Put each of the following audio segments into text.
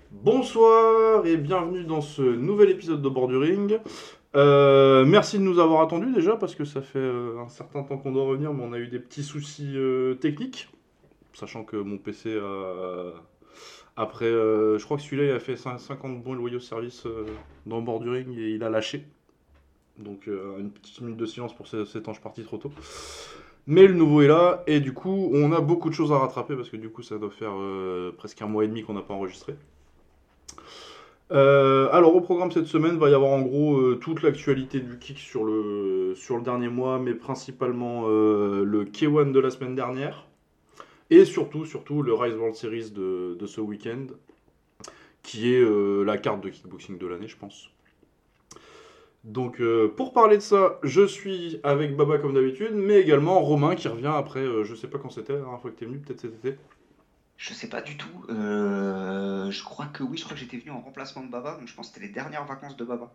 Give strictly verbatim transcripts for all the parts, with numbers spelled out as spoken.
Bonsoir et bienvenue dans ce nouvel épisode de Bord du Ring. Euh, merci de nous avoir attendus déjà parce que ça fait euh, un certain temps qu'on doit revenir, mais on a eu des petits soucis euh, techniques, sachant que mon P C a... Après, euh, je crois que celui-là il a fait cinquante bons et loyaux services euh, dans Bord du Ring et il a lâché. Donc euh, une petite minute de silence pour cet cet ange parti trop tôt. Mais le nouveau est là et du coup on a beaucoup de choses à rattraper parce que du coup ça doit faire euh, presque un mois et demi qu'on n'a pas enregistré. Euh, alors au programme cette semaine, va y avoir en gros euh, toute l'actualité du kick sur le, sur le dernier mois, mais principalement euh, le K un de la semaine dernière, et surtout, surtout le Rise World Series de, de ce week-end, qui est euh, la carte de kickboxing de l'année, je pense. Donc euh, pour parler de ça, je suis avec Baba comme d'habitude, mais également Romain qui revient après, euh, je sais pas quand c'était, la dernière fois que t'es venu, peut-être cet été. Je sais pas du tout. Euh, je crois que oui, je crois que j'étais venu en remplacement de Baba, donc je pense que c'était les dernières vacances de Baba.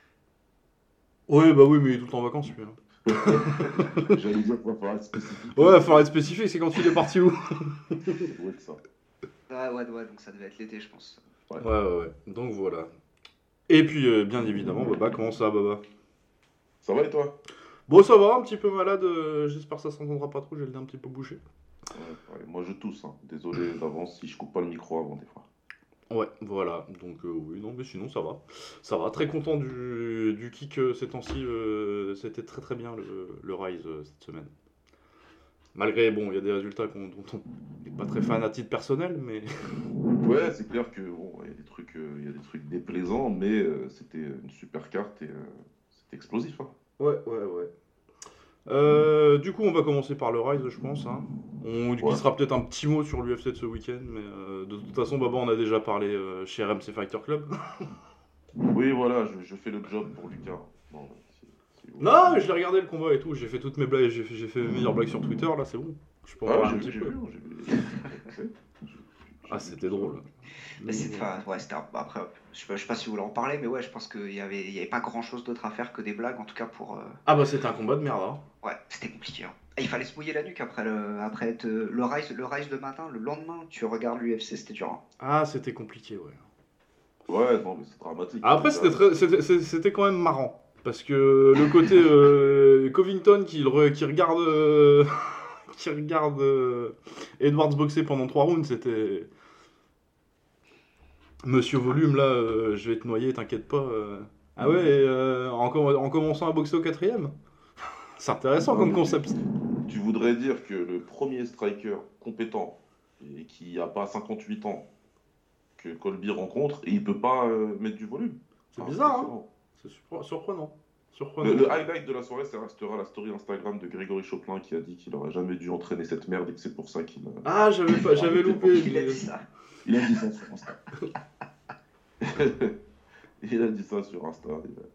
Ouais, bah oui, mais il est tout le temps en vacances, lui. Hein. J'allais dire qu'il va falloir être spécifique. Ouais, il va falloir être spécifique, c'est quand il est parti où? Ça doit être ça. Ah ouais, ouais, donc ça devait être l'été, je pense. Ouais. Ouais, ouais, ouais. Donc voilà. Et puis, euh, bien évidemment, Baba, comment ça, Baba? Ça va et toi? Bon, ça va, un petit peu malade, euh, j'espère que ça s'entendra pas trop, j'ai le nez un petit peu bouché. Ouais, ouais, moi je tousse, hein. Désolé d'avance si je coupe pas le micro avant des fois. Ouais, voilà, donc euh, oui, non, mais sinon ça va. Ça va, très content du, du kick euh, ces temps-ci, euh, c'était très très bien le, le Rise euh, cette semaine. Malgré, bon, il y a des résultats qu'on- dont on n'est pas très fan à titre personnel, mais... Ouais, c'est clair que bon, il y a des trucs, euh, il y a des trucs déplaisants, mais euh, c'était une super carte et euh, c'était explosif, hein. Ouais, ouais, ouais. Euh, du coup, on va commencer par le Rise, je pense. Hein. On Ouais. glissera peut-être un petit mot sur l'U F C de ce week-end, mais euh, de toute façon, Baba, on a déjà parlé euh, chez R M C Fighter Club. Oui, voilà, je, je fais le job pour Lucas. Non, c'est- c'est- Non, mais je l'ai regardé le combat et tout. J'ai fait toutes mes blagues, j'ai fait, j'ai fait mes meilleures blagues sur Twitter. Là, c'est bon. Je peux en Ah, parler un j'ai petit vu, j'ai peu. vu, hein, j'ai vu. les- j'ai- j'ai- Ah, j'ai vu c'était tout ça. drôle. Mais c'est, enfin, ouais, c'était un- après, je sais pas, je sais pas si vous voulez en parler, mais ouais, je pense qu'il y avait, il y avait pas grand chose d'autre à faire que des blagues, en tout cas pour. euh, Ah bah, c'était un combat de merde. Hein. Ouais, c'était compliqué. Hein. Et il fallait se mouiller la nuque après le, après être, euh, le rise, le rise le matin, le lendemain, tu regardes l'U F C, c'était dur. Hein. Ah, c'était compliqué, ouais. Ouais, non, mais c'est dramatique. Après, Déjà, c'était, très- c'était, c'était- c'était quand même marrant. Parce que le côté euh, Covington qui, le re- qui regarde, euh, qui regarde euh, Edwards boxer pendant trois rounds, c'était. Monsieur Volume, là, euh, je vais te noyer, t'inquiète pas. euh. Ah ouais, et, euh, en, com- en commençant à boxer au quatrième. C'est intéressant Non, comme mais concept. tu voudrais dire que le premier striker compétent et qui a pas cinquante-huit ans que Colby rencontre, et il peut pas euh, mettre du volume. C'est Ah, bizarre, hein. impressionnant. C'est surpre- surprenant. Surprenant. Le, le highlight de la soirée, ça restera la story Instagram de Grégory Choplin qui a dit qu'il aurait jamais dû entraîner cette merde et que c'est pour ça qu'il a... Ah, j'avais, pas, j'avais loupé. Il a mais- dit ça. Il a dit ça sur Insta. Il a dit ça sur Insta.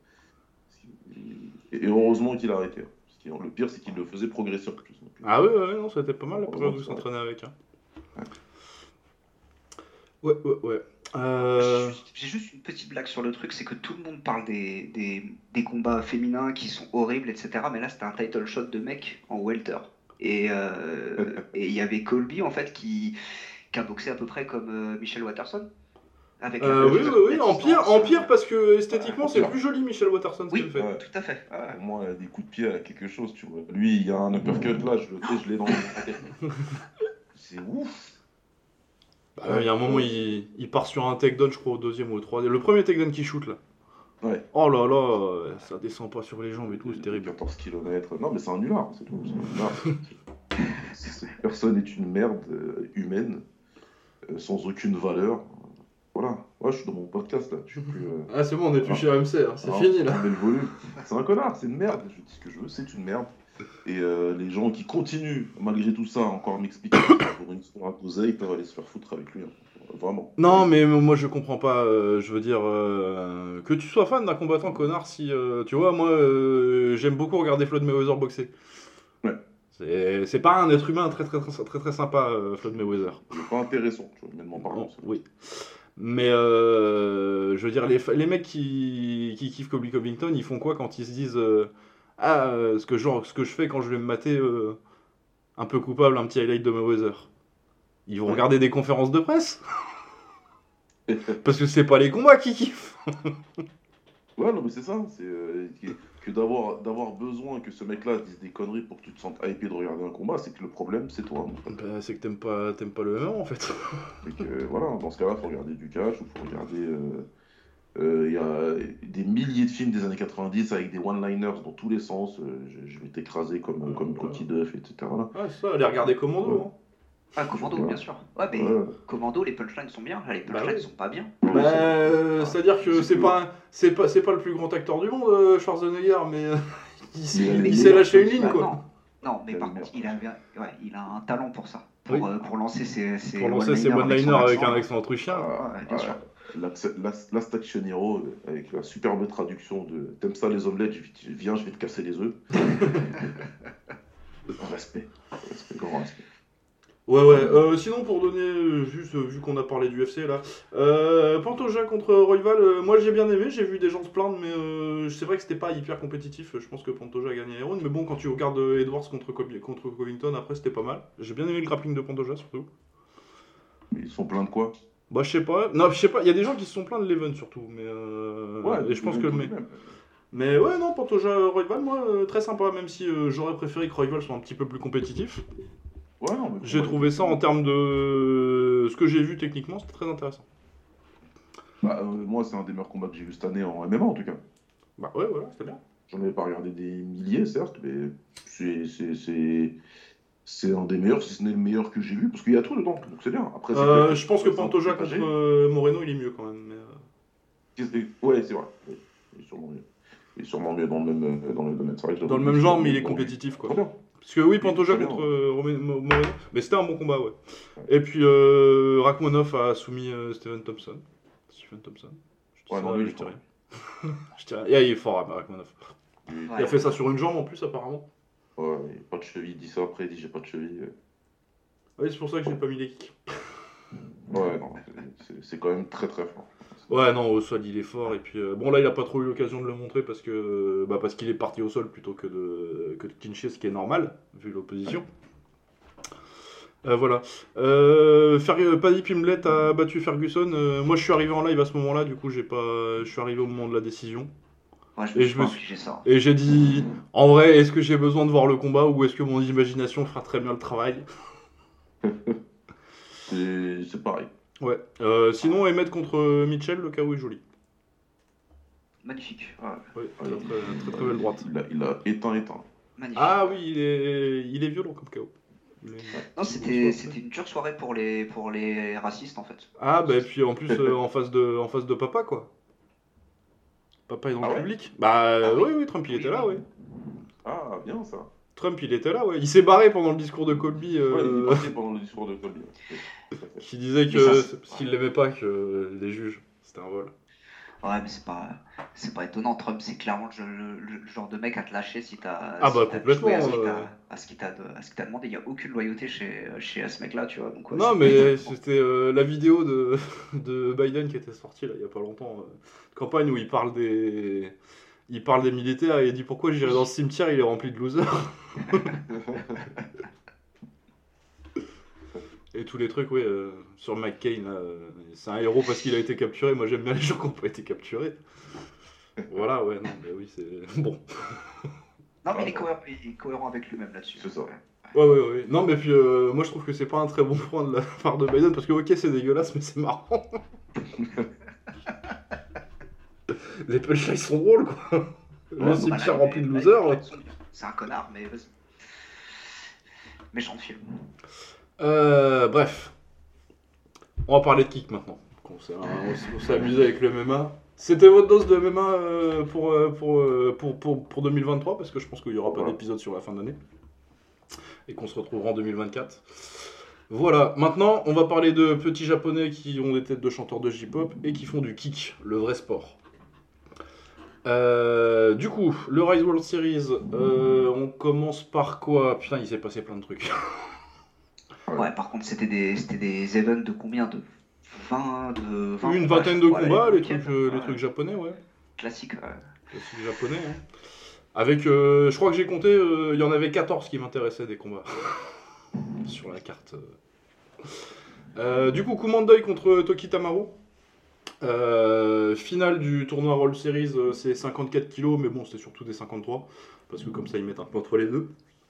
Et, et heureusement qu'il a arrêté. Parce que le pire, c'est qu'il le faisait progresser en plus. Donc, Ah ouais, ouais, non, c'était pas mal la Oh, période où ça il s'entraînait avec. Hein. Ouais. Ouais, ouais, ouais. Euh... J'ai juste une petite blague sur le truc, c'est que tout le monde parle des, des, des combats féminins qui sont horribles, et cetera. Mais là, c'était un title shot de mec en welter. Et euh, et il y avait Colby, en fait, qui, qui a boxé à peu près comme euh, Michelle Watterson. Avec Euh, un- oui, oui, oui, la en pire, distance, en pire euh, parce que esthétiquement Ouais, en c'est pire. plus joli Michel Watterson ce Oui. qu'elle fait. Ouais. Tout à fait. Ouais. Au moins, des coups de pied à quelque chose, tu vois. Lui, il y a un uppercut là, je le fais, je l'ai dans la tête. C'est ouf. Bah, il y a un moment il, il part sur un takedown, je crois au deuxième ou au troisième. Le premier takedown qui shoot là. Ouais. Oh là là, euh, ça descend pas sur les jambes et tout, c'est terrible. quatorze kilomètres. Non, mais c'est un nulard, c'est tout. C'est un nulard. Cette personne est une merde euh, humaine, euh, sans aucune valeur. Voilà. Ouais, je suis dans mon podcast là. Je suis plus. euh, Ah c'est bon, on est plus Ah. chez R M C, hein, c'est ah, fini là. mais le volume. C'est un connard, c'est une merde. Je dis ce que je veux, c'est une merde. Et euh, les gens qui continuent, malgré tout ça, encore à m'expliquer que c'est pour une histoire à causer, ils peuvent aller se faire foutre avec lui. Hein. Vraiment. Non mais moi je comprends pas, euh, je veux dire, euh, que tu sois fan d'un combattant connard si, euh, tu vois, moi euh, j'aime beaucoup regarder Floyd Mayweather boxer. Ouais. C'est, c'est pas un être humain très très très très, très sympa, euh, Floyd Mayweather. Il est pas intéressant, tu vois, humainement parlant. Non, oui. Mais euh, je veux dire, les, fa- les mecs qui, qui kiffent Colby Covington, ils font quoi quand ils se disent euh, ah, euh, ce que, genre, ce que je fais quand je vais me mater euh, un peu coupable, un petit highlight de Mayweather. Ils vont Ouais. regarder des conférences de presse. Parce que c'est pas les combats qui kiffent. Ouais, non, mais c'est ça. C'est euh, que, que d'avoir d'avoir besoin que ce mec-là dise des conneries pour que tu te sentes hypé de regarder un combat, c'est que le problème, c'est toi. Bah, c'est que t'aimes pas, t'aimes pas le M M A en fait. Et que, voilà, dans ce cas-là, faut regarder du catch ou faut regarder. euh, euh, Il y a des milliers de films des années quatre-vingt-dix avec des one-liners dans tous les sens. euh, je, je vais t'écraser comme, Ouais, comme voilà. coquille d'œuf, et cetera. Là. Ah, c'est ça, allez regarder Commando. Ouais. Hein. Ah, Commando, Ouais. bien sûr. Ouais, mais Ouais. Commando, les punchlines sont bien. Là, les Bah punchlines oui. sont pas bien. Ouais, Bah, c'est- euh, c'est-à-dire que c'est c'est que- pas, un- c'est pas, c'est pas le plus grand acteur du monde, euh, Schwarzenegger, mais euh, il, s'est- Mais il il s'est est- lâché une ligne Bah, quoi. non. Non, mais Il a par une contre, merde. il, avait, ouais, il a un talent pour ça. Pour, Oui. euh, pour lancer ses, ses Pour lancer ses one-liners one-liners avec son un accent. accent autrichien. Ah, Ouais, bien sûr. Last, Last- Last Action Hero, euh, avec la superbe traduction de T'aimes ça les omelettes, je vais- viens, je vais te casser les œufs. Respect. Respect, grand respect. Ouais, ouais. Euh, sinon, pour donner, euh, juste euh, vu qu'on a parlé du U F C là, euh, Pantoja contre Royval, euh, moi j'ai bien aimé, j'ai vu des gens se plaindre, mais euh, c'est vrai que c'était pas hyper compétitif. Je pense que Pantoja a gagné les rounds, mais bon, quand tu regardes euh, Edwards contre, Co- contre Covington, après c'était pas mal. J'ai bien aimé le grappling de Pantoja surtout. Mais ils sont pleins de quoi? Bah, je sais pas, non, je sais pas, il y a des gens qui se sont plaints de l'Even surtout, mais euh, et je pense que le mec. même. Mais ouais, non, Pantoja Royval, moi, euh, très sympa, même si euh, j'aurais préféré que Royval soit un petit peu plus compétitif. Ouais, non, mais J'ai pour moi, trouvé ça en termes de ce que j'ai vu techniquement, c'était très intéressant. Bah, euh, moi, c'est un des meilleurs combats que j'ai vu cette année en M M A en tout cas. Bah ouais, voilà, c'était bien. J'en avais pas regardé des milliers, certes, mais c'est c'est- c'est- c'est un des meilleurs, si ce n'est le meilleur que j'ai vu, parce qu'il y a tout dedans, donc c'est bien. Après, c'est Euh, clair je pense que c'est un peu Pantoja contre partagé. euh, Moreno, il est mieux quand même. Mais, euh, Qu'est-ce que- Ouais, c'est vrai. Oui, il est sûrement mieux. Il est sûrement mieux dans le même, euh, dans le domaine. C'est vrai que je dans le l'avais même vu, genre, c'est mais il est bon. compétitif quoi. Très bien. Parce que oui, Il est Pantoja très bien, contre ouais. euh, Romé- Mo- Moreno, mais c'était un bon combat, ouais. Et puis euh, Rachmanov a soumis euh, Steven Thompson. Stephen Thompson. Je dis Ouais, ça, non, lui, je il est dis fort. rien. Je dis rien. Yeah, il est fort, hein, Rachmanov. Il- Il Ouais. a fait ça sur une jambe en plus, apparemment. Ouais, il a pas de cheville, il dit ça après, il dit j'ai pas de cheville. Oui, c'est pour ça que j'ai pas mis les kicks. Ouais, non, c'est- c'est quand même très très fort. Ouais, non, au sol il est fort. Et puis, euh, bon, là il a pas trop eu l'occasion de le montrer parce que bah, parce qu'il est parti au sol plutôt que de, que de clincher, ce qui est normal, vu l'opposition. Euh, voilà. Euh, Fer- Paddy Pimblett a battu Ferguson. Euh, moi je suis arrivé en live à ce moment-là, du coup j'ai pas, je suis arrivé au moment de la décision. Ouais, je Et me je suis me pas suis- infligé ça. Et j'ai dit, en vrai, est-ce que j'ai besoin de voir le combat ou est-ce que mon imagination fera très bien le travail? C'est c'est pareil. Ouais. Euh, sinon, Emmett contre Mitchell, le K O est joli. Magnifique. Ouais, Ouais, très, très, très, très belle droite. Il a, il a éteint, éteint. magnifique. Ah oui, il est, il est violent comme K O. Il est- Non, c'était c'était une dure soirée pour les, pour les racistes en fait. Ah bah et puis en plus euh, en face de en face de papa quoi. Papa est dans Ah le ouais public. Bah euh, Ah oui oui. oui Trump il Oui, était là oui. ouais. Ah, bien ça. Trump il était là ouais. Il s'est barré pendant le discours de Colby euh, Ouais, il est parti pendant le discours de Colby. Ouais, tout à fait. qui disait que Mais ça, c'est c'est- parce qu'il l'aimait pas que euh, les juges c'était un vol. Ouais, mais c'est pas, c'est pas étonnant. Trump, c'est clairement le, le- le genre de mec à te lâcher si t'as. Ah si bah, t'as complètement, joué à ce qu'il euh. t'a- à ce qu'il t'a à ce qu'il t'a demandé. Il y a aucune loyauté chez, chez ce mec-là, tu vois. Donc, ouais, Non c'est- mais c'était euh, la vidéo de, de Biden qui était sortie là il y a pas longtemps. euh, campagne où il parle des il parle des militaires et il dit pourquoi j'irai dans ce cimetière il est rempli de losers. Et tous les trucs, oui, euh, sur McCain, là, euh, c'est un héros parce qu'il a été capturé. Moi, j'aime bien les gens qui n'ont pas été capturés. Voilà, ouais, non, mais oui, c'est bon. Non, mais il est cohérent, il est cohérent avec lui-même là-dessus. C'est ça. Ouais. Ouais, ouais, ouais. Non, mais puis, euh, moi, je trouve que c'est pas un très bon point de la part de Biden parce que, ok, c'est dégueulasse, mais c'est marrant. Les punchlines sont drôles, quoi. Le Ouais, cimetière Bah, rempli de là, losers. là, ils sont bien. C'est un connard, mais vas-y. Méchant de film. Euh, bref. On va parler de kick maintenant. On s'est, on s'est- on s'est amusé avec le M M A. C'était votre dose de M M A euh, pour, euh, pour, euh, pour, pour, pour deux mille vingt-trois parce que je pense qu'il n'y aura pas Voilà. d'épisode sur la fin d'année. Et qu'on se retrouvera en deux mille vingt-quatre. Voilà, maintenant on va parler de petits japonais qui ont des têtes de chanteurs de J-pop et qui font du kick, le vrai sport. Euh, du coup, le Rise World Series, euh, on commence par quoi? Putain, il s'est passé plein de trucs. Ouais, par contre, c'était des, c'était des events de combien? De vingt, de vingt Une combats, vingtaine de ouais, combats, les week-end. trucs, euh, les Ouais, trucs japonais, ouais. classique. Ouais. Classique japonais. Hein. Avec, euh, je crois que j'ai compté, euh, il y en avait quatorze qui m'intéressaient des combats sur la carte. Euh, du coup, Kumandoi contre Toki Tamaru. Euh, finale du tournoi World Series, euh, c'est cinquante-quatre kilos, mais bon, c'était surtout des cinquante-trois, parce que comme ça, ils mettent un peu entre les deux.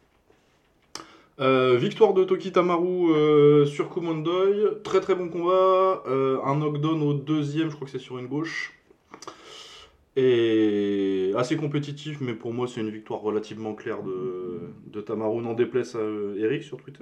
Euh, victoire de Toki Tamaru euh, sur Kumondoy, très très bon combat, euh, un knockdown au deuxième, je crois que c'est sur une gauche. Et assez compétitif, mais pour moi, c'est une victoire relativement claire de, de Tamaru, n'en déplaise à euh, Eric sur Twitter.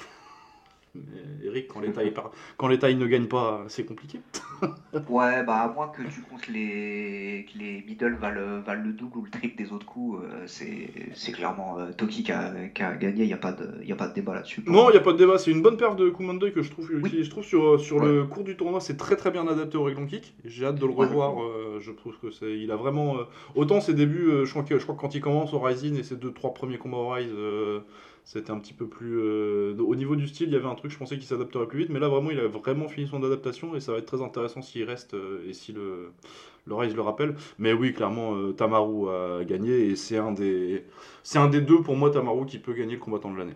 Mais Eric, quand les tailles, par- quand les tailles ne gagnent pas, c'est compliqué. Ouais, bah à moins que tu comptes les, que les middle valent, valent le double ou le triple des autres coups, euh, c'est c'est clairement euh, Toki qui a, qui a gagné, il n'y a, pas de- y a pas de débat là-dessus pour Non, il moi. n'y a pas de débat, c'est une bonne paire de Kumondoy que je trouve, Oui, qui, je trouve sur, sur Ouais, le cours du tournoi, c'est très très bien adapté au Raglan Kick. J'ai hâte de le ouais, revoir, euh, je trouve que c'est, il a vraiment... euh, autant ses débuts, euh, je, crois que, je crois que quand il commence au Rising et ses deux trois premiers combats au Rise, euh, c'était un petit peu plus... euh, au niveau du style, il y avait un truc, je pensais qu'il s'adapterait plus vite, mais là vraiment, il a vraiment fini son adaptation et ça va être très intéressant s'il reste euh, et si le, le Rise le rappelle. Mais oui, clairement, euh, Tamaru a gagné et c'est un des... C'est un des deux pour moi, Tamaru, qui peut gagner le combattant de l'année.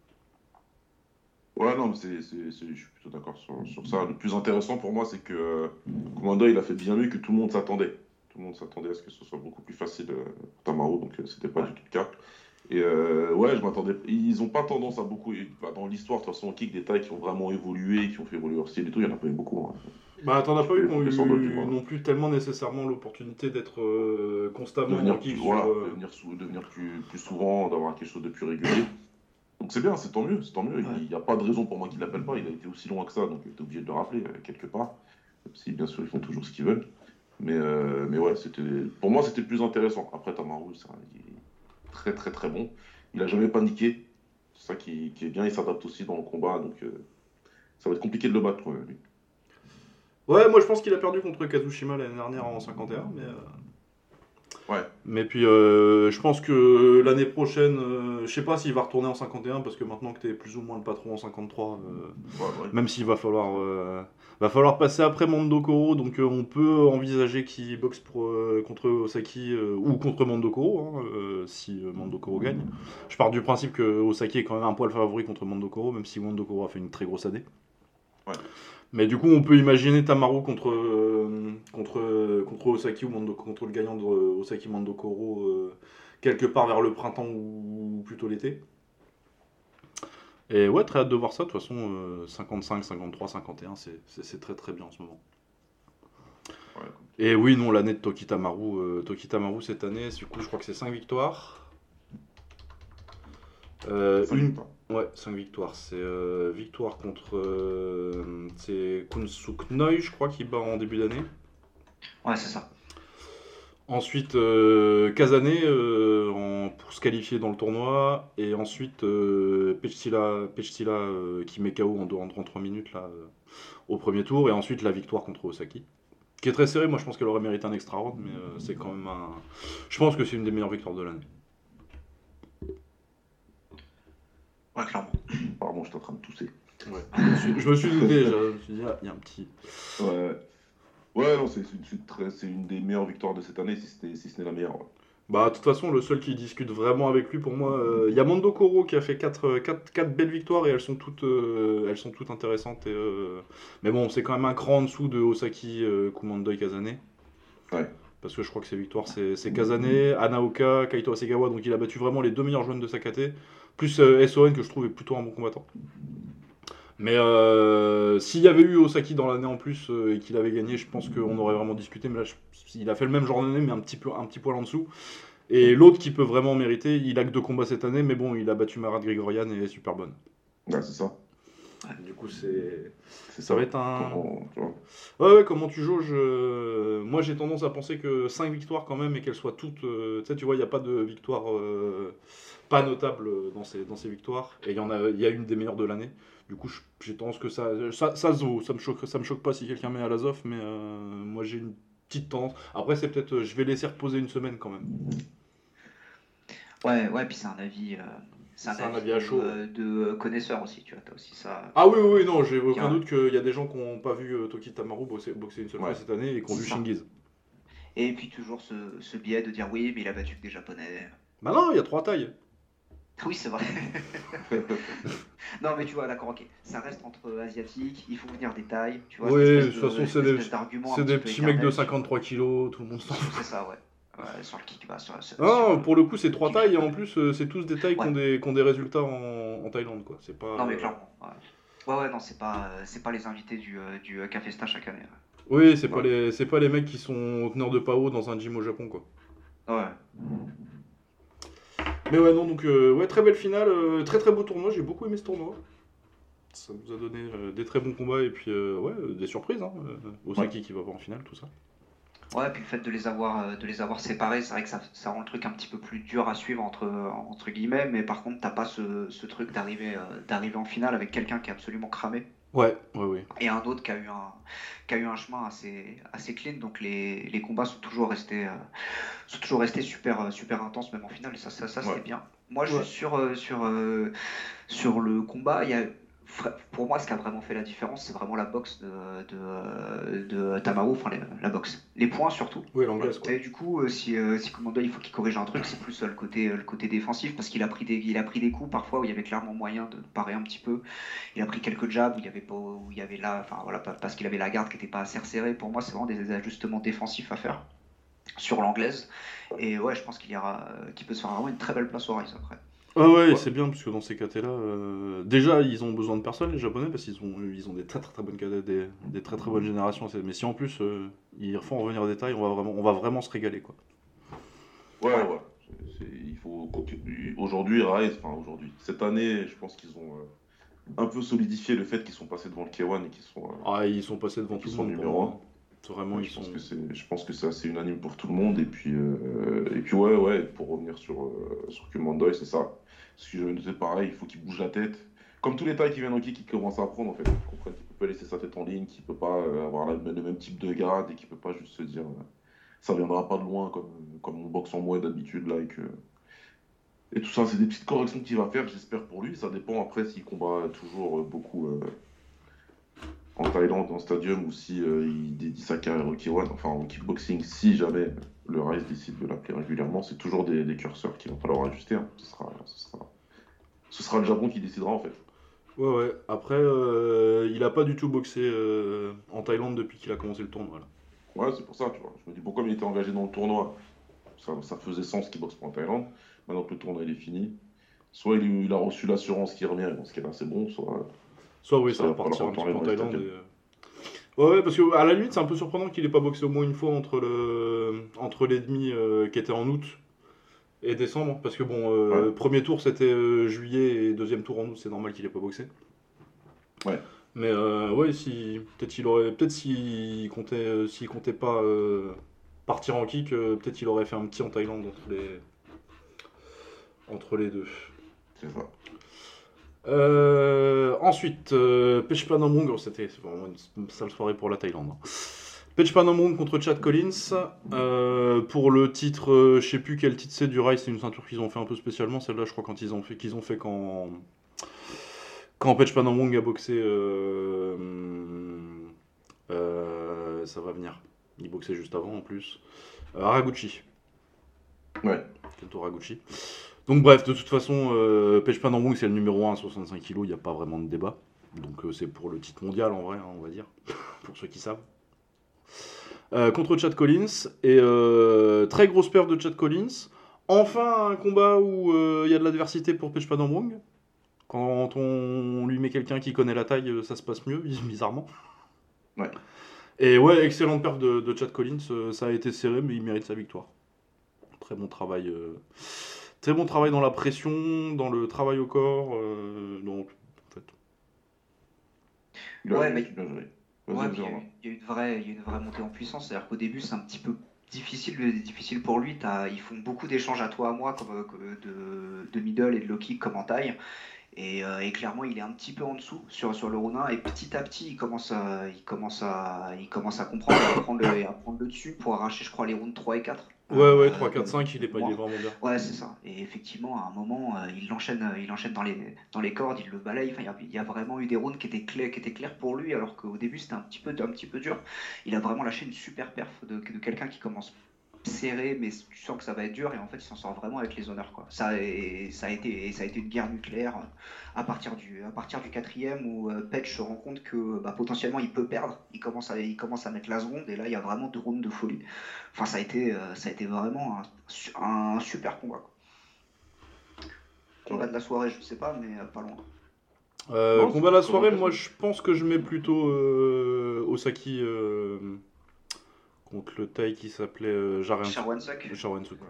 ouais, non, mais c'est, c'est, c'est- je suis plutôt d'accord sur, sur ça. Le plus intéressant pour moi, c'est que euh, Commando, il a fait bien mieux que tout le monde s'attendait. Tout le monde s'attendait à ce que ce soit beaucoup plus facile euh, pour Tamaru, donc euh, c'était pas ouais. du tout le cas. Et euh, ouais, je m'attendais. Ils ont pas tendance à beaucoup. Bah, dans l'histoire, de toute façon, au kick, des tailles qui ont vraiment évolué, qui ont fait évoluer leur style et tout, il y en a pas eu beaucoup, hein. Bah, t'en as Tu pas peux eu les qui ont compter sur le doigt du eu doigt. non plus tellement nécessairement l'opportunité d'être euh, constamment en Devenir plus, kick sur. voilà, euh, devenir, sou- devenir plus, plus souvent, d'avoir quelque chose de plus régulier. Donc c'est bien, c'est tant mieux, c'est tant mieux. Ouais. Il n'y a pas de raison pour moi qu'il l'appelle pas. Il a été aussi loin que ça, donc tu es obligé de le rappeler euh, quelque part. Même si bien sûr ils font toujours ce qu'ils veulent. Mais, euh, mais ouais, c'était, pour moi c'était le plus intéressant. Après Tamaru, ça, il est très très très bon. Il a jamais paniqué. C'est ça qui, qui est bien. Il s'adapte aussi dans le combat, donc euh, ça va être compliqué de le battre, quoi, lui. Ouais, moi je pense qu'il a perdu contre Kazushima l'année dernière en cinquante et un, mais. euh, Ouais, Mais puis euh, je pense que l'année prochaine, euh, je sais pas s'il va retourner en cinquante et un parce que maintenant que t'es plus ou moins le patron en cinquante-trois, euh, ouais, ouais. même s'il va falloir, euh, va falloir passer après Mandokoro, donc euh, on peut envisager qu'il boxe pour, euh, contre Osaki euh, ou contre Mandokoro, hein, euh, si euh, Mandokoro gagne. Je pars du principe que Osaki est quand même un poil favori contre Mandokoro, même si Mandokoro a fait une très grosse année. Ouais. Mais du coup, on peut imaginer Tamaru contre, euh, contre, contre Osaki ou Mando, contre le gagnant de euh, Osaki Mandokoro euh, quelque part vers le printemps ou plutôt l'été. Et ouais, très hâte de voir ça. De toute façon, euh, cinquante-cinq, cinquante-trois, cinquante et un, c'est c'est- c'est très très bien en ce moment. Ouais. Et oui, non, l'année de Toki Tamaru, euh, Toki Tamaru cette année, du coup, je crois que c'est cinq victoires. Euh, Cinq une, victoires. ouais, cinq victoires. C'est euh, victoire contre euh, c'est Kunsuk Noi, je crois, qui bat en début d'année. Ouais, c'est ça. Ensuite, euh, Kazane euh, en- pour se qualifier dans le tournoi. Et ensuite, euh, Pechtila, Pechtila, euh, qui met K O en, deux- en trente-trois minutes là, euh, au premier tour. Et ensuite, la victoire contre Osaki. Qui est très serrée. Moi, je pense qu'elle aurait mérité un extra round. Mais euh, c'est quand même un. Je pense que c'est une des meilleures victoires de l'année. Ouais, clairement. Pardon, j'étais en train de tousser. Ouais. Je me suis, je me suis douté. Je me suis dit, ah, il y a un petit. Ouais. Ouais, non, c'est c'est une, c'est très- c'est une des meilleures victoires de cette année, si, c'était- si ce n'est la meilleure. Ouais. Bah, de toute façon, le seul qui discute vraiment avec lui, pour moi, euh, il y a Mandokoro qui a fait quatre belles victoires et elles sont toutes, euh, elles sont toutes intéressantes. Et, euh, Mais bon, c'est quand même un cran en dessous de Osaki, euh, Kumondoy, Kazane. Ouais. Parce que je crois que ses victoires, c'est c'est Kazane, Anaoka, Kaito Hasegawa. Donc il a battu vraiment les deux meilleurs jeunes de sa caté. Plus euh, S O N, que je trouve est plutôt un bon combattant. Mais euh, s'il y avait eu Osaki dans l'année en plus euh, et qu'il avait gagné, je pense qu'on aurait vraiment discuté. Mais là, je- il a fait le même genre d'année, mais un petit, peu, un petit poil en dessous. Et l'autre qui peut vraiment mériter, il a que deux combats cette année, mais bon, il a battu Marat Grigorian et est super bonne. Ouais, c'est ça. Du coup, c'est. C'est Ça ça. va être un. Comment, tu vois. Ouais, ouais, comment tu jauges euh, Moi, j'ai tendance à penser que cinq victoires quand même et qu'elles soient toutes. euh, Tu sais, tu vois, il n'y a pas de victoire euh, pas notable dans ces, dans ces victoires. Et il y en a, il y a une des meilleures de l'année. Du coup, je- j'ai tendance que ça, ça, ça se vaut. Ça me choque, ça me choque pas si quelqu'un met à l'Azov, mais euh, moi, j'ai une petite tendance. Après, c'est peut-être. euh, Je vais laisser reposer une semaine quand même. Ouais, ouais, puis c'est un avis, euh, c'est un C'est un avis avis à de, chaud. euh, de connaisseur aussi, tu vois. T'as aussi ça. Ah oui, oui, oui, non, j'ai aucun Tiens. doute qu'il y a des gens qui n'ont pas vu euh, Toki Tamaru boxer, boxer une seule Ouais. fois cette année et qui ont vu C'est ça. Shingiz. Et puis toujours ce, ce biais de dire oui, mais il a battu que des Japonais. Bah non, il y a trois tailles. Oui, c'est vrai. Non, mais tu vois, d'accord, ok. Ça reste entre asiatiques, ils font venir des tailles, tu vois, cette Oui, de espèce toute de, façon, c'est cette des, espèce d'argument un c'est petit des peu petits mecs de éternel sur, cinquante-trois kilos, tout le monde s'en sur- fout. c'est ça, ouais. Ouais, sur le kick, bah, sur, sur, sur Non, le, pour le coup, c'est le trois tailles, et kickbox. en plus, euh, c'est tous des tailles qui Ouais, ont des, qui ont des résultats en, en Thaïlande, quoi. C'est pas... non, mais euh, clairement. Ouais, ouais, ouais, non, c'est pas, euh, c'est pas les invités du, euh, du euh, Café Star chaque année. Oui, c'est pas Ouais. les, c'est pas les mecs qui sont teneurs de P A O dans un gym au Japon, quoi. Ouais, ouais. Mais ouais, non, donc, euh, ouais, très belle finale, euh, très très beau tournoi, j'ai beaucoup aimé ce tournoi. Ça nous a donné euh, des très bons combats, et puis, euh, ouais, euh, des surprises, hein. euh, Ouais. Osaki qui va voir en finale, tout ça. Ouais, puis le fait de les avoir, euh, de les avoir séparés, c'est vrai que ça, ça rend le truc un petit peu plus dur à suivre entre, entre guillemets, mais par contre, t'as pas ce, ce truc d'arriver euh, d'arriver en finale avec quelqu'un qui est absolument cramé Ouais, ouais, ouais. et un autre qui a eu un, qui a eu un chemin assez, assez clean, donc les, les combats sont toujours restés, euh, sont toujours restés super, euh, super intenses, même en finale, et ça, ça, ça Ouais. c'était bien. Moi, Ouais. juste sur, euh, sur, euh, sur le combat, il y a, pour moi, ce qui a vraiment fait la différence, c'est vraiment la boxe de, de, de Tamao, enfin les- la boxe. Les points surtout. Oui, Ouais. l'anglaise, quoi. Et du coup, euh, si, euh, si Commando il faut qu'il corrige un truc, c'est plus euh, le côté, euh, le côté défensif parce qu'il a pris des, il a pris des coups parfois où il y avait clairement moyen de parer un petit peu. Il a pris quelques jabs où il y avait pas, où il y avait là, enfin voilà, pa- parce qu'il avait la garde qui était pas assez resserrée. Pour moi, c'est vraiment des ajustements défensifs à faire sur l'anglaise. Et ouais, je pense qu'il y aura, euh, qu'il peut se faire vraiment une très belle place au Rise après. Ah ouais, Ouais. c'est bien, parce que dans ces catés-là, euh, déjà, ils ont besoin de personne, les Japonais, parce qu'ils ont, ils ont des très très très bonnes catés, des, des très très bonnes générations. c'est- Mais si en plus, euh, ils font revenir des tailles, on va vraiment, on va vraiment se régaler, quoi. Ouais, Ouais. ouais. C'est- c'est- il faut continuer. Aujourd'hui, Rise, enfin aujourd'hui, cette année, je pense qu'ils ont euh, un peu solidifié le fait qu'ils sont passés devant le K un et qu'ils sont, euh, Ah, ils sont passés et devant tout qu'ils le sont monde pour numéro moi. un. hein. C'est Vraiment, Ouais, ils je sont... pense que c'est, je pense que c'est assez unanime pour tout le monde. Et puis, euh, et puis ouais, ouais, pour revenir sur, euh, sur Kumandoy, c'est ça. Ce que j'avais noté pareil, il faut qu'il bouge la tête. Comme tous les tailles qui viennent en kick, qui commencent à apprendre, en fait. Ils comprennent qu'il peut pas laisser sa tête en ligne, qu'il peut pas euh, avoir la- le même type de garde et qu'il peut pas juste se dire euh, ça viendra pas de loin comme, comme on boxe en moi d'habitude là. Et, que... et tout ça, c'est des petites corrections qu'il va faire, j'espère pour lui. Ça dépend après s'il combat toujours euh, beaucoup. euh, en Thaïlande, en stadium, ou si euh, il dédie sa carrière au K un, enfin en kickboxing, si jamais le Rise décide de l'appeler régulièrement, c'est toujours des, des curseurs qu'il va falloir ajuster. hein. Ce sera, ce sera, ce sera le Japon qui décidera en fait. Ouais, ouais. Après, euh, il a pas du tout boxé euh, en Thaïlande depuis qu'il a commencé le tournoi, là. Ouais, c'est pour ça, tu vois. Je me dis pourquoi il était engagé dans le tournoi, ça, ça faisait sens qu'il boxe pas en Thaïlande. Maintenant que le tournoi il est fini, soit il, il a reçu l'assurance qui revient, et dans ce cas-là c'est bon, soit, Soit, oui, ça soit va il va falloir partir un petit retourner peu en dans les Thaïlande. stadiums. Et... euh, Ouais, ouais, parce que à la limite, c'est un peu surprenant qu'il ait pas boxé au moins une fois entre le entre les demi euh, qui était en août et décembre. Parce que bon, Ouais, euh, premier tour c'était euh, juillet et deuxième tour en août, c'est normal qu'il ait pas boxé. ouais, Mais euh, ouais, si peut-être il aurait, peut-être s'il comptait, euh, s'il comptait pas euh, partir en kick, euh, peut-être il aurait fait un petit en Thaïlande entre les entre les deux. c'est ça. Euh, ensuite, euh, Pechpanamong, c'était vraiment une sale soirée pour la Thaïlande. hein. Pechpanamong contre Chad Collins. Euh, pour le titre, euh, je sais plus quel titre c'est du Rise, c'est une ceinture qu'ils ont fait un peu spécialement. Celle-là, je crois quand ils ont fait, qu'ils ont fait quand quand Pechpanamong a boxé. euh, euh, ça va venir. Il boxait juste avant en plus. Euh, Haraguchi. Ouais, Kento Haraguchi. Donc bref, de toute façon, euh, Pechpanamong c'est le numéro un à soixante-cinq kilos, il n'y a pas vraiment de débat. Donc euh, c'est pour le titre mondial en vrai, hein, on va dire, pour ceux qui savent. Euh, contre Chad Collins, et euh, très grosse perf de Chad Collins. Enfin un combat où euh, il y a de l'adversité pour Pechpanamong. Quand on lui met quelqu'un qui connaît la taille, euh, ça se passe mieux, bizarrement. ouais. Et ouais, excellente perf de, de Chad Collins, euh, ça a été serré, mais il mérite sa victoire. Très bon travail. euh, Très bon travail dans la pression, dans le travail au corps, euh, dans- en fait. Il a, Ouais, il a mais su bien gérer. ouais, Vas-y, mais il y a Benjamin. eu, il y a eu une vraie, il y a eu une vraie montée en puissance. C'est-à-dire qu'au début, c'est un petit peu difficile, difficile pour lui. T'as- ils font beaucoup d'échanges à toi, à moi, comme, euh, de, de middle et de low kick comme en taille. Et, euh, et clairement, il est un petit peu en dessous sur, sur le round un. Et petit à petit, il commence à, il commence à, il commence à comprendre et à prendre le, et à prendre le dessus pour arracher, je crois, les rounds trois et quatre Ouais, ouais, euh, trois, de, quatre, de, cinq, il de est, pas, il est mémoire. vraiment bien. Ouais, c'est ça. Et effectivement, à un moment, euh, il enchaîne, euh, il enchaîne dans les, dans les cordes, il le balaye. Enfin, il y a, il y a vraiment eu des rounds qui étaient clairs, qui étaient clairs pour lui, alors qu'au début, c'était un petit peu, un petit peu dur. Il a vraiment lâché une super perf de, de quelqu'un qui commence serré, mais tu sens que ça va être dur, et en fait, il s'en sort vraiment avec les honneurs, quoi. Ça, et ça, a été, et ça a été une guerre nucléaire à partir du, à partir du quatrième, où euh, Petch se rend compte que bah, potentiellement il peut perdre. Il commence, à, il commence à mettre la seconde, et là, il y a vraiment deux rounds de folie. Enfin, ça a été, euh, ça a été vraiment un, su- un super combat, quoi. Combat de la soirée, je sais pas, mais euh, pas loin. Euh, Non, combat de c'est la très soirée, intéressant. moi je pense que je mets plutôt euh, Osaki euh, contre le Thaï qui s'appelait euh, Jaren Sherwan Suk. Suk, ouais.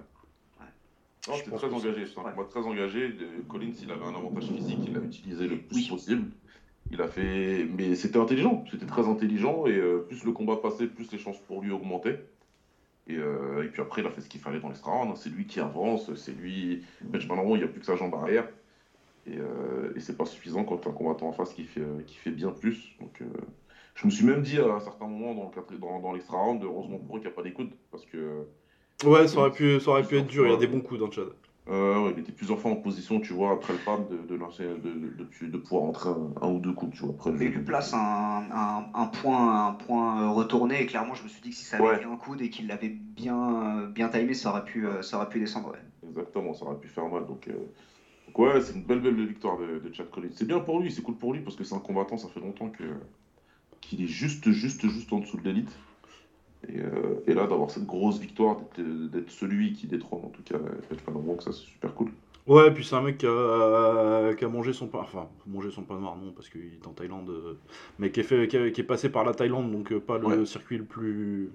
Non, Je c'était pense très que engagé. C'est un Ouais. combat très engagé. Euh, Collins, il avait un avantage physique, il l'a utilisé le plus Oui. possible. Il a fait, mais c'était intelligent, c'était très intelligent et euh, plus le combat passait, plus les chances pour lui augmentaient. Et, euh, et puis après, il a fait ce qu'il fallait dans l'extra round, hein. C'est lui qui avance, c'est lui. Match Malheureux, il n'y a plus que sa jambe arrière. Et, euh, et c'est pas suffisant quand tu as un combattant en face qui fait, euh, qui fait bien plus. Donc, euh, je me suis même dit à un certain moment dans, le quatri- dans, dans l'extra round, heureusement pour eux qu'il n'y a pas des coudes, parce que euh, Ouais, ça Collins, aurait pu, ça aurait pu être plusieurs dur, il y a fois, des bons coups dans le chat. euh, ouais, il était plusieurs fois en position, tu vois, après le pad, de, de, lancer, de, de, de, de pouvoir entrer un, un ou deux coups, tu vois, après le Mais jeu. il lui Donc, place un, un, un point, un point euh, retourné, et clairement, je me suis dit que si ça avait été ouais, un coude et qu'il l'avait bien, euh, bien timé, ça aurait pu, euh, ça aurait pu descendre. Ouais. exactement, ça aurait pu faire mal. Donc, euh, donc ouais, c'est une belle, belle victoire de, de Chad Collins. C'est bien pour lui, c'est cool pour lui, parce que c'est un combattant, ça fait longtemps que, qu'il est juste, juste, juste en dessous de l'élite. Et, euh, et là, d'avoir cette grosse victoire, d'être, d'être celui qui détrône, en tout cas, Petchpanomong, ça c'est super cool. Ouais, puis c'est un mec qui a, qui a mangé son pain, enfin, mangé son pain noir, non, parce qu'il est en Thaïlande, euh, mais qui est, fait, qui, est, qui est passé par la Thaïlande, donc euh, pas le Ouais, circuit le plus,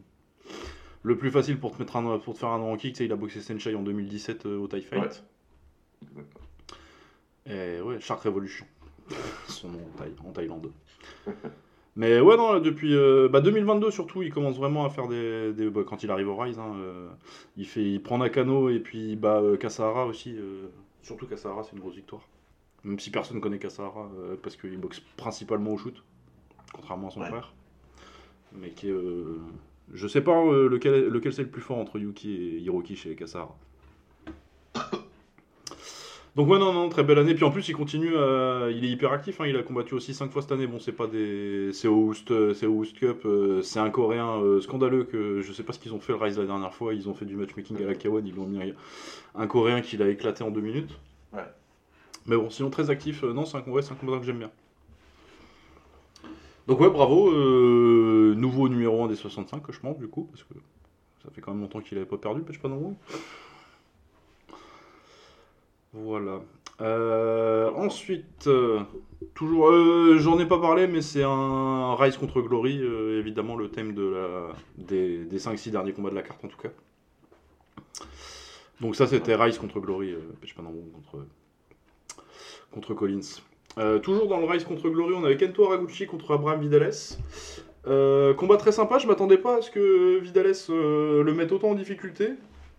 le plus facile pour te, mettre un, pour te faire un ranking. Tu sais, il a boxé Senchai en deux mille dix-sept euh, au Thai ouais, Fight. exactement. Et ouais, Shark Revolution, son nom en, Thaï- en Thaïlande. Mais ouais, non, là, depuis euh, bah, deux mille vingt-deux surtout, il commence vraiment à faire des. des- bah, quand il arrive au Rise, hein, euh, il, fait, il prend Nakano et puis il bat euh, Kasahara aussi. euh, surtout Kasahara, c'est une grosse victoire. Même si personne connaît Kasahara euh, parce qu'il boxe principalement au shoot, contrairement à son Ouais. frère. Mais qui est. euh, je sais pas euh, lequel, lequel c'est le plus fort entre Yuki et Hiroki chez Kasahara. Donc ouais, non, non, très belle année. Puis en plus, il continue, à- il est hyper actif, hein. Il a combattu aussi cinq fois cette année. Bon, c'est pas des, c'est au Houst, euh, c'est au Houst Cup. euh, c'est un Coréen euh, scandaleux que je sais pas ce qu'ils ont fait le Rise la dernière fois. Ils ont fait du matchmaking à la K one. Ils l'ont mis un, un Coréen qui l'a éclaté en deux minutes. Ouais. Mais bon, sinon très actif. Euh, non, c'est un, ouais, c'est un combattant que j'aime bien. Donc ouais, bravo. euh, nouveau numéro un des soixante-cinq, je pense, du coup, parce que ça fait quand même longtemps qu'il avait pas perdu, Pech Panomou. Voilà. Euh, ensuite, euh, toujours, euh, j'en ai pas parlé, mais c'est un Rise contre Glory, euh, évidemment le thème de la, des, des cinq six derniers combats de la carte en tout cas. Donc ça c'était Rise contre Glory, euh, Pech Panomou contre, contre Collins. Euh, toujours dans le Rise contre Glory, on avait Kento Haraguchi contre Abraham Vidales. Euh, combat très sympa, je m'attendais pas à ce que Vidales euh, le mette autant en difficulté.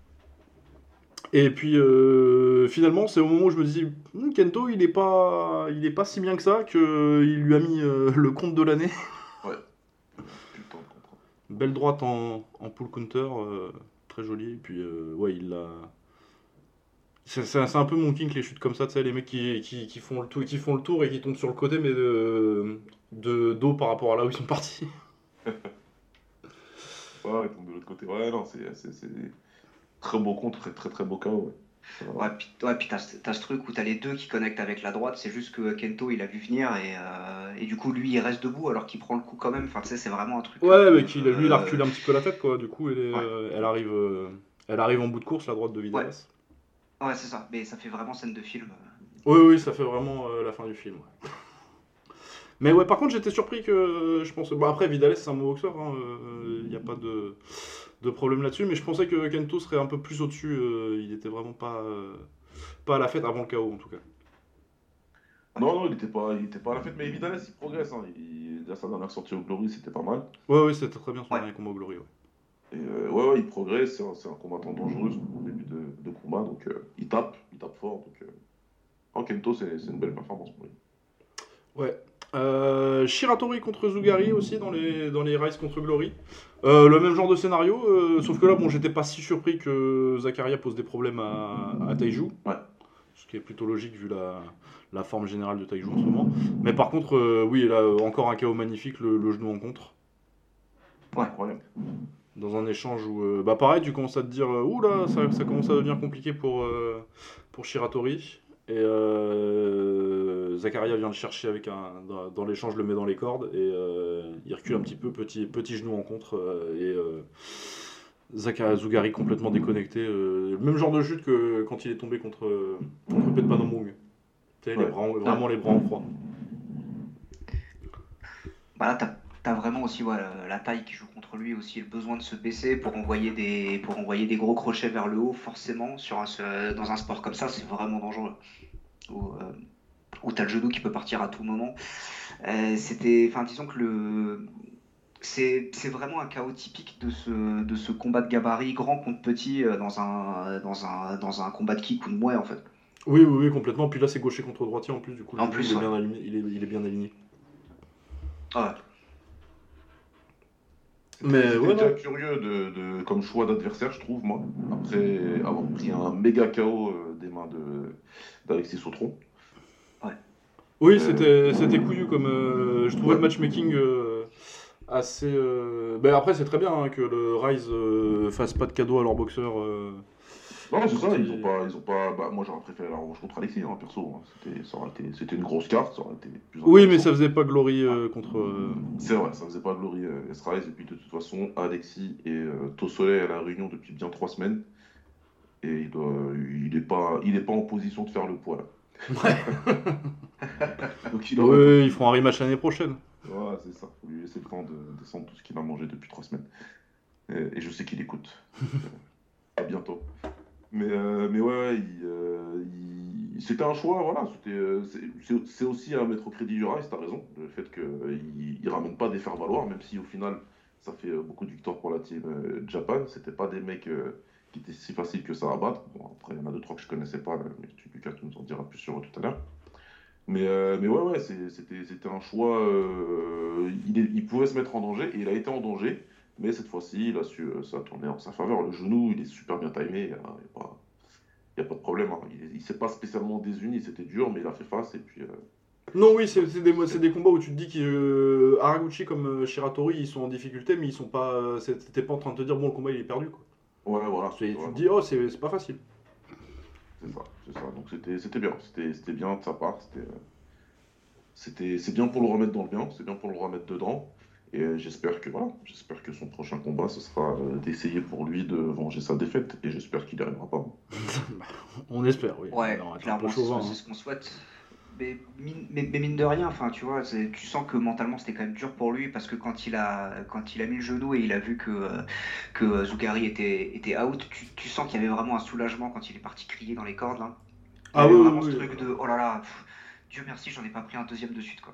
Et puis euh, finalement, c'est au moment où je me dis, hm, Kento, il est pas, il est pas si bien que ça, qu'il lui a mis euh, le compte de l'année. Ouais. Putain de contrat. Belle droite en, en pull counter, euh, très jolie. Et puis euh, ouais, il l'a. C'est c'est- c'est un peu mon kink les chutes comme ça, tu sais, les mecs qui, qui, qui font le tour, qui font le tour et qui tombent sur le côté, mais de, de dos par rapport à là où ils sont partis. Ouais, ils tombent de l'autre côté. Ouais, non, c'est, c'est, c'est des très beau contre, très, très, très beau K O. Ouais. Ouais, Voilà. puis, ouais, puis t'as, ce- t'as ce truc où t'as les deux qui connectent avec la droite, c'est juste que Kento il a vu venir, et, euh, et du coup lui il reste debout alors qu'il prend le coup quand même. Enfin, tu sais, c'est vraiment un truc. Ouais, mais euh, qu'il, lui, il a euh, reculé un petit peu la tête, quoi. Du coup, elle, est, ouais, euh, elle, arrive, euh, elle arrive en bout de course, la droite de ouais, Vidales. ouais, c'est ça. Mais ça fait vraiment scène de film. Oui, oui, ça fait vraiment euh, la fin du film. Ouais. Mais ouais, par contre, j'étais surpris que euh, je pense. Bon, après, Vidal, c'est un bon boxeur, il n'y a pas de, de problème là-dessus. Mais je pensais que Kento serait un peu plus au-dessus. euh, il était vraiment pas, euh, pas à la fête avant le K O, en tout cas. Non, non, il était pas, il était pas à la fête, mais Vidal, il progresse. Hein. Il, là, sa dernière sortie au Glory, c'était pas mal. Ouais, ouais, c'était très bien son Ouais. dernier combat au Glory. Ouais. Et euh, ouais, ouais, il progresse. C'est un, c'est un combattant dangereux au début de, de combat. Donc, euh, il tape, il tape fort. Donc, euh... en Kento, c'est, c'est une belle performance pour lui. Ouais. Euh, Shiratori contre Zugari aussi dans les, dans les Rise contre Glory. Euh, le même genre de scénario, euh, sauf que là, bon, j'étais pas si surpris que Zakaria pose des problèmes à, à Taiju. Ouais. Ce qui est plutôt logique vu la, la forme générale de Taiju en ce moment. Mais par contre, euh, oui, là, encore un K O magnifique, le, le genou en contre. Ouais. Incroyable. dans un échange où, euh, bah pareil, tu commences à te dire, euh, ouh là, ça, ça commence à devenir compliqué pour, euh, pour Shiratori. Et euh, Zakaria vient le chercher avec un, dans, dans l'échange, le met dans les cordes et euh, il recule un petit peu, petit, petit genou en contre euh, et euh, Zakaria Zugari complètement déconnecté. Euh, le même genre de chute que quand il est tombé contre, contre Pet Panomong. Tu sais, les Ouais. bras, en- vraiment les bras en croix. Bah là, t'as, t'as vraiment aussi ouais, la taille qui joue contre lui, aussi le besoin de se baisser pour envoyer des, pour envoyer des gros crochets vers le haut, forcément, sur un, ce- dans un sport comme ça, c'est vraiment dangereux. Où, euh, où t'as le genou qui peut partir à tout moment. Euh, c'était, enfin, disons que le, c'est, c'est vraiment un chaos typique de ce, de ce combat de gabarit grand contre petit euh, dans un, dans un, dans un combat de kick ou de mouet en fait. Oui, oui, oui, complètement. Puis là, c'est gaucher contre droitier en plus, du coup, le En genou, il plus, est ouais. bien aligné. Il est, il est bien aligné. Ouais. C'était Mais c'était ouais, déjà non. curieux de, de- comme choix d'adversaire, je trouve, moi, après avoir pris un méga K O euh, des mains de d'Alexis Sautron. Oui, Euh, c'était c'était couillu comme. Euh, je trouvais le ouais. matchmaking euh, assez. Euh... Ben après, c'est très bien hein, que le Rise euh, fasse pas de cadeau à leurs boxeurs. euh. Non, c'est ça, C'était- ils ont pas, ils ont pas. Bah, moi, j'aurais préféré la revanche contre Alexis, hein, perso. hein. C'était, ça aurait été, c'était une grosse carte, ça aurait été plus Oui, mais intéressant. ça faisait pas Glory euh, contre. euh, C'est vrai, ça faisait pas Glory euh, S-Rise. Et puis, de toute façon, Alexis et euh, Tossolet à la réunion depuis bien trois semaines. Et il, doit, il est pas, il est pas en position de faire le poids, là. Donc, il aurait Oui, ils pu. feront un rematch l'année prochaine. Ouais, c'est ça. Faut lui laisser le temps de descendre tout ce qu'il a mangé depuis trois semaines. Et, et je sais qu'il écoute. Donc, euh, à bientôt. Mais, euh, mais ouais, ouais, il, euh, il- c'était un choix, voilà. C'était, euh, c'est c'est- c'est aussi à mettre au crédit du Rice, t'as raison. Le fait qu'il il il ramène pas des faire-valoir, même si au final, ça fait euh, beaucoup de victoires pour la team euh, Japan. C'était pas des mecs euh, qui étaient si faciles que ça à battre. Bon, après, il y en a deux, trois que je connaissais pas, là, mais tu, Lucas, tu nous en diras plus sur eux tout à l'heure. Mais, euh, mais ouais, ouais, c'est- c'était, c'était un choix. euh, il, est- il pouvait se mettre en danger et il a été en danger. Mais cette fois-ci, il a su, euh, ça a tourné en sa faveur. Le genou, il est super bien timé. Il n'y a, il y a pas, il y a pas de problème. hein. Il, il s'est pas spécialement désuni. C'était dur, mais il a fait face. Et puis, euh, Non, oui, c'est c'est des, c'est c'est- des combats où tu te dis que euh, Haraguchi comme euh, Shiratori, ils sont en difficulté, mais ils sont pas. euh, c'est- T'es pas en train de te dire, bon, le combat il est perdu, quoi. ouais, voilà. C'est- Tu te Voilà. dis, oh, c'est c'est pas facile. C'est ça, c'est ça. Donc c'était, c'était bien. C'était, c'était bien de sa part. C'était, euh, c'était, c'est bien pour le remettre dans le bien. C'est bien pour le remettre dedans. Et euh, j'espère que voilà, j'espère que son prochain combat, ce sera euh, d'essayer pour lui de venger sa défaite. Et j'espère qu'il n'y arrivera pas. On espère, oui. Ouais, On va être un peu clairement, c'est ce chauvin. que- c'est hein. ce qu'on souhaite. Mais mine, mais, mais mine de rien, enfin, tu vois, c'est- tu sens que mentalement c'était quand même dur pour lui parce que quand il a, quand il a mis le genou et il a vu que, euh, que euh, Zugari était, était out, tu, tu sens qu'il y avait vraiment un soulagement quand il est parti crier dans les cordes là. Il y Ah avait oui, vraiment oui, ce oui. truc de oh là là, pff, Dieu merci, j'en ai pas pris un deuxième de suite quoi.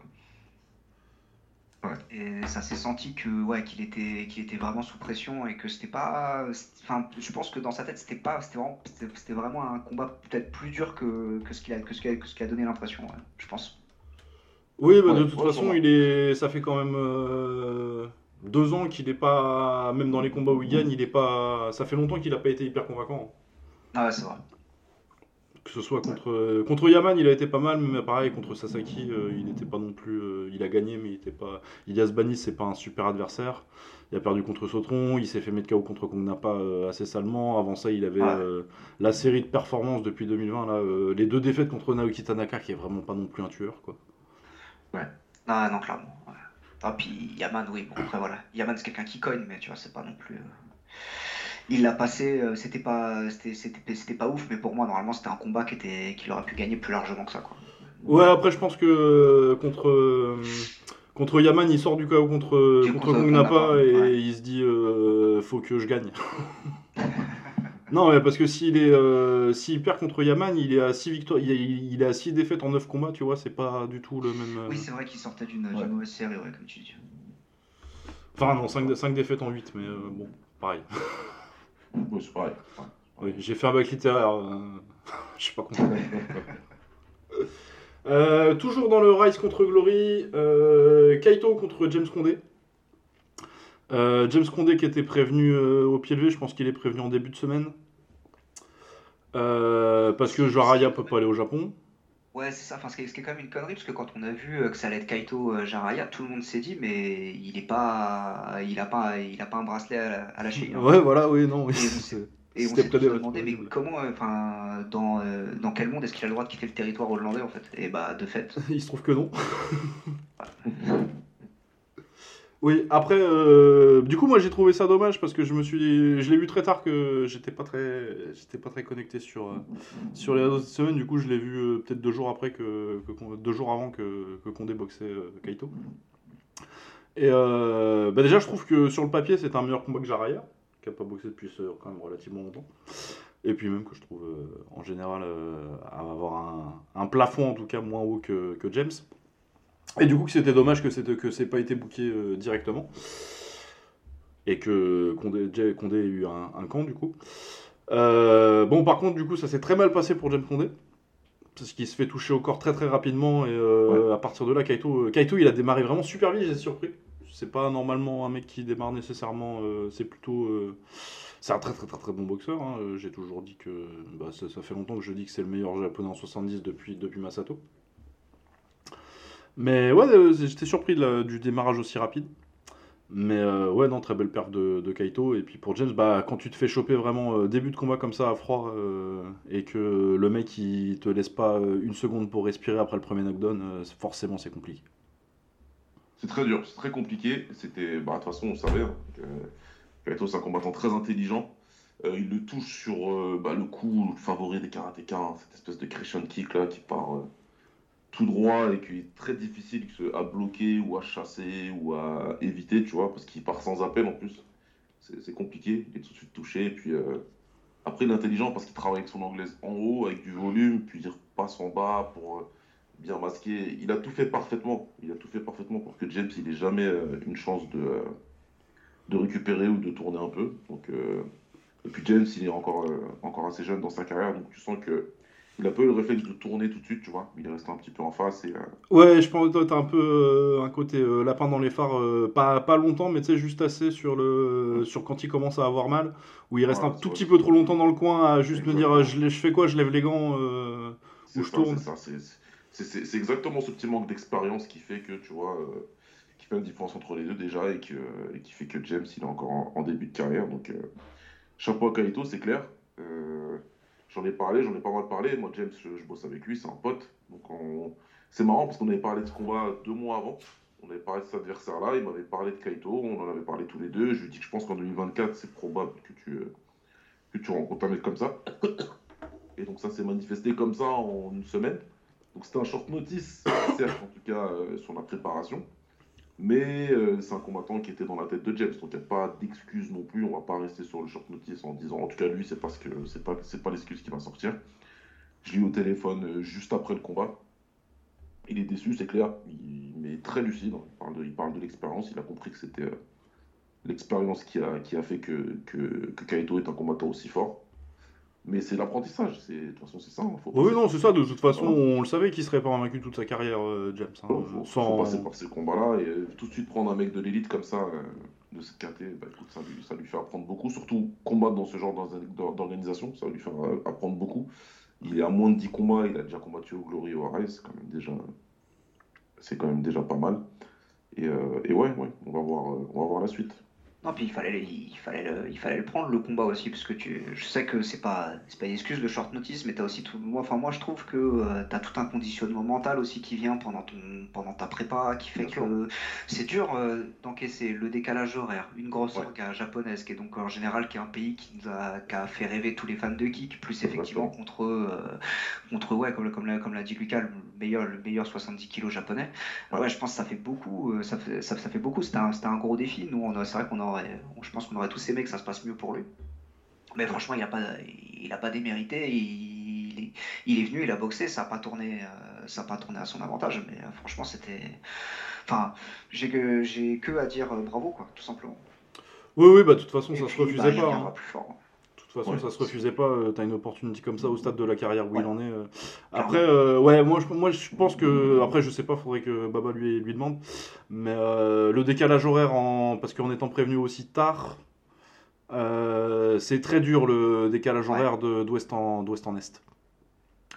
Ouais. Et ça s'est senti que ouais qu'il était qu'il était vraiment sous pression et que c'était pas enfin je pense que dans sa tête c'était pas c'était vraiment c'était c'était vraiment un combat peut-être plus dur que, que ce qu'il a que ce qu'il a, que ce qu'il a donné l'impression ouais, je pense. Oui, bah, Ouais, de toute ouais, façon, sûrement. il est, ça fait quand même euh, deux ans qu'il est pas, même dans les combats où il gagne, il est pas, ça fait longtemps qu'il a pas été hyper convaincant. Ah ouais, c'est vrai. Que ce soit Ouais. contre, euh, contre Yaman, il a été pas mal, mais pareil, contre Sasaki, euh, il n'était pas non plus, euh, il a gagné, mais il était pas, Ilias Bani, c'est pas un super adversaire. Il a perdu contre Sautron, il s'est fait mettre K O contre Kongnapa euh, assez salement. Avant ça, il avait Ouais. euh, la série de performances depuis deux mille vingt, là, euh, les deux défaites contre Naoki Tanaka, qui est vraiment pas non plus un tueur, quoi. Ah non clairement. Ouais. Ah puis Yaman oui bon après voilà Yaman c'est quelqu'un qui cogne mais tu vois c'est pas non plus. euh, Il l'a passé euh, c'était pas c'était c'était c'était pas ouf mais pour moi normalement c'était un combat qui était qu'il aurait pu gagner plus largement que ça quoi. Ouais, après, je pense que euh, contre, euh, contre Yaman, il sort du K O contre, Du contre contre Kongnapa, Kongnapa et ouais. il se dit euh, faut que je gagne. Non, mais parce que s'il est, euh, s'il perd contre Yaman, il est à six victoires, il est, il est à six défaites en neuf combats, tu vois, c'est pas du tout le même. euh, Oui c'est vrai qu'il sortait d'une Ouais. d'une mauvaise série ouais comme tu dis. Enfin, non, cinq défaites en huit, mais euh, bon, pareil. Ouais, c'est pareil. Ouais. Oui, j'ai fait un bac littéraire, euh, je sais pas comment. Euh, toujours dans le Rise contre Glory, euh, Kaito contre James Condé. Euh, James Condé qui était prévenu euh, au pied levé, je pense qu'il est prévenu en début de semaine. Euh, parce que Jaraya peut pas aller au Japon. Ouais, c'est ça. Enfin, ce qui est, ce qui est quand même une connerie, parce que quand on a vu euh, que ça allait être Kaito euh, Jiraiya, tout le monde s'est dit, mais il est pas, il a pas, il a pas un bracelet à la, à la cheville, hein. Ouais, voilà, oui, non, oui, Et on s'est, c'est- et on c'était s'est tous prédé- demandé, mais prévisible. comment, euh, enfin, dans, euh, dans quel monde est-ce qu'il a le droit de quitter le territoire hollandais en fait? Et bah, de fait. Il se trouve que non. Oui, après, euh, du coup, moi j'ai trouvé ça dommage parce que je me suis dit, je l'ai vu très tard que j'étais pas très, j'étais pas très connecté sur, euh, sur les réseaux cette semaine. Du coup, je l'ai vu euh, peut-être deux jours après que, que Con- deux jours avant que, que Condé boxait euh, Kaito. Et euh, bah déjà, je trouve que sur le papier, c'est un meilleur combat que Jaraya, qui a pas boxé depuis euh, quand même relativement longtemps. Et puis même que je trouve euh, en général euh, avoir un, un plafond en tout cas moins haut que, que James. Et du coup, que c'était dommage que c'est que c'est pas été booké euh, directement. Et que Condé, Jay- Condé ait eu un, un camp du coup. Euh, bon, par contre, du coup, ça s'est très mal passé pour James Condé. Parce qu'il se fait toucher au corps très très rapidement. Et Ouais. euh, à partir de là, Kaito, euh, Kaito, il a démarré vraiment super vite, j'ai surpris. C'est pas normalement un mec qui démarre nécessairement. euh, c'est plutôt. euh, c'est un très très très très bon boxeur. Hein. Euh, J'ai toujours dit que. Bah, ça, ça fait longtemps que je dis que c'est le meilleur japonais en soixante-dix depuis, depuis Masato. Mais ouais, euh, j'étais surpris de la- du démarrage aussi rapide. Mais euh, ouais, non, très belle perf de, de Kaito. Et puis pour James, bah, quand tu te fais choper vraiment euh, début de combat comme ça à froid euh, et que le mec il te laisse pas euh, une seconde pour respirer après le premier knockdown, euh, forcément c'est compliqué. C'est très dur, c'est très compliqué. C'était, bah, de toute façon, on savait, hein, que Kaito, c'est un combattant très intelligent. Euh, il le touche sur euh, bah, le coup le favori des karatékas, hein, cette espèce de Christian kick là qui part euh, tout droit et qui est très difficile à bloquer ou à chasser ou à éviter, tu vois, parce qu'il part sans appel en plus. C'est c'est compliqué, il est tout de suite touché. Et puis euh, après, il est intelligent parce qu'il travaille avec son anglaise en haut, avec du volume, puis il repasse en bas pour euh, bien masquer. Il a tout fait parfaitement. Il a tout fait parfaitement pour que James il ait jamais euh, une chance de, euh, de récupérer ou de tourner un peu. Donc, euh, et puis James, il est encore, euh, encore assez jeune dans sa carrière, donc tu sens que il a pas eu le réflexe de tourner tout de suite, tu vois. Il est resté un petit peu en face et euh, Ouais, je pense que toi t'as un peu euh, un côté euh, lapin dans les phares, euh, pas, pas longtemps, mais tu sais, juste assez sur, le, hum, sur quand il commence à avoir mal, où il reste un voilà, tout sur la petit peu trop longtemps psychologie. dans le coin à juste me dire euh, je, Exactement. lè- je fais quoi, je lève les gants euh, ou C'est je ça, c'est tourne. ça. C'est c'est- c'est- c'est exactement ce petit manque d'expérience qui fait que, tu vois, euh, qui fait la différence entre les deux déjà et, que, et qui fait que James, il est encore en, en début de carrière. Donc, euh, chapeau à Kaito, c'est clair. Euh, j'en ai parlé, j'en ai pas mal parlé. Moi, James, je, je bosse avec lui, c'est un pote. Donc, on- c'est marrant parce qu'on avait parlé de ce combat deux mois avant. On avait parlé de cet adversaire-là, il m'avait parlé de Kaito, on en avait parlé tous les deux. Je lui ai dit que je pense qu'en deux mille vingt-quatre, c'est probable que tu, euh, que tu rencontres un mec comme ça. Et donc, ça s'est manifesté comme ça en une semaine. Donc, c'était un short notice, certes, en tout cas, euh, sur la préparation. Mais euh, c'est un combattant qui était dans la tête de James, donc il n'y a pas d'excuse non plus. On va pas rester sur le short notice en disant, en tout cas lui, c'est parce que c'est pas c'est pas l'excuse qui va sortir. Je l'ai eu au téléphone euh, juste après le combat. Il est déçu, c'est clair, il, mais très lucide. Il parle de, il parle de l'expérience. Il a compris que c'était euh, l'expérience qui a, qui a fait que, que, que Kaito est un combattant aussi fort. Mais c'est l'apprentissage. C'est de toute façon c'est ça. Il faut Oui, passer non, par c'est ces, ça, de ces toute façon, combats-là. on le savait qu'il serait pas invaincu toute sa carrière, euh, James, hein, Il euh, faut, faut passer sans... par ces combats-là et euh, tout de suite prendre un mec de l'élite comme ça, euh, de cette caté, bah, écoute, ça lui, ça lui fait apprendre beaucoup, surtout combattre dans ce genre d'orga- d'or- d'organisation, ça va lui faire euh, apprendre beaucoup. Il est à moins de dix combats, il a déjà combattu au Glory et au Rise, c'est quand même déjà, c'est quand même déjà pas mal. Et, euh, et ouais, ouais, on va voir, euh, on va voir la suite. Non, puis il fallait, il fallait, le, il fallait le prendre le combat aussi, parce que tu, je sais que c'est pas, c'est pas une excuse le short notice, mais t'as aussi tout, moi, enfin moi je trouve que euh, t'as tout un conditionnement mental aussi qui vient pendant ton, pendant ta prépa, qui fait Bien sûr. que c'est dur euh, d'encaisser le décalage horaire, une grosse Ouais, orga japonaise, qui est donc en général qui est un pays qui nous a, qui a fait rêver tous les fans de kick, plus effectivement exactement. contre, euh, contre ouais, comme, comme l'a, comme l'a dit Lucas, le meilleur, le meilleur soixante-dix kilos japonais. Ouais, Ouais, je pense que ça fait beaucoup. euh, Ça fait, ça, ça fait beaucoup. C'était un, c'était un gros défi. Nous, on a- c'est vrai qu'on aurait, on- je pense qu'on aurait tous aimé que ça se passe mieux pour lui. Mais ouais. franchement, il a pas, il a pas démérité. Il, est, il est venu, il a boxé. Ça n'a pas tourné, euh, ça a pas tourné à son avantage. Mais euh, franchement, c'était. Enfin, j'ai que, j'ai que à dire euh, bravo, quoi, tout simplement. Oui, oui, bah de toute façon, Et ça se puis, bah, refusait il pas, hein. reviendra plus fort, hein. De toute façon, Ouais, ça se c'est- refusait pas. euh, T'as une opportunité comme ça au stade de la carrière où il Ouais, en est. euh. Après, clairement. euh, ouais, moi je, moi je pense que. Après, je sais pas, faudrait que Baba lui, lui demande. Mais euh, le décalage horaire, en... parce qu'en étant prévenu aussi tard, euh, c'est très dur le décalage Ouais. horaire de, d'ouest en, d'ouest en est.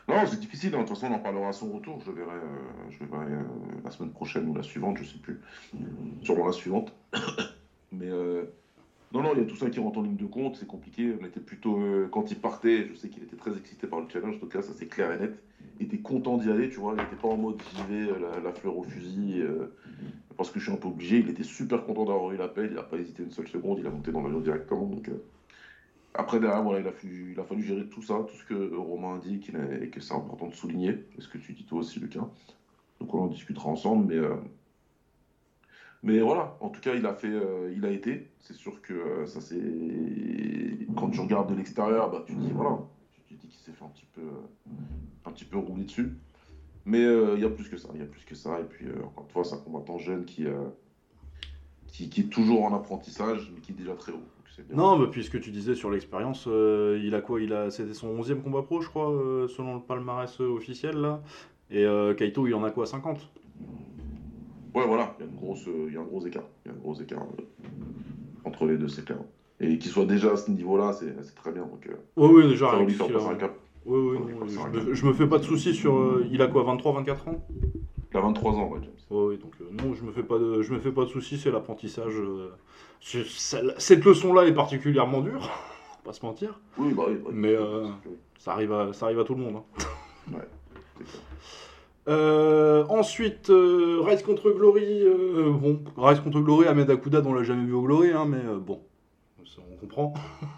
Non, c'est difficile, hein. De toute façon, on en parlera à son retour. Je verrai, euh, je verrai euh, la semaine prochaine ou la suivante, je sais plus. Sûrement la suivante. Mais euh, non, non, il y a tout ça qui rentre en ligne de compte, c'est compliqué. On était plutôt, euh, quand il partait, je sais qu'il était très excité par le challenge, en tout cas, ça c'est clair et net. Il était content d'y aller, tu vois. Il n'était pas en mode j'y vais, euh, la, la fleur au fusil, euh, parce que je suis un peu obligé. Il était super content d'avoir eu l'appel, il n'a pas hésité une seule seconde, il a monté dans l'avion directement. Donc, euh, Après, derrière, voilà, il a, fallu, il a fallu gérer tout ça, tout ce que Romain indique et que c'est important de souligner, et ce que tu dis toi aussi, Lucas. Donc on en discutera ensemble, mais, euh, mais voilà, en tout cas, il a fait, euh, il a été. C'est sûr que euh, ça c'est. Quand tu regardes de l'extérieur, bah, tu te dis, voilà, tu te dis qu'il s'est fait un petit peu, euh, un petit peu rouler dessus. Mais euh, il y a plus que ça, il y a plus que ça. Et puis, euh, encore une fois, c'est un combattant jeune qui, euh, qui, qui est toujours en apprentissage, mais qui est déjà très haut. Donc c'est bien. Non, bah, puisque tu disais sur l'expérience, euh, il a quoi il a, C'était son onzième combat pro, je crois, euh, selon le palmarès euh, officiel, là. Et euh, Kaito, il en a quoi, cinquante? Ouais, voilà, il y a, une grosse, euh, il y a un gros écart. Il y a un gros écart euh, entre les deux, c'est clair. Et qu'il soit déjà à ce niveau-là, c'est c'est très bien. Donc, euh, Oui, oui, déjà, ça va avec lui ce faire qu'il a. passer un cap. Oui, oui, Ça va lui non, passer un je cap. me, je me fais pas de soucis sur. euh, il a quoi, vingt-trois, vingt-quatre ans? Il a vingt-trois ans, ouais, James. Oui, oui, donc euh, non, je me fais pas de, je me fais pas de soucis, c'est l'apprentissage. euh, c'est- celle- cette leçon-là est particulièrement dure, on va pas se mentir, Oui, bah oui, bah oui, mais c'est euh, sûr, c'est sûr. ça arrive à, ça arrive à tout le monde, hein. Ouais, c'est clair. Euh, ensuite, euh, Rise contre Glory. euh, bon, Rise contre Glory, Ahmed Akouda, on l'a jamais vu au Glory, hein, mais euh, bon, ça, on comprend.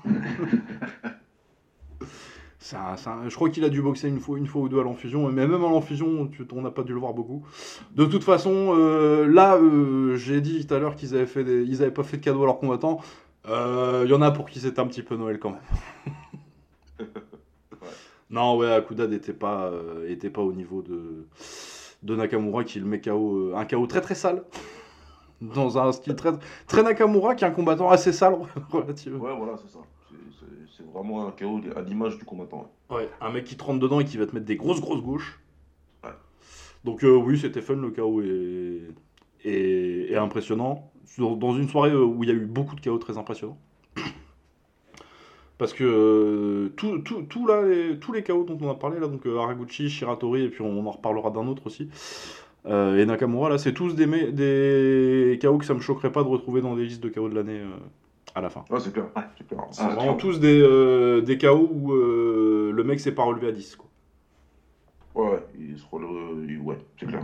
C'est un- c'est un- je crois qu'il a dû boxer une fois, une fois ou deux à l'enfusion, mais même à l'enfusion, tu- on n'a pas dû le voir beaucoup. De toute façon, euh, là, euh, j'ai dit tout à l'heure qu'ils avaient fait des, ils avaient pas fait de cadeau à leurs combattants. Euh, Il y en a pour qui c'était un petit peu Noël quand même. Ouais. Non, ouais, Akuda n'était pas, euh, était pas au niveau de, de Nakamura qui le met K O, euh, un K O très très sale. Dans un style très, très Nakamura, qui est un combattant assez sale, relativement. Ouais, voilà, c'est ça. C'est c'est- c'est vraiment un chaos à l'image du combattant. Ouais, un mec qui te rentre dedans et qui va te mettre des grosses grosses gauches. Ouais. Donc euh, oui, c'était fun, le K O est, est, est impressionnant. Dans, dans une soirée euh, où il y a eu beaucoup de K O très impressionnants. Parce que euh, tout, tout, tout là, les- tous les K O dont on a parlé, là, donc euh, Haraguchi, Shiratori, et puis on en reparlera d'un autre aussi, euh, et Nakamura, là, c'est tous des, me- des K O que ça me choquerait pas de retrouver dans des listes de K O de l'année euh, à la fin. Ouais, c'est clair. Ouais. C'est clair. C'est Ah, vraiment tu tous des, euh, des K O où euh, le mec s'est pas relevé à dix, quoi. Ouais, ouais, il se relève. il- Ouais, c'est clair.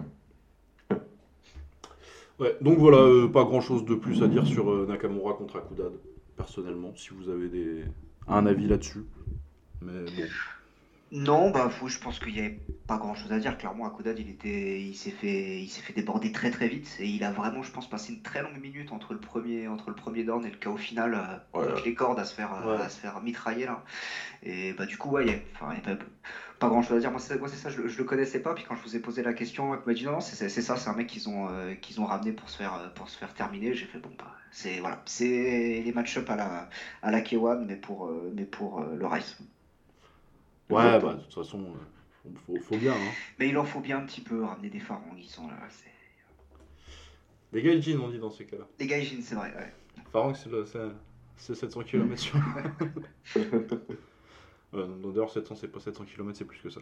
Ouais, donc voilà, euh, pas grand chose de plus à dire sur euh, Nakamura contre Akudad, personnellement, si vous avez des... un avis là-dessus. Mais bon. Non, bah faut- je pense qu'il n'y avait pas grand-chose à dire. Clairement, Akoudad, il était, il s'est fait, il s'est fait déborder très très vite et il a vraiment, je pense, passé une très longue minute entre le premier, entre le premier down et le K O final, euh, Ouais. avec les cordes à se faire, euh, Ouais. à se faire mitrailler là. Et bah du coup, ouais, il y a, enfin, il y a pas, pas grand-chose à dire. Moi, c'est, moi, c'est ça, je, le- je le connaissais pas. Puis quand je vous ai posé la question, il m'a dit non, non, c'est, c'est- c'est ça, c'est un mec qu'ils ont, euh, qu'ils ont ramené pour se faire, euh, pour se faire terminer. J'ai fait bon, bah, c'est voilà, c'est les match-up à la, à la K un, mais pour, euh, mais pour euh, le Rice. Ouais, Exactement. bah de toute façon, euh, faut, faut bien, hein. Mais il en faut bien un petit peu ramener des pharaons qui sont là. C'est... Les gaijin, on dit dans ces cas-là. Les gaijins, c'est vrai, ouais. Farang, c'est le- c'est- c'est sept cents kilomètres sur. Ouais, non, d'ailleurs, sept cents, c'est pas sept cents kilomètres, c'est plus que ça.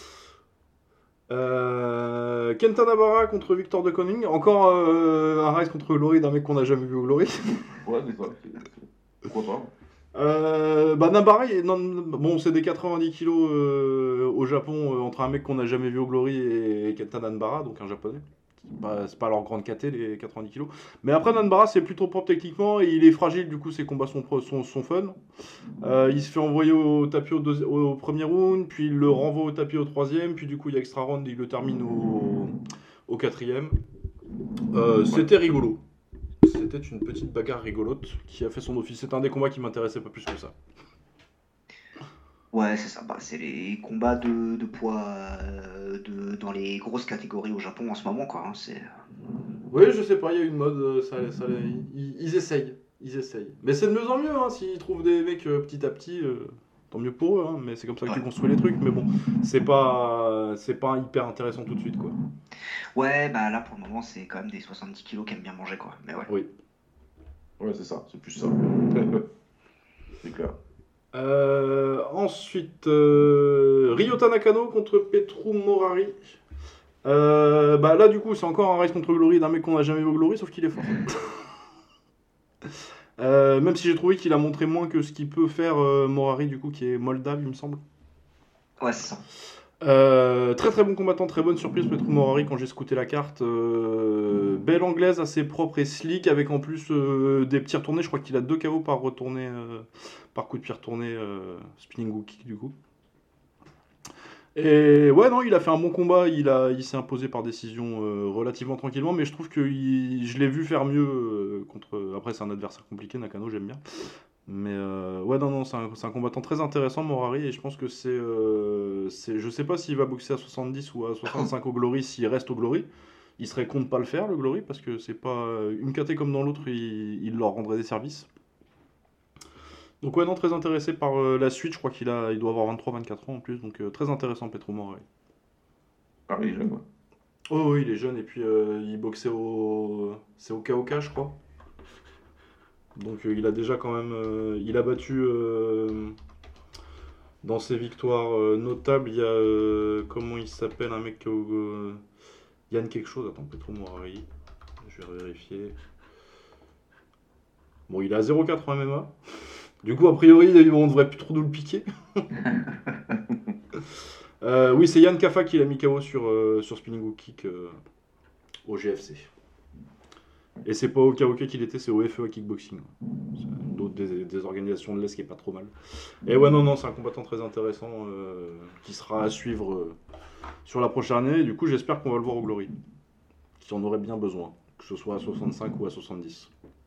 Euh, Kenta Nabara contre Victor de Koning. Encore euh, un race contre Glory d'un mec qu'on n'a jamais vu au Glory. Ouais, c'est ça. c'est- c'est- Pourquoi pas? Euh, bah Nabara, il est- non, bon, c'est des quatre-vingt-dix kilos euh, au Japon euh, entre un mec qu'on n'a jamais vu au Glory et Kenta Nabara, donc un japonais. C'est pas, c'est pas leur grande caté, les quatre-vingt-dix kilos. Mais après, Nabara, c'est plutôt propre techniquement et il est fragile, du coup, ses combats sont, pro- sont, sont fun. Euh, il se fait envoyer au tapis au, deuxi- au premier round, puis il le renvoie au tapis au troisième, puis du coup, il y a extra round, il le termine au, au quatrième. Euh, c'était rigolo. C'était une petite bagarre rigolote qui a fait son office. C'est un des combats qui m'intéressait pas plus que ça. Ouais, c'est ça. Bah, c'est les combats de, de poids euh, de, dans les grosses catégories au Japon en ce moment, quoi. Hein, c'est... Oui, je sais pas, il y a une mode, euh, ça, ça, ils, ils essayent, ils essayent. Mais c'est de mieux en mieux, hein, s'ils trouvent des mecs euh, petit à petit, euh, tant mieux pour eux, hein, mais c'est comme ça que tu Ouais. construis les trucs, mais bon, c'est pas, c'est pas hyper intéressant tout de suite, quoi. Ouais, bah là pour le moment, c'est quand même des soixante-dix kilos qui aiment bien manger, quoi. Mais ouais. Oui. Ouais, c'est ça. C'est plus ça. C'est clair. Euh, ensuite, euh, Ryota Nakano contre Petru Morari. Euh, bah là, du coup, c'est encore un race contre Glory d'un mec qu'on n'a jamais vu au Glory, sauf qu'il est fort. Euh, même si j'ai trouvé qu'il a montré moins que ce qu'il peut faire euh, Morari, du coup, qui est moldave, il me semble. Ouais, c'est ça. Euh, très très bon combattant, très bonne surprise Petru Morari quand j'ai scouté la carte. Euh, belle anglaise, assez propre et slick, avec en plus euh, des petits retournés. Je crois qu'il a deux K O par retourné, euh, par coup de pied retourné, euh, spinning hook kick du coup. Et ouais, non, il a fait un bon combat. Il, a, il s'est imposé par décision euh, relativement tranquillement, mais je trouve que il- je l'ai vu faire mieux euh, contre. Après, c'est un adversaire compliqué, Nakano, j'aime bien. Mais euh, ouais, non, non, c'est un, c'est un combattant très intéressant, Morari, et je pense que c'est. Euh, c'est je sais pas s'il va boxer à soixante-dix ou à soixante-cinq au Glory, s'il reste au Glory. Il serait con de pas le faire, le Glory, parce que c'est pas. Une caté comme dans l'autre, il, il leur rendrait des services. Donc, ouais, non, très intéressé par euh, la suite. Je crois qu'il a, il doit avoir vingt-trois vingt-quatre ans en plus, donc euh, très intéressant, Petro Morari. Ah oui, jeune, ouais. Oh, oui, il est jeune, et puis euh, il boxait au. C'est au K O K, je crois. Donc, euh, il a déjà quand même. euh, il a battu. euh, Dans ses victoires euh, notables, il y a. euh, comment il s'appelle, un mec au. euh, Yann quelque chose. Attends, Petro Morari. Je vais vérifier. Bon, il est à zéro virgule quatre en M M A. Du coup, a priori, on devrait plus trop nous le piquer. Euh, oui, c'est Yann Kafa qui l'a mis K O sur, euh, sur Spinning Hook Kick euh, au G F C. Et c'est pas au K O K qu'il était, c'est au F E A Kickboxing. C'est d'autres des, des organisations de l'Est qui est pas trop mal. Et ouais, non, non, c'est un combattant très intéressant euh, qui sera à suivre euh, sur la prochaine année. Et du coup, j'espère qu'on va le voir au Glory. Qui en aurait bien besoin, que ce soit à soixante-cinq ou à soixante-dix.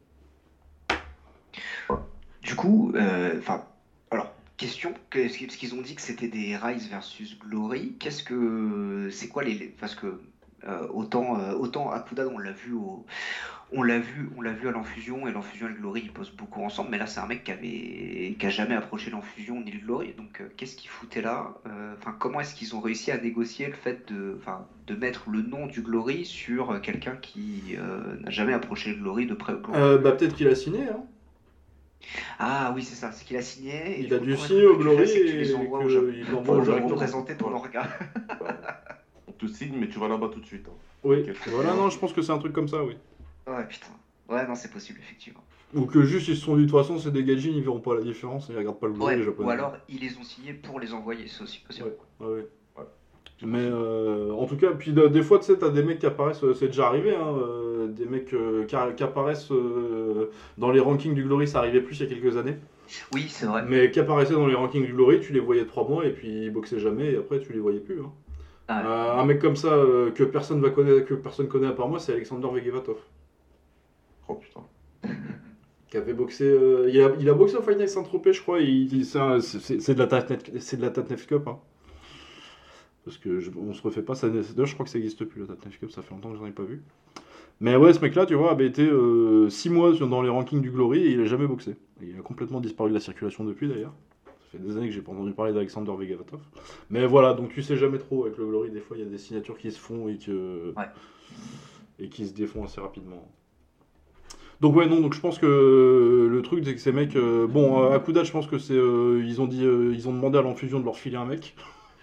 Du coup, euh, enfin, alors, question, qu'est-ce qu'ils parce qu'ils ont dit que c'était des Rise versus Glory. Qu'est-ce que, c'est quoi les, les- parce que euh, autant, euh, autant Akuda, on l'a vu au, on l'a vu, on l'a vu à l'enfusion et l'enfusion et le Glory, ils bossent beaucoup ensemble. Mais là, c'est un mec qui avait, qui a jamais approché l'enfusion ni le Glory. Donc, euh, qu'est-ce qu'il foutait là? Euh, Enfin, comment est-ce qu'ils ont réussi à négocier le fait de, enfin, de mettre le nom du Glory sur quelqu'un qui euh, n'a jamais approché le Glory de près ou de loin? Euh, bah, peut-être qu'il a signé, hein. Ah oui, c'est ça, c'est qu'il a signé, et Il du a coup, le dû premier signer truc au que tu Glory fais, c'est que tu les et envoies au Japon qu'il l'envoie au Voilà, pour Japon. représenter ton voilà. organe. On te signe, mais tu vas là-bas tout de suite. hein. Oui, Quelques voilà, mois. non, je pense que c'est un truc comme ça, oui. Ouais, putain. Ouais, non, c'est possible, effectivement. Ou que juste ils se sont dit de toute façon c'est des gaijins, ils verront pas la différence et ils regardent pas le Glory les Ouais, ou japonais. alors, ils les ont signés pour les envoyer, c'est aussi possible. Ouais, ouais, ouais. Ouais. Mais euh, en tout cas, puis de- des fois tu sais, t'as des mecs qui apparaissent, euh, c'est déjà arrivé, hein, euh, des mecs euh, qui, a- qui apparaissent euh, dans les rankings du Glory, ça arrivait plus il y a quelques années. Oui, c'est vrai. Mais qui apparaissaient dans les rankings du Glory, tu les voyais trois mois et puis ils boxaient jamais et après tu les voyais plus. hein. Ah ouais. Euh, un mec comme ça euh, que personne va connaître, que personne connaît à part moi, c'est Alexander Vegevatov. Oh putain. Qui avait boxé. euh, il, a, il a boxé au Fight Night Saint-Tropez, je crois. Et il- c'est, un- c'est- c'est de la Tatnet, c'est de la Tatnef Cup. Hein. Parce que je- on se refait pas. Ça, d'ailleurs, je crois que ça n'existe plus, la Tatnef Cup. Ça fait longtemps que j'en ai pas vu. Mais ouais, ce mec-là, tu vois, avait été six mois sur- dans les rankings du Glory et il a jamais boxé. Et il a complètement disparu de la circulation depuis, d'ailleurs. Ça fait des années que j'ai pas entendu parler d'Alexander Vegavatov. Mais voilà, donc tu sais jamais trop avec le Glory. Des fois, il y a des signatures qui se font et, que... Ouais. et qui se défont assez rapidement. Donc ouais non donc je pense que euh, le truc c'est que ces mecs euh, bon euh, Akuda je pense que c'est euh, ils ont dit euh, ils ont demandé à l'enfusion de leur filer un mec.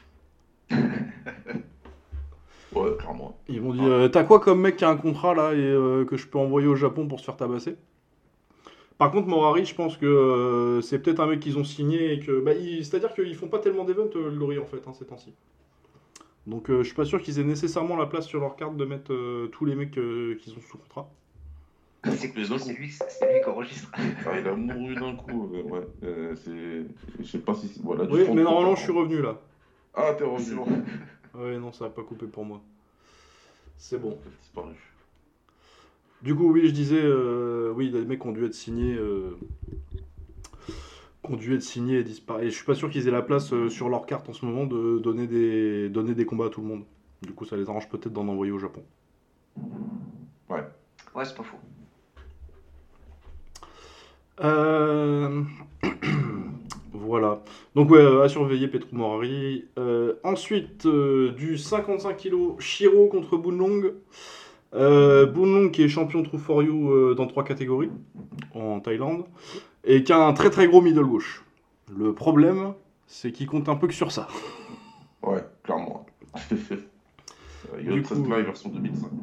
Ouais, clairement. Ils m'ont dit euh, t'as quoi comme mec qui a un contrat là et euh, que je peux envoyer au Japon pour se faire tabasser. Par contre Morari je pense que euh, c'est peut-être un mec qu'ils ont signé et que bah, ils- c'est-à-dire qu'ils font pas tellement d'events euh, le Glory en fait hein, ces temps-ci. Donc euh, je suis pas sûr qu'ils aient nécessairement la place sur leur carte de mettre euh, tous les mecs euh, qu'ils ont sous contrat. C'est Les autres- c'est lui, c'est lui qui enregistre. Ah, il a mouru d'un coup. euh, ouais. Euh, c'est... Je sais pas si. c'est- Voilà, du Oui fond mais de normalement compte, je suis revenu là. Ah, t'es C'est revenu. bon. Ouais non ça a pas coupé pour moi. C'est bon. Il a disparu. Du coup, oui, je disais, euh, oui, des mecs qui ont dû être signés, euh, qui ont dû être signés et disparaître. Et je suis pas sûr qu'ils aient la place euh, sur leur carte en ce moment de donner des, donner des combats à tout le monde. Du coup, ça les arrange peut-être d'en envoyer au Japon. Ouais. Ouais, c'est pas faux. Euh, voilà. Donc, ouais, à surveiller Petru Morari. Euh, ensuite, euh, du cinquante-cinq kilos, Shiro contre Bunlong. Euh, Bunlong qui est champion True for You euh, dans trois catégories en Thaïlande et qui a un très très gros middle gauche. Le problème, c'est qu'il compte un peu que sur ça. Ouais, clairement. euh, Du Young coup, Live euh, version deux mille cinq.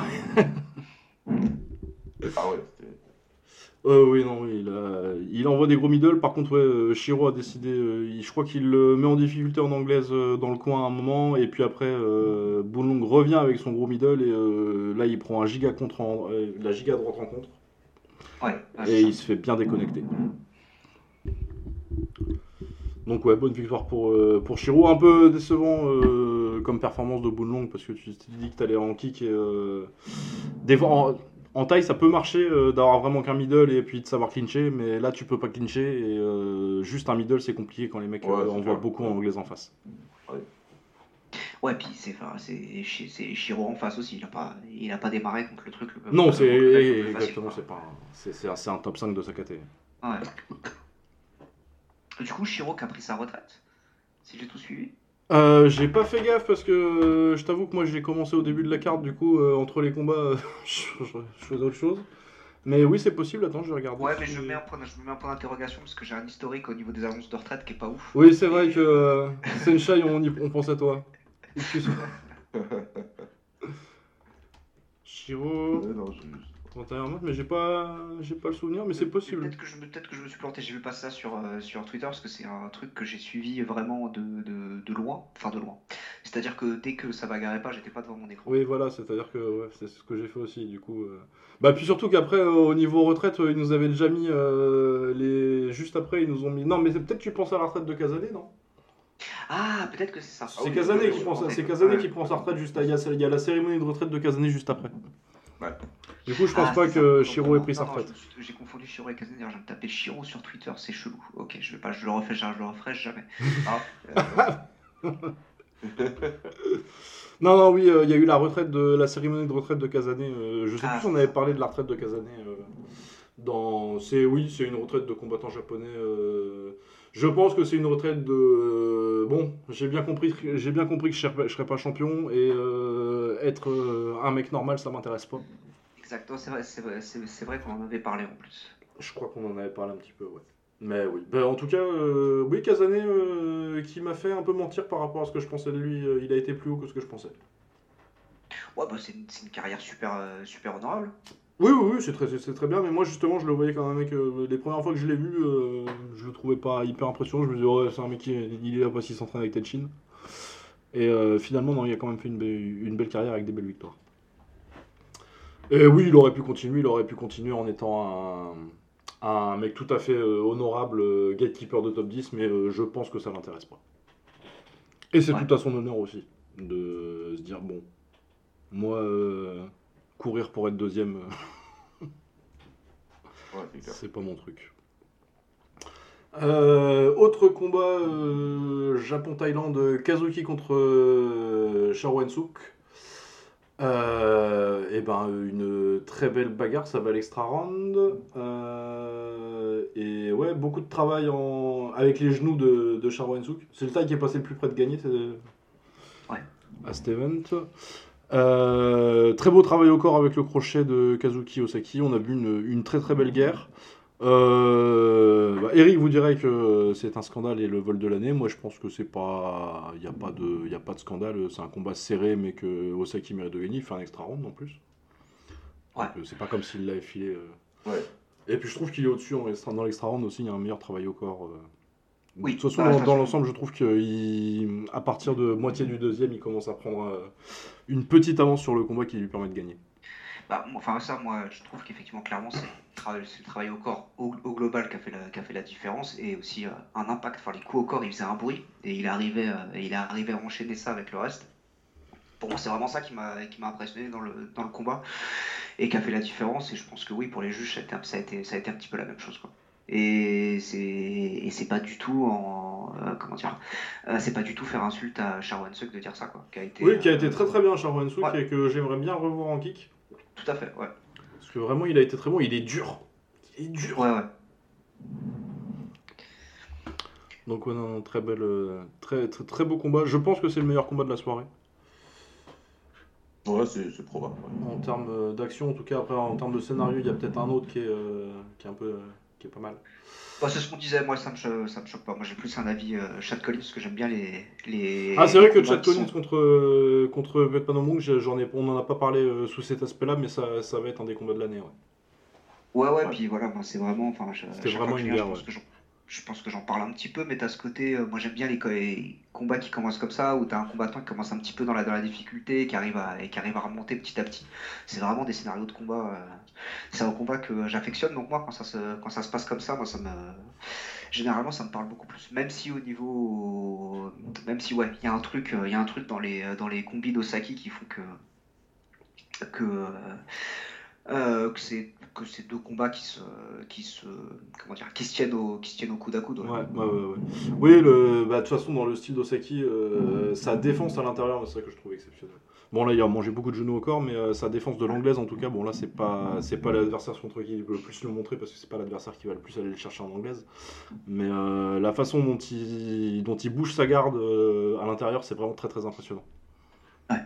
Ah ouais, c'était. Euh, oui, non, oui, il, a- il envoie des gros middle. Par contre, ouais, euh, Shiro a décidé. Euh, il- je crois qu'il le met en difficulté en anglaise euh, dans le coin à un moment. Et puis après, euh, Boonlong revient avec son gros middle. Et euh, là, il prend un giga contre en- euh, la giga droite en contre. Ouais, ouais, c'est Et ça. il se fait bien déconnecter. Donc, ouais, bonne victoire pour, euh, pour Shiro. Un peu décevant euh, comme performance de Boonlong parce que tu t'es dit que t'allais en kick. Et, euh, des fois, en, en taille, ça peut marcher euh, d'avoir vraiment qu'un middle et puis de savoir clincher, mais là, tu peux pas clincher et euh, juste un middle, c'est compliqué quand les mecs Ouais, euh, c'est envoient clair. beaucoup en anglaise en face. Ouais. Ouais, puis c'est enfin, c'est Chi- c'est Shiro en face aussi. Il a pas, il a pas démarré contre le truc le, Non, contre c'est le, contre le mec le plus facile, exactement, quoi. c'est pas, un- c'est c'est- c'est un top cinq de sa caté. Ouais. Du coup, Shiro qui a pris sa retraite, si j'ai tout suivi. Euh, j'ai pas fait gaffe parce que euh, je t'avoue que moi j'ai commencé au début de la carte, du coup euh, entre les combats euh, je, je- je faisais autre chose. Mais oui, c'est possible, attends, je vais regarder. Ouais, mais si- je mets un point, je me mets un point d'interrogation parce que j'ai un historique au niveau des annonces de retraite qui est pas ouf. Oui, c'est vrai Et, que euh, euh, Senshai, on, y- on pense à toi. Excuse. Shiro. Ouais, non, je- trente et un mois, mais j'ai pas, j'ai pas le souvenir, mais c'est Mais possible. peut-être que je me, peut-être que je me suis planté. J'ai vu passer ça sur, euh, sur Twitter parce que c'est un truc que j'ai suivi vraiment de, de, de loin. Enfin, de loin. C'est-à-dire que dès que ça bagarrait pas, j'étais pas devant mon écran. Oui, voilà, c'est-à-dire que ouais, c'est ce que j'ai fait aussi, du coup. euh. Bah, puis surtout qu'après, euh, au niveau retraite, euh, ils nous avaient déjà mis euh, les. Juste après, ils nous ont mis. Non, mais c'est peut-être que tu penses à la retraite de Casané, non? Ah, peut-être que c'est ça. Ah C'est oui, Casané ouais, qui ouais, prend En ça- fait, c'est Casané ouais. qui prend sa retraite juste. à- Il y a, il y a la cérémonie de retraite de Casané juste après. Ouais. Du coup, je pense Ah, pas c'est ça. que Non, Shiro non, ait non, pris sa non, non, je retraite. me suis- j'ai confondu Shiro et Kazan. D'ailleurs, je viens de taper Shiro sur Twitter, c'est chelou. Ok, je vais pas, je le refais, je le referai jamais. Ah. Euh, Non, non, oui, euh, il y a eu la retraite de la cérémonie de retraite de Casané. euh, je sais plus ah, si on c'est avait ça. parlé de la retraite de Casané. euh, dans, c'est oui, c'est une retraite de combattant japonais. euh, je pense que c'est une retraite de euh, bon. J'ai bien compris, que- j'ai bien compris que je serais, je serais pas champion et euh, être euh, un mec normal, ça m'intéresse pas. Exactement, c'est vrai, c'est vrai, c'est c'est vrai qu'on en avait parlé en plus. Je crois qu'on en avait parlé un petit peu, ouais. Mais oui. Ben, en tout cas, euh, oui, Casané euh, qui m'a fait un peu mentir par rapport à ce que je pensais de lui. euh, il a été plus haut que ce que je pensais. Ouais, bah c'est une, c'est une carrière super, euh, super honorable. Oui, oui, oui, c'est très, c'est très bien, mais moi justement, je le voyais comme un mec. euh, les premières fois que je l'ai vu, euh, je le trouvais pas hyper impressionnant. Je me disais, ouais, c'est un mec qui il est là parce qu'il s'entraîne avec Tenshin. Et euh, finalement, non, il a quand même fait une, be- une belle carrière avec des belles victoires. Et oui, il aurait pu continuer, il aurait pu continuer en étant un, un mec tout à fait euh, honorable, euh, gatekeeper de top dix, mais euh, je pense que ça l'intéresse pas. Et c'est Ouais. tout à son honneur aussi, de se dire, bon, moi, euh, courir pour être deuxième, euh, Ouais, c'est clair. c'est pas mon truc. Euh, autre combat euh, Japon-Thaïlande, Kazuki contre euh, Sharwensuk. Euh, et ben une très belle bagarre, ça va à l'extra round. Euh, et ouais, beaucoup de travail en... avec les genoux de, de Sharwensuk. C'est le taille qui est passé le plus près de gagner c'est- Ouais. à cet event. Euh, très beau travail au corps avec le crochet de Kazuki Osaki. On a vu une, une très très belle guerre. Euh, bah, Eric vous dirait que c'est un scandale et le vol de l'année. Moi, je pense que c'est pas, il y a pas de, il y a pas de scandale. C'est un combat serré, mais que Osaki mérite de gagner. Il fait un extra round en plus. Ouais. Donc, euh, c'est pas comme s'il l'avait filé. euh. Ouais. Et puis je trouve qu'il est au-dessus en extra- dans l'extra round aussi. Il y a un meilleur travail au corps. euh. Oui, De toute façon, bah, de dans, toute dans façon, l'ensemble, je trouve qu'à partir de moitié du deuxième, il commence à prendre euh, une petite avance sur le combat qui lui permet de gagner. bah, moi- enfin ça, moi, je trouve qu'effectivement, clairement, c'est le travail, c'est le travail au corps, au, au global, qui a fait la, qui a fait la différence, et aussi euh, un impact. Enfin, les coups au corps, il faisait un bruit, et il arrivait, euh, et il est arrivé à enchaîner ça avec le reste. Pour moi, c'est vraiment ça qui m'a, qui m'a impressionné dans le, dans le combat, et qui a fait la différence. Et je pense que oui, pour les juges, ça a été, ça a été, ça a été un petit peu la même chose, quoi. Et c'est, et c'est pas du tout en, euh, comment dire, euh, c'est pas du tout faire insulte à Sharon Suk de dire ça, quoi, qui a été, Oui, qui a euh, été très très bien, Sharwensuk, ouais, et que j'aimerais bien revoir en kick. tout à fait, ouais, Parce que vraiment, il a été très bon. Il est dur. Il est dur. ouais, ouais. Donc, ouais, non, non, très belle, euh, très, très, très beau combat. Je pense que c'est le meilleur combat de la soirée. Ouais, c'est c'est probable. Ouais. En termes euh, d'action, en tout cas, après, en termes de scénario, il y a peut-être un autre qui est, euh, qui est un peu, euh, qui est pas mal. Bah, c'est ce qu'on disait, moi ça me, cho- ça me choque pas. Moi j'ai plus un avis euh, Chad Collins parce que j'aime bien les, Ah, les, c'est les vrai que combats Chad qui Collins sont. contre, euh, contre Vetman Monk, j'en ai, on n'en a pas parlé euh, sous cet aspect-là, mais ça, ça va être un des combats de l'année. Ouais. Ouais, ouais, Ouais. puis voilà, moi c'est vraiment. Enfin, je- à C'était chaque fois vraiment que je une viens, je guerre. pense Ouais. que j'en je pense que j'en parle un petit peu, mais t'as ce côté. Euh, moi j'aime bien les, co- les combats qui commencent comme ça, où t'as un combattant qui commence un petit peu dans la, dans la difficulté et qui arrive à, et qui arrive à remonter petit à petit. C'est vraiment des scénarios de combat. euh, c'est un combat que j'affectionne, donc moi quand ça, se, quand ça se passe comme ça, moi ça me. Généralement, ça me parle beaucoup plus. Même si au niveau, même si ouais, il y a un truc, euh, il y a un truc dans les dans les combis d'Osaki qui font que que euh, euh, que c'est que c'est deux combats qui se qui se comment dire qui se tiennent au qui se tiennent au coude à coude. Ouais. Ouais, ouais, ouais, ouais. Oui, le, bah, de toute façon, dans le style d'Osaki, euh, sa défense à l'intérieur, c'est ça que je trouve exceptionnel. Bon, là, il a mangé beaucoup de genoux au corps, mais euh, sa défense de l'anglaise, en tout cas, bon, là, c'est pas, c'est pas l'adversaire contre qui il peut le plus le montrer, parce que c'est pas l'adversaire qui va le plus aller le chercher en anglaise. Mais euh, la façon dont il, dont il bouge sa garde euh, à l'intérieur, c'est vraiment très, très impressionnant. Ouais.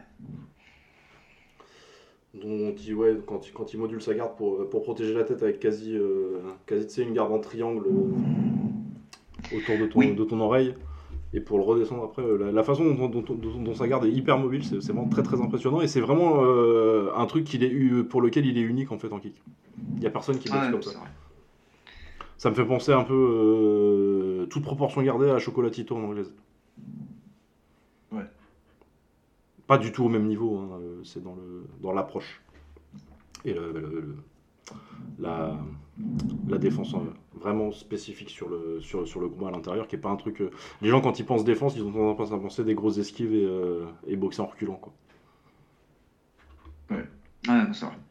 Donc, il, ouais, quand, il, quand il module sa garde pour, pour protéger la tête avec quasi, euh, quasi tu sais, une garde en triangle euh, autour de ton, Oui. de ton oreille. Et pour le redescendre après, euh, la, la façon dont, dont, dont, dont- dont sa garde est hyper mobile, c'est c'est vraiment très très impressionnant. Et c'est vraiment euh, un truc qu'il est, eu- pour lequel il est unique en fait en kick. Il n'y a personne qui boxe Ouais, comme ça. c'est vrai. Ça me fait penser un peu, euh, toute proportion gardée, à Chocolatito en anglaise. Ouais. Pas du tout au même niveau, hein, euh, c'est dans le dans l'approche. Et le, le- le- la, la défense euh, vraiment spécifique sur le, sur, sur le combat à l'intérieur, qui est pas un truc. euh, Les gens, quand ils pensent défense, ils ont tendance à penser des grosses esquives et, euh, et boxer en reculant, quoi. Ouais. Ouais, c'est vrai.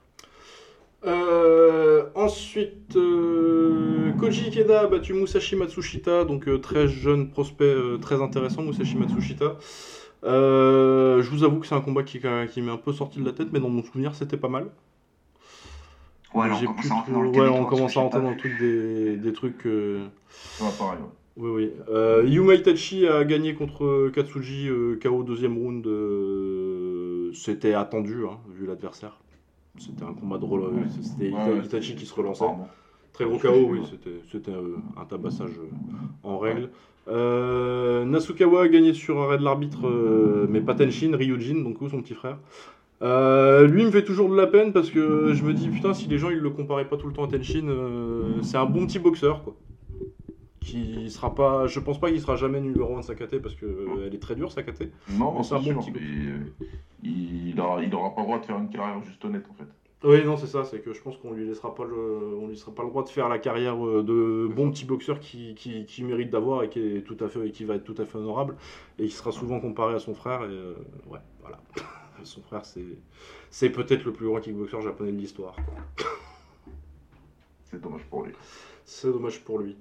Euh, ensuite, euh, Koji Ikeda a battu Musashi Matsushita, donc euh, très jeune prospect, euh, très intéressant, Musashi Matsushita. Euh, je vous avoue que c'est un combat qui, qui m'est un peu sorti de la tête, mais dans mon souvenir, c'était pas mal. Ouais, Mais là on j'ai commence plus à rentrer dans le trop. Ouais, on territoire, ce que commence à j'ai rentrer pas dans le vu. truc des, des trucs. euh, Ça va pareil. Ouais. Oui, oui. Euh, Yuma Itachi a gagné contre Katsuji, euh, K O deuxième round. euh, C'était attendu, hein, vu l'adversaire. C'était un combat de rela- Ouais. C'était Ouais, Ita- ouais, Itachi qui c'est se relançait. apparemment. Très Ouais, gros de ce que j'ai K O, vu, oui, ouais. c'était c'était, euh, un tabassage euh, en Ouais. règle. Euh, Nasukawa a gagné sur arrêt de l'arbitre, euh, mais pas Tenshin, Ryujin, donc son petit frère. Euh, lui, il me fait toujours de la peine parce que je me dis, putain, si les gens ils le comparaient pas tout le temps à Tenshin, euh, c'est un bon petit boxeur, quoi. Qui sera pas, je pense pas qu'il sera jamais numéro un de sa caté parce que euh, elle est très dure sa caté, mais Non, c'est c'est un bon sûr, petit mais boxeur. euh, il aura, il aura pas le droit de faire une carrière juste honnête en fait. Oui, non, c'est ça, c'est que je pense qu'on lui laissera pas le, on lui laissera pas le droit de faire la carrière euh, de C'est bon ça. petit boxeur qui, qui, qui mérite d'avoir et qui est tout à fait, et qui va être tout à fait honorable et qui sera souvent comparé à son frère. Et euh, ouais, voilà, son frère c'est, c'est peut-être le plus grand kickboxer japonais de l'histoire, quoi. C'est dommage pour lui. C'est dommage pour lui.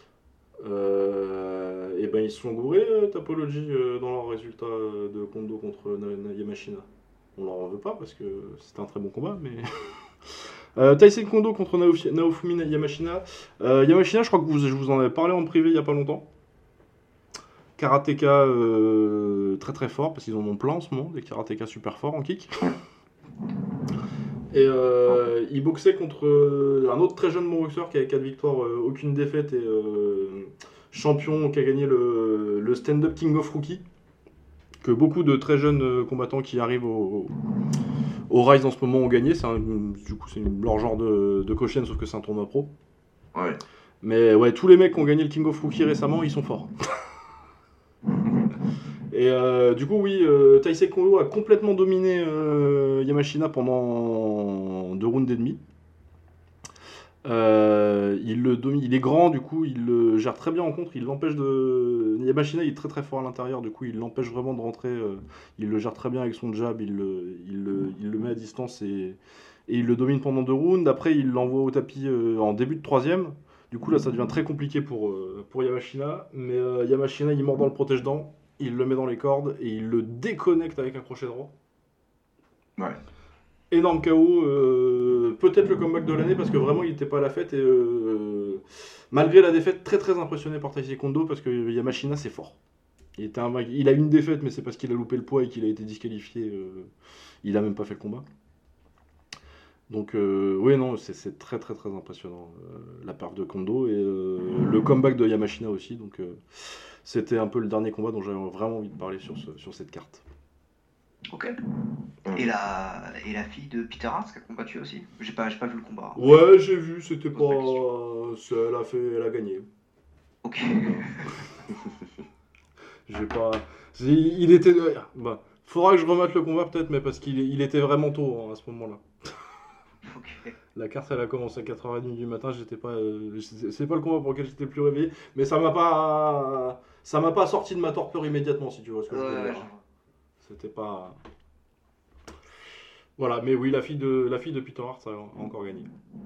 Euh, et ben ils se sont gourés, euh, Tapology, euh, dans leurs résultats euh, de Kondo contre Na- Na- Yamashina. On leur en veut pas parce que c'était un très bon combat, mais. Euh, Tyson Kondo contre Naofi- Naofumi Yamashina. Euh, Yamashina, je crois que vous, je vous en avais parlé en privé il y a pas longtemps. Karatéka euh, très très fort, parce qu'ils en ont plein en ce moment, des karatékas super forts en kick. Et euh, il boxait contre euh, un autre très jeune bon boxeur qui avait quatre victoires, euh, aucune défaite, et euh, champion qui a gagné le, le stand-up King of Rookie. Que beaucoup de très jeunes euh, combattants qui arrivent au, au Rise en ce moment ont gagné. C'est un- du coup, c'est une- leur genre de, de Koshien, sauf que c'est un tournoi pro. Ouais. Mais ouais, tous les mecs qui ont gagné le King of Rookie récemment, ils sont forts. Et euh, du coup, oui, euh, Taisei Kondo a complètement dominé euh, Yamashina pendant deux rounds et demi. Euh, il, le domine, il est grand, du coup, il le gère très bien en contre. Il l'empêche de. Yamashina, il est très très fort à l'intérieur, du coup, il l'empêche vraiment de rentrer. euh, il le gère très bien avec son jab, il le, il le, il le met à distance et, et il le domine pendant deux rounds. Après, il l'envoie au tapis euh, en début de troisième. Du coup, là, ça devient très compliqué pour, euh, pour Yamashina. Mais euh, Yamashina, il mord dans le protège-dents, il le met dans les cordes et il le déconnecte avec un crochet droit. Ouais. Énorme K O, euh, peut-être le comeback de l'année parce que vraiment il n'était pas à la fête et euh, malgré la défaite, très très impressionné par Taisei Kondo parce que Yamashina c'est fort. Il, était un, il a une défaite, mais c'est parce qu'il a loupé le poids et qu'il a été disqualifié. euh, il a même pas fait le combat. Donc, euh, oui, non, c'est, c'est très très très impressionnant, euh, la perf de Kondo et euh, le comeback de Yamashina aussi. Donc, euh, c'était un peu le dernier combat dont j'avais vraiment envie de parler sur, ce, sur cette carte. Ok. Et la, et la fille de Peter Hart qui a combattu aussi. J'ai pas, j'ai pas vu le combat. hein. Ouais, j'ai vu, c'était Pose la pas. c'est- Elle a fait, elle a gagné. Ok. J'ai pas. c'est- Il était. Bah, faudra que je remette le combat peut-être, mais parce qu'il il était vraiment tôt hein, à ce moment-là. Ok. La carte elle a commencé à quatre heures trente du matin, j'étais pas. euh, c'est c'est pas le combat pour lequel j'étais le plus réveillé, mais ça m'a pas. Ça m'a pas sorti de ma torpeur immédiatement, si tu vois ce que je veux Ouais, dire. je vois. C'était pas. Voilà, mais oui, la fille de, la fille de Peter Hart a a encore gagné.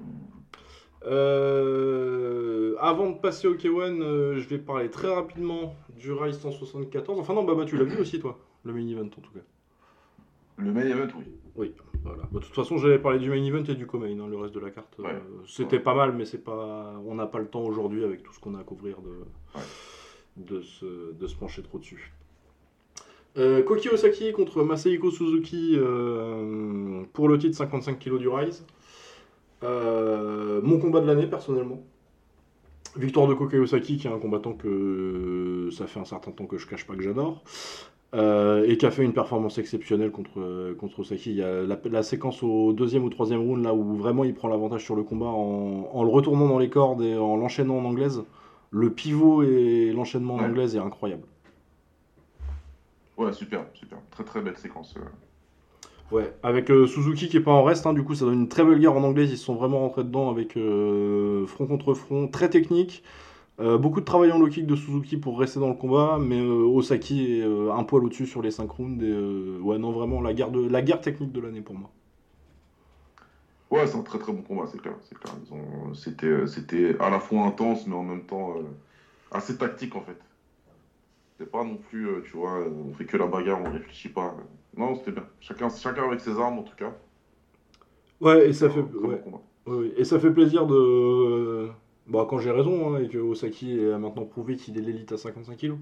Euh, avant de passer au K un, euh, je vais parler très rapidement du Rise cent soixante-quatorze. Enfin non, Baba, tu l'as vu aussi toi, le main event en tout cas. Le main event, oui. Oui, voilà. Bah, de toute façon, j'allais parler du main event et du co-main, hein, le reste de la carte. euh, Ouais. c'était Ouais. pas mal, mais c'est pas, on n'a pas le temps aujourd'hui avec tout ce qu'on a à couvrir de, Ouais. de, se, de se pencher trop dessus. Euh, Koki Osaki contre Masahiko Suzuki euh, pour le titre cinquante-cinq kilos du Rise. Euh, mon combat de l'année personnellement. Victoire de Koki Osaki, qui est un combattant que ça fait un certain temps que je cache pas que j'adore. Euh, et qui a fait une performance exceptionnelle contre, contre Osaki. Il y a la, la séquence au deuxième ou troisième round, là où vraiment il prend l'avantage sur le combat en, en le retournant dans les cordes et en l'enchaînant en anglaise. Le pivot et l'enchaînement en Ouais. anglaise est incroyable. Ouais, super, super. Très très belle séquence. euh. Ouais, avec euh, Suzuki qui est pas en reste, hein, du coup ça donne une très belle guerre en anglaise, ils se sont vraiment rentrés dedans avec euh, front contre front, très technique. Euh, beaucoup de travail en low kick de Suzuki pour rester dans le combat, mais euh, Osaki est euh, un poil au-dessus sur les cinq rounds. Et, euh, ouais, non, vraiment la guerre, de, la guerre technique de l'année pour moi. Ouais, c'est un très très bon combat, c'est clair. C'est clair. Ils ont... C'était euh, c'était à la fois intense, mais en même temps euh, assez tactique en fait. C'est pas non plus, euh, tu vois, euh, on fait que la bagarre, on réfléchit pas. Non, c'était bien. Chacun, chacun avec ses armes en tout cas. Ouais, et ça C'était fait, un très bon ouais, combat. ouais, ouais. Et ça fait plaisir de. Bah, quand j'ai raison, hein, et que Osaki a maintenant prouvé qu'il est l'élite à cinquante-cinq kilos.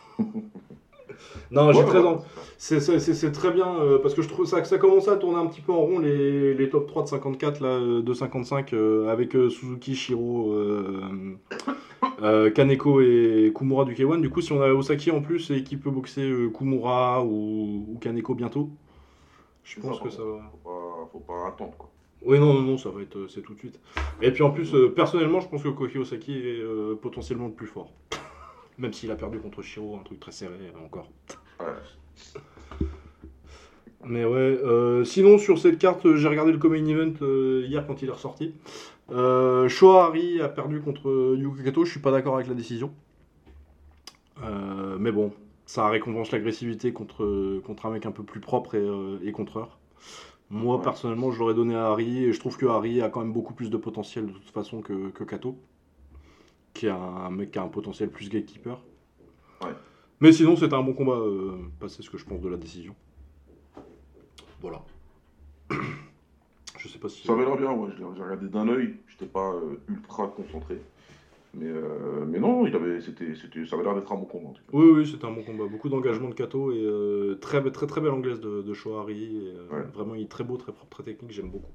Non, Ouais, j'ai ouais, très ouais, envie. c'est C'est ça. c'est- c'est- c'est très bien euh, parce que je trouve ça que ça commence à tourner un petit peu en rond les, les top trois de cinquante-quatre là, euh, de cinquante-cinq euh, avec euh, Suzuki, Shiro, euh, euh, Kaneko et Kumura du K un. Du coup, si on a Osaki en plus et qui peut boxer euh, Kumura ou, ou Kaneko bientôt, je C'est ça, pense que par ça contre. va. Faut pas, faut pas attendre quoi. Oui, non, non, non, ça va être euh, c'est tout de suite. Et puis en plus, euh, personnellement, je pense que Koki Osaki est euh, potentiellement le plus fort. Même s'il a perdu contre Shiro, un truc très serré euh, encore. Ouais. Mais ouais, euh, sinon sur cette carte, euh, j'ai regardé le Common Event euh, hier quand il est ressorti. Euh, Shoa Hari a perdu contre Yuki Kato, je suis pas d'accord avec la décision. Euh, mais bon, ça récompense l'agressivité contre, contre un mec un peu plus propre et, euh, et contreur. Moi Ouais. personnellement, je l'aurais donné à Hari et je trouve que Hari a quand même beaucoup plus de potentiel de toute façon que, que Kato, qui est un, un mec qui a un potentiel plus gatekeeper. Ouais. Mais sinon, c'était un bon combat, euh, pas c'est ce que je pense de la décision. Voilà. Je sais pas si. Ça avait l'air bien, ouais. Je l'ai- J'ai regardé d'un œil. J'étais pas euh, ultra concentré. Mais, euh, mais non, il avait, c'était, c'était, ça avait l'air d'être un bon combat en tout cas. Oui, oui, c'était un bon combat. Beaucoup d'engagement de Kato et euh, très, très très belle anglaise de, de Shohari. Et, euh, Ouais. Vraiment, il est très beau, très propre, très technique, j'aime beaucoup.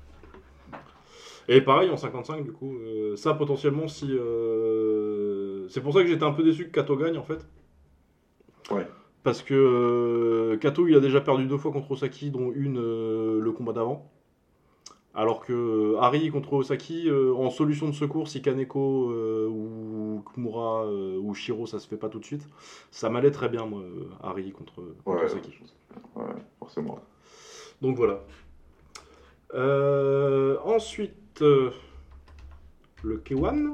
Et pareil, en cinquante-cinq, du coup, euh, ça potentiellement, si. euh, C'est pour ça que j'étais un peu déçu que Kato gagne en fait. Ouais. Parce que euh, Kato, il a déjà perdu deux fois contre Osaki, dont une euh, le combat d'avant. Alors que euh, Hari contre Osaki, euh, en solution de secours, si Kaneko euh, ou Kumura euh, ou Shiro, ça se fait pas tout de suite, ça m'allait très bien, moi, euh, Hari contre, contre Ouais, Osaki. ouais, forcément. Donc voilà. Euh, ensuite, euh, le K un.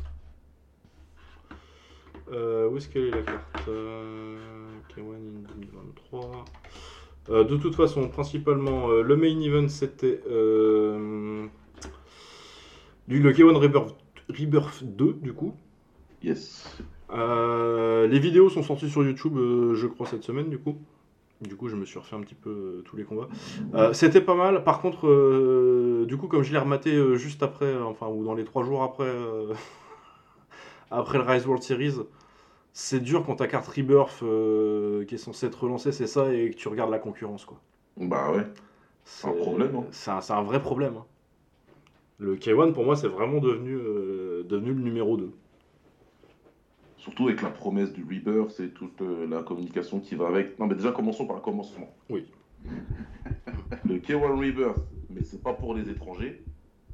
Euh, où est-ce qu'elle est la carte euh, K un in deux mille vingt-trois. Euh, de toute façon, principalement, euh, le main event c'était euh, du, le K un Rebirth, Rebirth deux, du coup. Yes. Euh, les vidéos sont sorties sur YouTube, euh, je crois, cette semaine, du coup. Du coup, je me suis refait un petit peu euh, tous les combats. Euh, c'était pas mal. Par contre, euh, du coup, comme je l'ai rematé euh, juste après, euh, enfin, ou dans les trois jours après, euh, après le Rise World Series, c'est dur quand ta carte Rebirth euh, qui est censée être relancée, c'est ça, et que tu regardes la concurrence, quoi. Bah ouais. C'est un problème, hein. C'est un, c'est un vrai problème. Hein. Le K un, pour moi, c'est vraiment devenu, euh, devenu le numéro deux. Surtout avec la promesse du Rebirth et toute euh, la communication qui va avec. Non, mais déjà, commençons par le commencement. Oui. Le K un Rebirth, mais c'est pas pour les étrangers.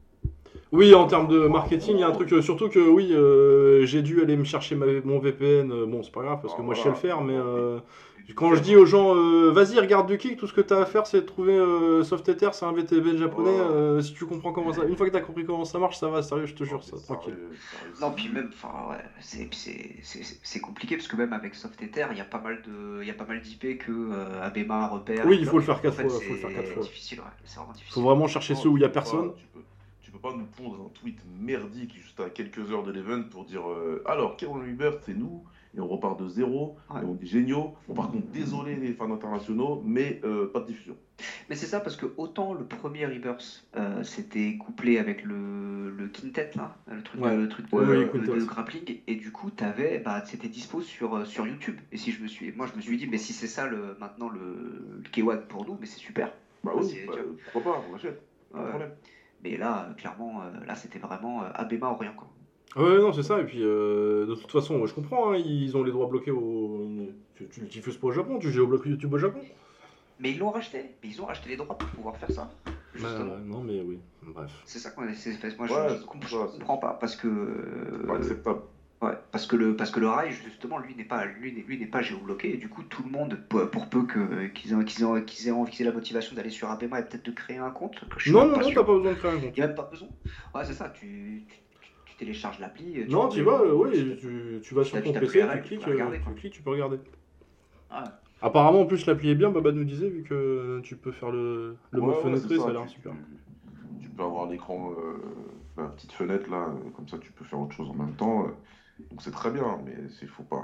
Oui, en termes de marketing, il y a un truc, euh, surtout que oui, euh, j'ai dû aller me chercher ma- mon V P N, euh, bon c'est pas grave parce que Ah, moi je sais voilà. le faire, mais euh, Et- et- quand je dis aux gens, euh, vas-y regarde du kick, tout ce que t'as à faire c'est de trouver euh, Softether, c'est un V T B japonais, Voilà. euh, si tu comprends comment ça, une fois que t'as compris comment ça marche, ça va, sérieux, je te jure, Non, ça, mais tranquille. sérieux, sérieux, Non, c'est- puis même, enfin, ouais, c'est, c'est, c'est, c'est compliqué parce que même avec Softether, il y a pas mal de, il y a pas mal d'I P que euh, Abema repère. Oui, et il faut bloque. le faire quatre En fait, fois, faut le faire quatre c'est fois. difficile, ouais, c'est vraiment difficile. Faut vraiment chercher Non, ceux où il y a tu peux pas- personne. Tu peux, tu peux pas nous pondre un tweet merdique juste à quelques heures de l'event pour dire euh, alors, K un Rebirth, c'est nous, et on repart de zéro, Ouais. et on est géniaux. Bon, par contre, désolé les fans internationaux, mais euh, pas de diffusion. Mais c'est ça parce que autant le premier Rebirth, euh, c'était couplé avec le, le quintet là, le truc, Ouais. de, le truc de, Ouais, oui, de- quintet. de grappling, et du coup t'avais, bah, c'était dispo sur, euh, sur YouTube. Et si je me suis, moi je me suis dit, mais si c'est ça le, maintenant le, le K un pour nous, mais c'est super. Bah Ah, oui, c'est- bah, tu vois. pourquoi pas, on l'achète, pas de Ouais. problème. Mais là, euh, clairement, euh, là c'était vraiment euh, Abema ou rien quoi. Ouais, non, c'est ça, et puis euh, de toute façon, je comprends, hein, ils ont les droits bloqués au. Tu, tu le diffuses pas au Japon, tu géobloques YouTube au Japon. Mais ils l'ont racheté, mais ils ont racheté les droits pour pouvoir faire ça. Bah, Justement. ouais, non, mais oui, bref. C'est ça qu'on essaie de faire. Moi je, Ouais, je, c'est comp- pour je ça, c'est- comprends pas parce que. C'est pas euh, acceptable. Ouais, parce que le parce que le rail justement lui n'est pas lui n'est lui n'est pas géobloqué et du coup tout le monde pour, pour peu que qu'ils aient qu'ils aient, qu'ils aient envie qu'ils aient la motivation d'aller sur Abema et peut-être de créer un compte que je suis Non, même non, pas non, sûr. t'as pas besoin de créer un compte. Il n'y a même pas besoin. Ouais, c'est ça, tu, tu, tu- tu télécharges l'appli. tu Non, peux- tu vas, euh, oui, tu- tu, tu vas sur tu ton tapes P C, les règles, tu tu cliques, peux regarder, euh, quoi. tu cliques, tu peux regarder. Ouais. Apparemment, en plus, l'appli est bien, Baba nous disait, vu que tu peux faire le, le mode Ouais, ouais, fenêtré, c'est ça a l'air tu- super. Tu, tu peux avoir l'écran, euh, la petite fenêtre là, euh, comme ça tu peux faire autre chose en même temps. euh, donc c'est très bien, mais il faut pas.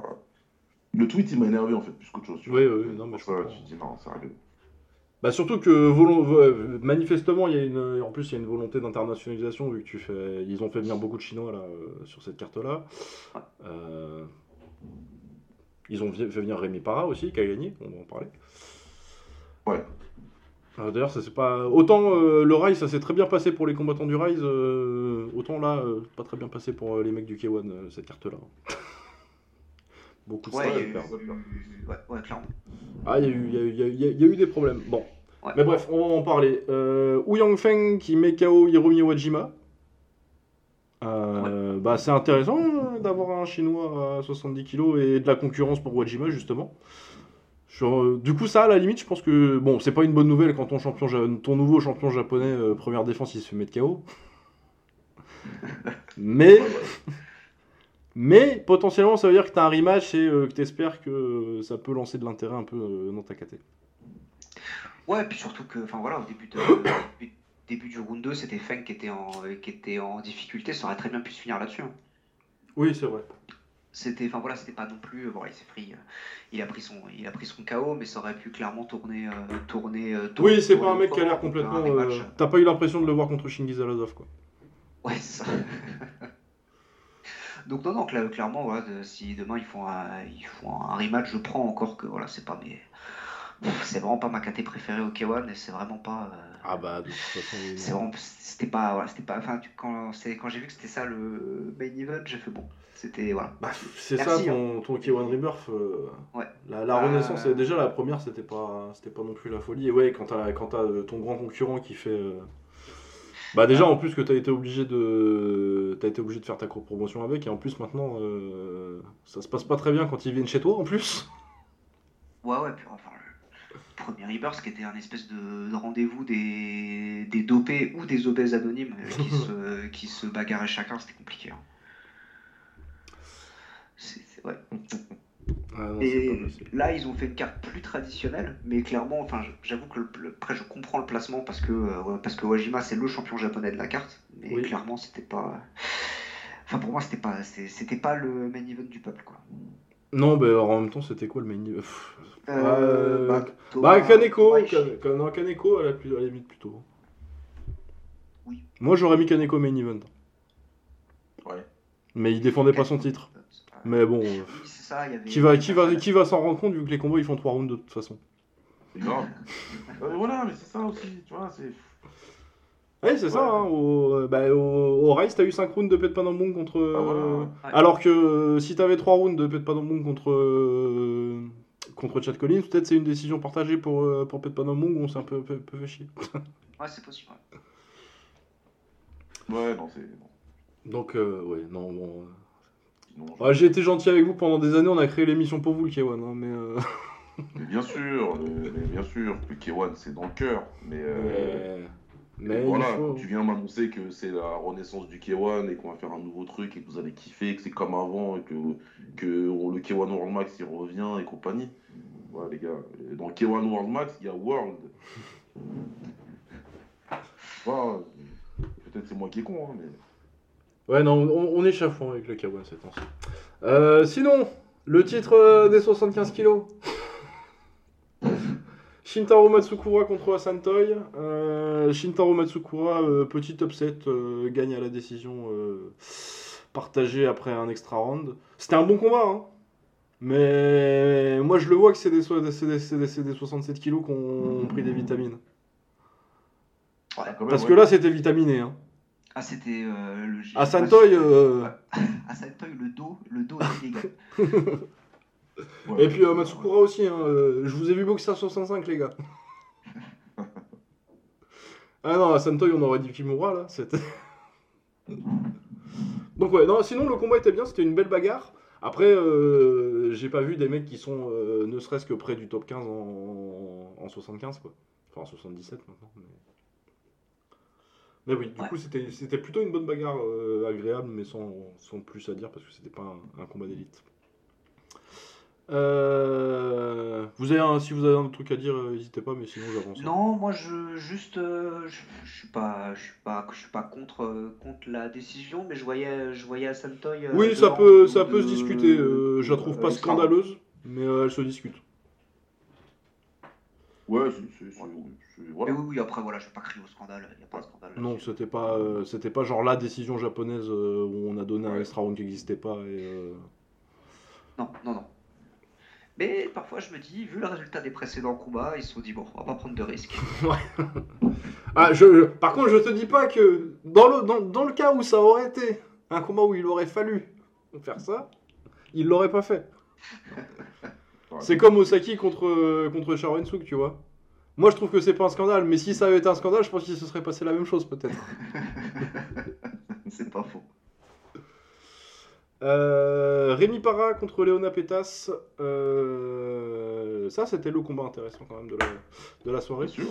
Le tweet il m'a énervé en fait, plus qu'autre chose. tu Oui, vois. oui, non, mais Pour je ça, comprends. tu te dis non, sérieux. Bah, surtout que, volon- vo- manifestement, il y a une, en plus, il y a une volonté d'internationalisation, vu que tu fais, ils ont fait venir beaucoup de Chinois, là, euh, sur cette carte-là. Euh, Ils ont vi- fait venir Rémi Para aussi, qui a gagné, on va en parler. Ouais. Euh, D'ailleurs, ça c'est pas. Autant euh, le Rise, ça s'est très bien passé pour les combattants du Rise, euh, autant là, euh, pas très bien passé pour euh, les mecs du K un, euh, cette carte-là. Beaucoup de Ouais, il y a stress, eu- perdre. ouais, ouais, clairement. Ah, il y, a eu- il y a eu- il y a eu- il y a- il y a eu des problèmes. Bon. Ouais. Mais bref, on va en parler. Euh, Wu Yangfeng qui met K O Hiromi Wajima. Euh, bah, c'est intéressant euh, d'avoir un Chinois à soixante-dix kilos et de la concurrence pour Wajima, justement. Sur, euh, du coup, ça, à la limite, je pense que bon, c'est pas une bonne nouvelle quand ton, champion, ja- ton nouveau champion japonais, euh, première défense, il se fait mettre K O. Mais, Ouais, ouais. mais potentiellement, ça veut dire que tu as un rematch et euh, que tu espères que euh, ça peut lancer de l'intérêt un peu euh, dans ta K T. Ouais, et puis surtout que, enfin voilà, au début, de, début, début du round deux, c'était Feng qui était en qui était en difficulté, ça aurait très bien pu se finir là-dessus. hein. Oui, c'est vrai. C'était, enfin voilà, c'était pas non plus, bon, il s'est pris, euh, il a pris son, il a pris son K O, mais ça aurait pu clairement tourner, euh, tourner. euh, tourner- Oui, c'est tourner pas un mec qui a l'air autrement, donc, complètement. un euh, rematch. T'as pas eu l'impression de le voir contre Shingiz Alazov, quoi. Ouais, c'est ça. Donc non, non, cla- clairement, voilà, de- si demain ils font un, ils font un rematch, je prends encore que voilà, c'est pas mes, c'est vraiment pas ma K T préférée au K un et c'est vraiment pas. euh, Ah bah, de toute façon. oui, C'est non. vraiment, c'était pas, voilà, c'était pas, enfin, tu- quand, c'est, quand j'ai vu que c'était ça le main event, j'ai fait bon, c'était, voilà. Bah, c'est ça Merci, ton, ton K un Rebirth. euh, Ouais. La, la Euh, renaissance, euh, déjà la première, c'était pas, c'était pas non plus la folie. Et ouais, quand t'as, quand t'as euh, ton grand concurrent qui fait. euh, Bah, déjà, en plus que t'as été obligé de. T'as été obligé de faire ta courte promotion avec, et en plus maintenant, euh, ça se passe pas très bien quand ils viennent chez toi en plus. Ouais, ouais, puis enfin, le premier Rebirth qui était un espèce de, de rendez-vous des, des dopés ou des obèses anonymes euh, qui, se, qui se bagarraient chacun, c'était compliqué. hein. C'est, c'est- ouais. Ah non, c'est Et pas possible. là, ils ont fait une carte plus traditionnelle, mais clairement, enfin, je- j'avoue que le, le- après, je comprends le placement parce que, euh, ouais, parce que Wajima, c'est le champion japonais de la carte, mais Oui. clairement, c'était pas. Enfin, pour moi, c'était pas, c'était, c'était pas le main event du peuple, quoi. Non, bah en même temps, c'était quoi le main event? Pff, Euh, Euh, bah, Bah, Thomas- Kaneko, Thomas Ishii. Kan- Kan- non, Kaneko à la, plus- à la limite plutôt. Oui. Moi, j'aurais mis Kaneko main event. Ouais. Mais il défendait pas son titre. C'est pas- Mais bon, euh, Oui, c'est ça, il y avait. qui va, qui va, qui va s'en rendre compte vu que les combats ils font trois rounds de toute façon. C'est grave. Euh, voilà, mais c'est ça aussi, tu vois, c'est... Ouais, c'est ça, Ouais. hein, au, euh, bah, au, au Rise, t'as eu cinq rounds de pet panambong contre. Ah voilà, euh, ouais. Ouais. Alors que euh, si t'avais trois rounds de pet panambong contre. euh, contre Chad Collins, peut-être c'est une décision partagée pour, euh, pour pet panambong où on s'est un peu, peu, peu fait chier. Ouais, c'est possible. Ouais. Ouais, non, c'est... non. Donc, euh, ouais, non, bon. euh. Sinon, je- Ouais, j'ai été gentil avec vous pendant des années, on a créé l'émission pour vous, le K un, hein, mais. euh, Mais bien sûr, euh, mais bien sûr, le K un, c'est dans le cœur. Mais, euh, mais. et Mais il voilà, faut. quand tu viens m'annoncer que c'est la renaissance du K un et qu'on va faire un nouveau truc et que vous allez kiffer, que c'est comme avant et que, que on- le K un World Max il revient et compagnie. Ouais, les gars, euh, dans le K un World Max, il y a World. Voilà, euh, peut-être c'est moi qui est con, hein, mais. Ouais, non, on, on est chafouin avec le K un ces temps-ci. Euh, sinon, le titre euh, des soixante-quinze kilos. Shintaro Matsukura contre Asantoy. Euh, Shintaro Matsukura, euh, petit upset, euh, gagne à la décision euh, partagée après un extra round. C'était un bon combat, hein. Mais moi je le vois que c'est des, so- c'est des, c'est des- c'est des soixante-sept kilos qui ont pris des vitamines. Ouais. Ah, quand même, Parce ouais. que là c'était vitaminé, hein. Ah, c'était euh, le. je sais Asantoy, pas si- euh, Ouais. Asantoy, le dos, le dos est illégal. Ouais, et puis euh, ouais, Matsukura aussi, hein. Euh, je vous ai vu boxer à soixante-cinq, les gars. Ah non, à Santoy, on aurait dit Kimura, là. C'était... Donc ouais, non, sinon le combat était bien, c'était une belle bagarre. Après, euh, j'ai pas vu des mecs qui sont euh, ne serait-ce que près du top quinze en, en soixante-quinze, quoi. Enfin, en soixante-dix-sept maintenant. Mais, mais oui, du Ouais. coup, c'était, c'était plutôt une bonne bagarre euh, agréable, mais sans, sans plus à dire parce que c'était pas un, un combat d'élite. Euh, vous avez un- si vous avez un autre truc à dire, euh, n'hésitez pas, mais sinon j'avance, hein. Non, moi je juste euh, je, je suis pas je suis pas je suis pas contre euh, contre la décision, mais je voyais je voyais Asantoy euh, Oui, ça devant peut, au ça bout peut se discuter. de euh, je la trouve euh, pas extra round. scandaleuse, mais euh, elle se discute. ouais, c'est, c'est, c'est- Ouais. c'est- Mais voilà. oui, oui, après voilà, je vais pas crier au scandale, il n'y a pas de scandale Non, là-dessus. c'était pas, euh, c'était pas genre la décision japonaise euh, où on a donné un Ouais. extra round qui n'existait pas. Et, euh, Non, non, non. Mais parfois je me dis, vu le résultat des précédents combats, ils se sont dit bon, on va pas prendre de risques. Ah, je, je- par contre, je te dis pas que dans le, dans, dans le cas où ça aurait été un combat où il aurait fallu faire ça, il l'aurait pas fait. Ouais. C'est comme Osaki contre, euh, contre Sharon Suk, tu vois. Moi, je trouve que c'est pas un scandale, mais si ça avait été un scandale, je pense qu'il se serait passé la même chose, peut-être. C'est pas faux. Euh, Rémi Parra contre Léona Pétas. Euh, ça, c'était le combat intéressant quand même de la, de la soirée. Bien sûr.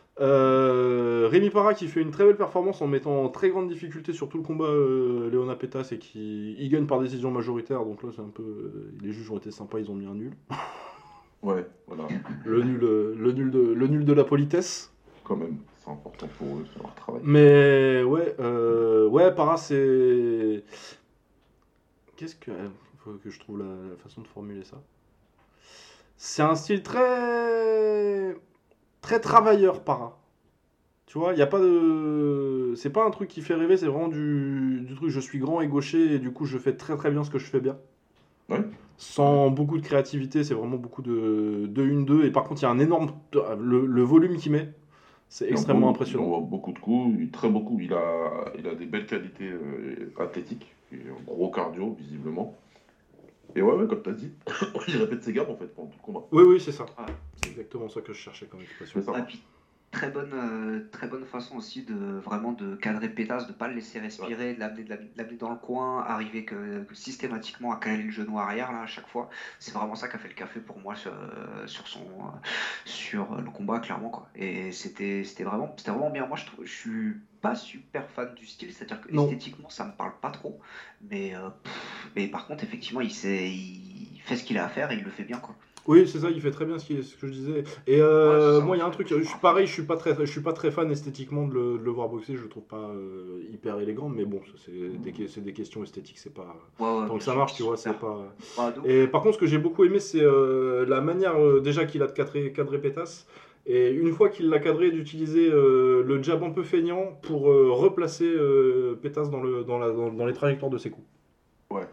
Euh, Rémi Parra qui fait une très belle performance en mettant en très grande difficulté sur tout le combat euh, Léona Pétas et qui il gagne par décision majoritaire. Donc là, c'est un peu. euh, les juges ont été sympas, ils ont mis un nul. Ouais, voilà. Le nul, euh, le nul, de, le nul de la politesse. Quand même, c'est important pour eux, c'est leur travail. Mais ouais, euh, ouais, Parra, c'est. Qu'est-ce que. Faut que je trouve la, la façon de formuler ça. C'est un style très. Très travailleur, Parra. Tu vois, il n'y a pas de. C'est pas un truc qui fait rêver, c'est vraiment du, du truc je suis grand et gaucher et du coup je fais très très bien ce que je fais bien. Ouais. Sans beaucoup de créativité, c'est vraiment beaucoup de deux un deux. Et par contre, il y a un énorme. Le, le volume qu'il met, c'est Il extrêmement envoie- impressionnant. Il envoie beaucoup de coups, il- très beaucoup. Il a, il a des belles qualités euh, athlétiques, et un gros cardio, visiblement. Et ouais, ouais, comme t'as dit, il répète ses gammes en fait pendant tout le combat. Oui, oui, c'est ça. Ouais. C'est exactement ça que je cherchais comme expression. C'est ça. Et puis très bonne, euh, très bonne façon aussi de vraiment de cadrer Pétas, de pas le laisser respirer, de l'amener, de l'amener- de l'amener dans le coin, arriver que, que systématiquement à caler le genou arrière là à chaque fois. C'est vraiment ça qui a fait le café pour moi sur, euh, sur son euh, sur le combat clairement quoi. Et c'était c'était vraiment c'était vraiment bien. Moi je trouve je suis pas super fan du style, c'est-à-dire que Non. esthétiquement ça me parle pas trop, mais euh, pff, mais par contre effectivement il sait il fait ce qu'il a à faire et il le fait bien quoi. Oui, c'est ça, il fait très bien ce, qui- ce que je disais. Et euh, Ouais, ça, moi, il y a un c'est- truc, c'est je suis parfait. pareil, je suis pas très, je suis pas très fan esthétiquement de le, de le voir boxer. Je le trouve pas euh, hyper élégant, mais bon, ça, c'est des, que- c'est des questions esthétiques, c'est pas. Ouais, ouais, Tant bien que ça sûr, marche, tu vois, c'est super. pas. Ouais, de ouf. Et par contre, ce que j'ai beaucoup aimé, c'est euh, la manière euh, déjà qu'il a de cadrer, cadrer Pétas. Et une fois qu'il l'a cadré, d'utiliser euh, le jab un peu feignant pour euh, replacer euh, Pétas dans, le, dans, la, dans, dans les trajectoires de ses coups. Ouais, ouais.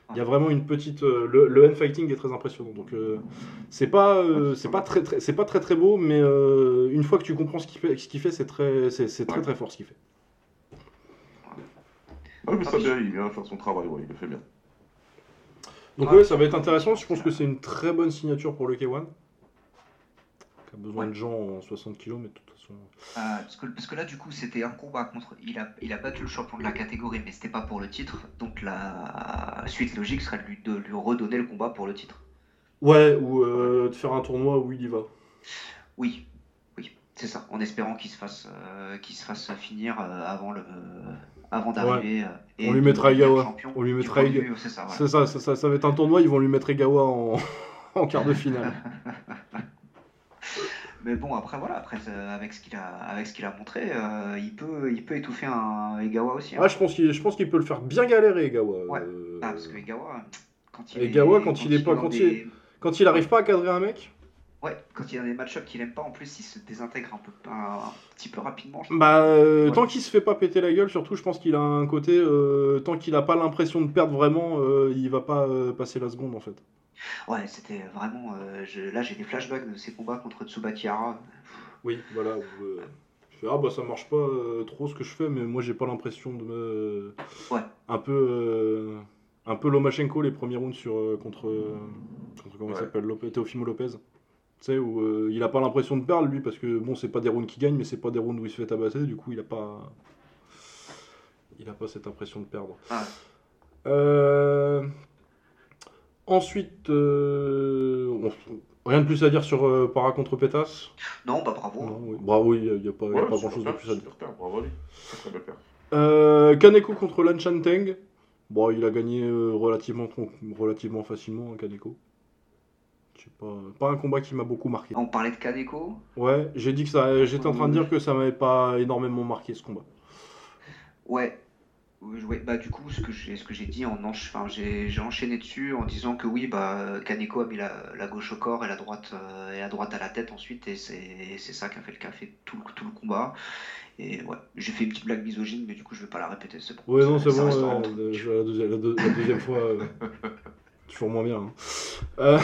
Il y a vraiment une petite. euh, le, le hand fighting est très impressionnant. Donc, euh, c'est pas, euh, c'est pas très, très, c'est pas très très beau, mais euh, une fois que tu comprends ce qu'il fait, ce qu'il fait, c'est très, c'est, c'est très Ouais. très fort ce qu'il fait. Ah, mais Ah ça oui. bien, il vient faire son travail, ouais, il le fait bien. Donc Ouais, ouais, ça va être intéressant. Je pense que c'est une très bonne signature pour le K un. Qui a besoin Ouais. de gens en soixante kilos, mais de toute façon. Euh, parce, que, parce que là, du coup, c'était un combat contre. Il a, il a battu le champion de la catégorie, mais c'était pas pour le titre. Donc la suite logique serait de lui, de lui redonner le combat pour le titre. Ouais, ou euh, de faire un tournoi où il y va. Oui, oui, c'est ça. En espérant qu'il se fasse, euh, qu'il se fasse finir euh, avant le, avant Ouais. d'arriver euh, On et lui de mettra devenir Egawa. champion. On lui Du mettra point de Ega- vue, c'est ça, voilà. C'est ça, ça, ça, ça va être un tournoi, ils vont lui mettre Egawa en, en quart de finale. Mais bon, après voilà, après euh, avec ce qu'il a, avec ce qu'il a montré, euh, il peut, il peut étouffer un Egawa aussi. Ah, Hein. je pense qu'il, je pense qu'il peut le faire bien galérer, Egawa. Ouais. Euh, Ah, parce que Egawa, quand il Egawa, est, quand il quand est il pas, est dans quand il, des, quand il arrive ouais, pas à cadrer un mec, ouais, quand il est dans des match-ups qu'il aime pas, en plus, il se désintègre un peu, un, un petit peu rapidement, je trouve. bah, euh, Ouais. tant qu'il se fait pas péter la gueule, surtout, je pense qu'il a un côté, euh, tant qu'il a pas l'impression de perdre vraiment, euh, il va pas euh, passer la seconde en fait. Ouais, c'était vraiment. euh, je- là, j'ai des flashbacks de ses combats contre Tsubaki Hara. Oui, voilà. Où, euh, je fais, ah bah ça marche pas euh, trop ce que je fais, mais moi j'ai pas l'impression de me, Ouais, un peu, euh, un peu Lomachenko les premiers rounds sur euh, contre, euh, contre comment il Ouais. s'appelle, Lopez, Teofimo Lopez. Tu sais, où euh, il a pas l'impression de perdre lui, parce que bon, c'est pas des rounds qui gagnent, mais c'est pas des rounds où il se fait tabasser, du coup il a pas, il a pas cette impression de perdre. ouais. Euh, Ensuite, euh, on- rien de plus à dire sur euh, Para contre Pétas. Non, bah bravo. Non, Hein. oui. Bravo, il n'y a, y a pas, y a Ouais, pas super grand chose de perf, plus à dire. super perf, bravo à lui. Très très bien perf. Euh, Kaneko contre Lan Chanteng. Bon, il a gagné euh, relativement, tron- relativement facilement, hein, Kaneko. C'est pas, pas un combat qui m'a beaucoup marqué. On parlait de Kaneko. Ouais, j'ai dit que ça, j'étais en train de Euh, dire que ça m'avait pas énormément marqué ce combat. ouais. Ouais, ouais, bah du coup, ce que j'ai, ce que j'ai dit en ench... enfin, j'ai, j'ai enchaîné dessus en disant que oui, bah Kaneko a mis la, la gauche au corps et la droite, euh, et la droite à la tête ensuite, et c'est, c'est ça qui a fait le, qui a fait tout, le- tout le combat. Et ouais, j'ai fait une petite blague misogyne, mais du coup, je vais pas la répéter, c'est bon. Ouais, non, Ça, c'est ça bon, restera euh, entre nous. euh, je- la, deuxième, la deux- la deuxième fois, euh, toujours moins bien. Hein. Euh,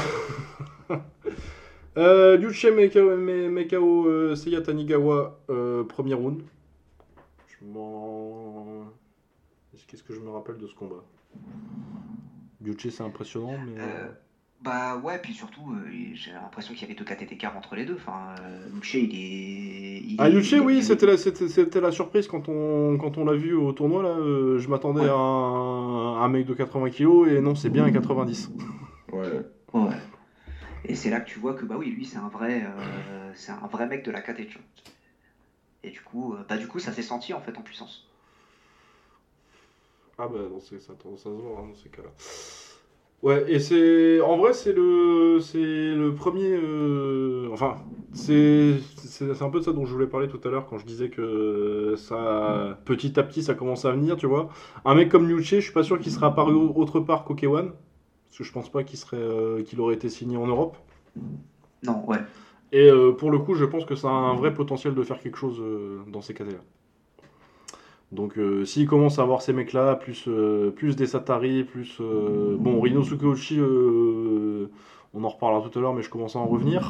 euh, Ryuche Mekao, Me- Mekao euh, Seiya Tanigawa, euh, premier round. Je m'en. Qu'est-ce que je me rappelle de ce combat? Ryuche, c'est impressionnant, mais. Euh, euh, Bah ouais, puis surtout, euh, j'ai l'impression qu'il y avait deux K T d'écart entre les deux. Enfin, euh, Luché, il est, il Ah, est, Ryuche, il est, oui, il est- c'était la, c'était, c'était la surprise quand on, quand on l'a vu au tournoi. Là, euh, je m'attendais Ouais, à un, un mec de quatre-vingts kilos, et non, c'est bien un quatre-vingt-dix. Ouais. ouais. Et c'est là que tu vois que bah oui, lui, c'est un vrai, euh, c'est un vrai mec de la K T, tu vois. Et du coup, euh, bah du coup, ça s'est senti en fait en puissance. Ah bah non, c'est, ça a tendance à se voir hein, dans ces cas-là. Ouais, et c'est en vrai c'est le c'est le premier euh, enfin c'est c'est c'est un peu de ça dont je voulais parler tout à l'heure quand je disais que ça petit à petit ça commence à venir, tu vois. Un mec comme Liu Che, je suis pas sûr qu'il serait apparu au- autre part qu'au K un parce que je pense pas qu'il serait euh, qu'il aurait été signé en Europe. Non, ouais. Et euh, pour le coup, je pense que ça a un vrai potentiel de faire quelque chose euh, dans ces cas-là. Donc euh, s'il commence à avoir ces mecs-là, plus, euh, plus des Satari, plus... euh, bon, Rino Sukeuchi, euh, on en reparlera tout à l'heure, mais je commence à en revenir.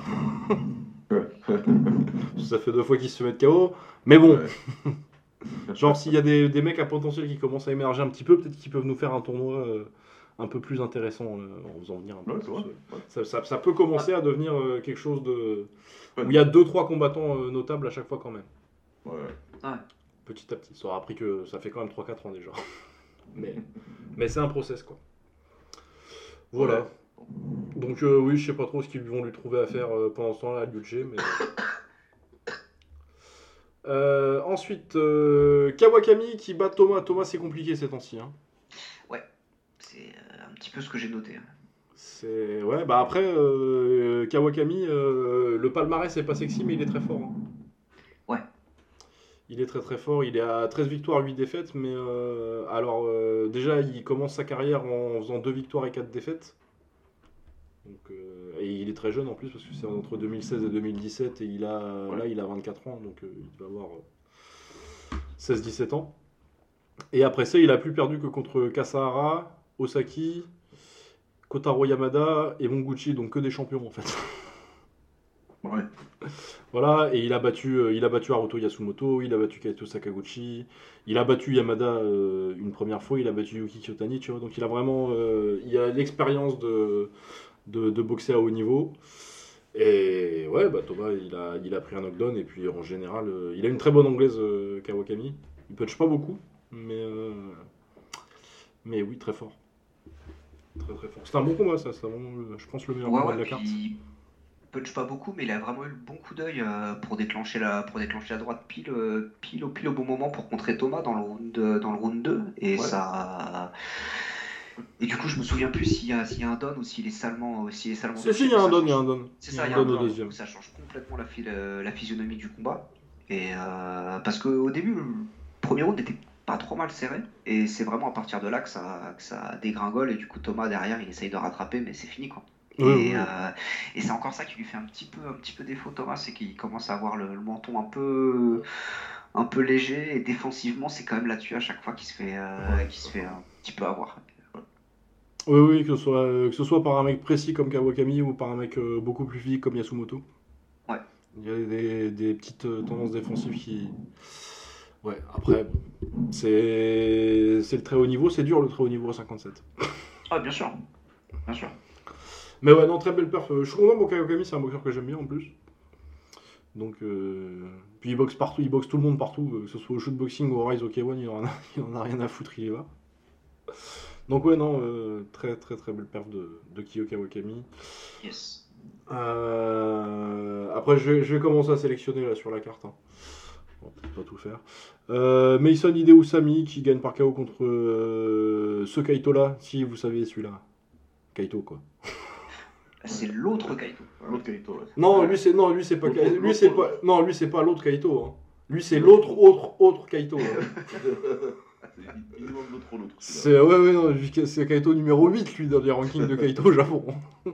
Ça fait deux fois qu'ils se mettent K O. Mais bon, Ouais. genre s'il y a des, des mecs à potentiel qui commencent à émerger un petit peu, peut-être qu'ils peuvent nous faire un tournoi euh, un peu plus intéressant euh, en faisant venir un peu Ouais, plus. c'est vrai. euh, Ouais. ça, ça- ça peut commencer à devenir euh, quelque chose de... Fun. où il y a deux trois combattants euh, notables à chaque fois quand même. Ouais. Ouais. Petit à petit. Ça aura pris que ça fait quand même trois quatre ans déjà. Mais, mais c'est un process quoi. Voilà. Ouais. Donc euh, oui, je sais pas trop ce qu'ils vont lui trouver à faire euh, pendant ce temps-là à Liu mais. Euh, ensuite, euh, Kawakami qui bat Thomas. Thomas, c'est compliqué ces temps-ci. Hein. Ouais. C'est euh, un petit peu ce que j'ai noté. Hein. C'est ouais, bah après euh, Kawakami, euh, le palmarès est pas sexy, mais il est très fort. Hein. Ouais. Il est très très fort. Il est à treize victoires, huit défaites, mais euh, alors euh, déjà il commence sa carrière en faisant deux victoires et quatre défaites. Donc, euh, et il est très jeune en plus parce que c'est entre deux mille seize et deux mille dix-sept et il a Ouais. là il a vingt-quatre ans donc euh, il va avoir euh, seize dix-sept ans. Et après ça, il a plus perdu que contre Kasahara, Osaki, Kotaro Yamada et Monguchi, donc que des champions en fait. Ouais. Voilà, et il a battu, euh, il a battu Haruto Yasumoto, il a battu Kaito Sakaguchi, il a battu Yamada euh, une première fois, il a battu Yuki Kyotani, tu vois, donc il a vraiment euh, il a l'expérience de, de, de boxer à haut niveau. Et ouais, bah Thomas, il a, il a pris un knockdown, et puis en général, euh, il a une très bonne anglaise, euh, Kawakami. Il punch pas beaucoup, mais, euh, mais oui, très fort. Très très fort. C'est un bon combat, ça, c'est vraiment, le- je pense, le meilleur Ouais, combat ouais, de la carte. puis punch pas beaucoup, mais il a vraiment eu le bon coup d'œil euh, pour déclencher la, pour déclencher la droite pile, euh, pile, au, pile au bon moment pour contrer Thomas dans le round, euh, dans le round deux. Et Ouais. ça. Et du coup, je me souviens plus s'il y a, s'il y a un down ou s'il est salement, s'il est salement Si, si, il y touché, a un ça don, il y a change- un don. C'est Il y ça, a il y un a un don au down, deuxième. donc ça change complètement la, fi- la, la physionomie du combat. Et euh, parce qu'au début, le premier round n'était pas trop mal serré. Et c'est vraiment à partir de là que ça, que ça dégringole. Et du coup, Thomas, derrière, il essaye de rattraper, mais c'est fini, quoi. Oui, Et, oui, oui. euh, et c'est encore ça qui lui fait un petit peu, un petit peu défaut, Thomas, c'est qu'il commence à avoir le, le menton un peu, un peu léger. Et défensivement, c'est quand même là-dessus à chaque fois qu'il se fait, euh, Ouais. qu'il se fait un petit peu avoir. Oui, oui, que ce soit, euh, que ce soit par un mec précis comme Kawakami ou par un mec euh, beaucoup plus physique comme Yasumoto. Ouais. Il y a des, des petites euh, tendances défensives qui. Ouais, après, bon, c'est c'est le très haut niveau, c'est dur le très haut niveau à cinquante-sept. Ah, bien sûr, bien sûr. Mais ouais, non, très belle perf. Euh, Je suis content pour Kawakami, c'est un boxeur que j'aime bien en plus. Donc, euh, puis il boxe partout, il boxe tout le monde partout, euh, que ce soit au shootboxing ou au Rise au K un, il en a, il en a rien à foutre, il y va. Donc ouais, non, euh, très très très belle perf de, de Kiyo Kawakami. Yes. Euh, Après, je vais, je vais commencer à sélectionner là sur la carte, hein. On va peut-être pas tout faire. Euh, Mason Hideo Sami qui gagne par K O contre euh, ce Kaito là, si vous savez celui-là. Kaito quoi. C'est l'autre Kaito. L'autre Kaito, ouais. Non, lui c'est non, lui c'est pas L'autre- Ka- lui l'autre- c'est pas non, lui c'est pas l'autre Kaito, hein. Lui c'est l'autre autre autre Kaito, hein. Il demande l'autre ou l'autre. C'est ouais ouais non, lui, c'est Kaito numéro huit lui dans les rankings de Kaito au Japon.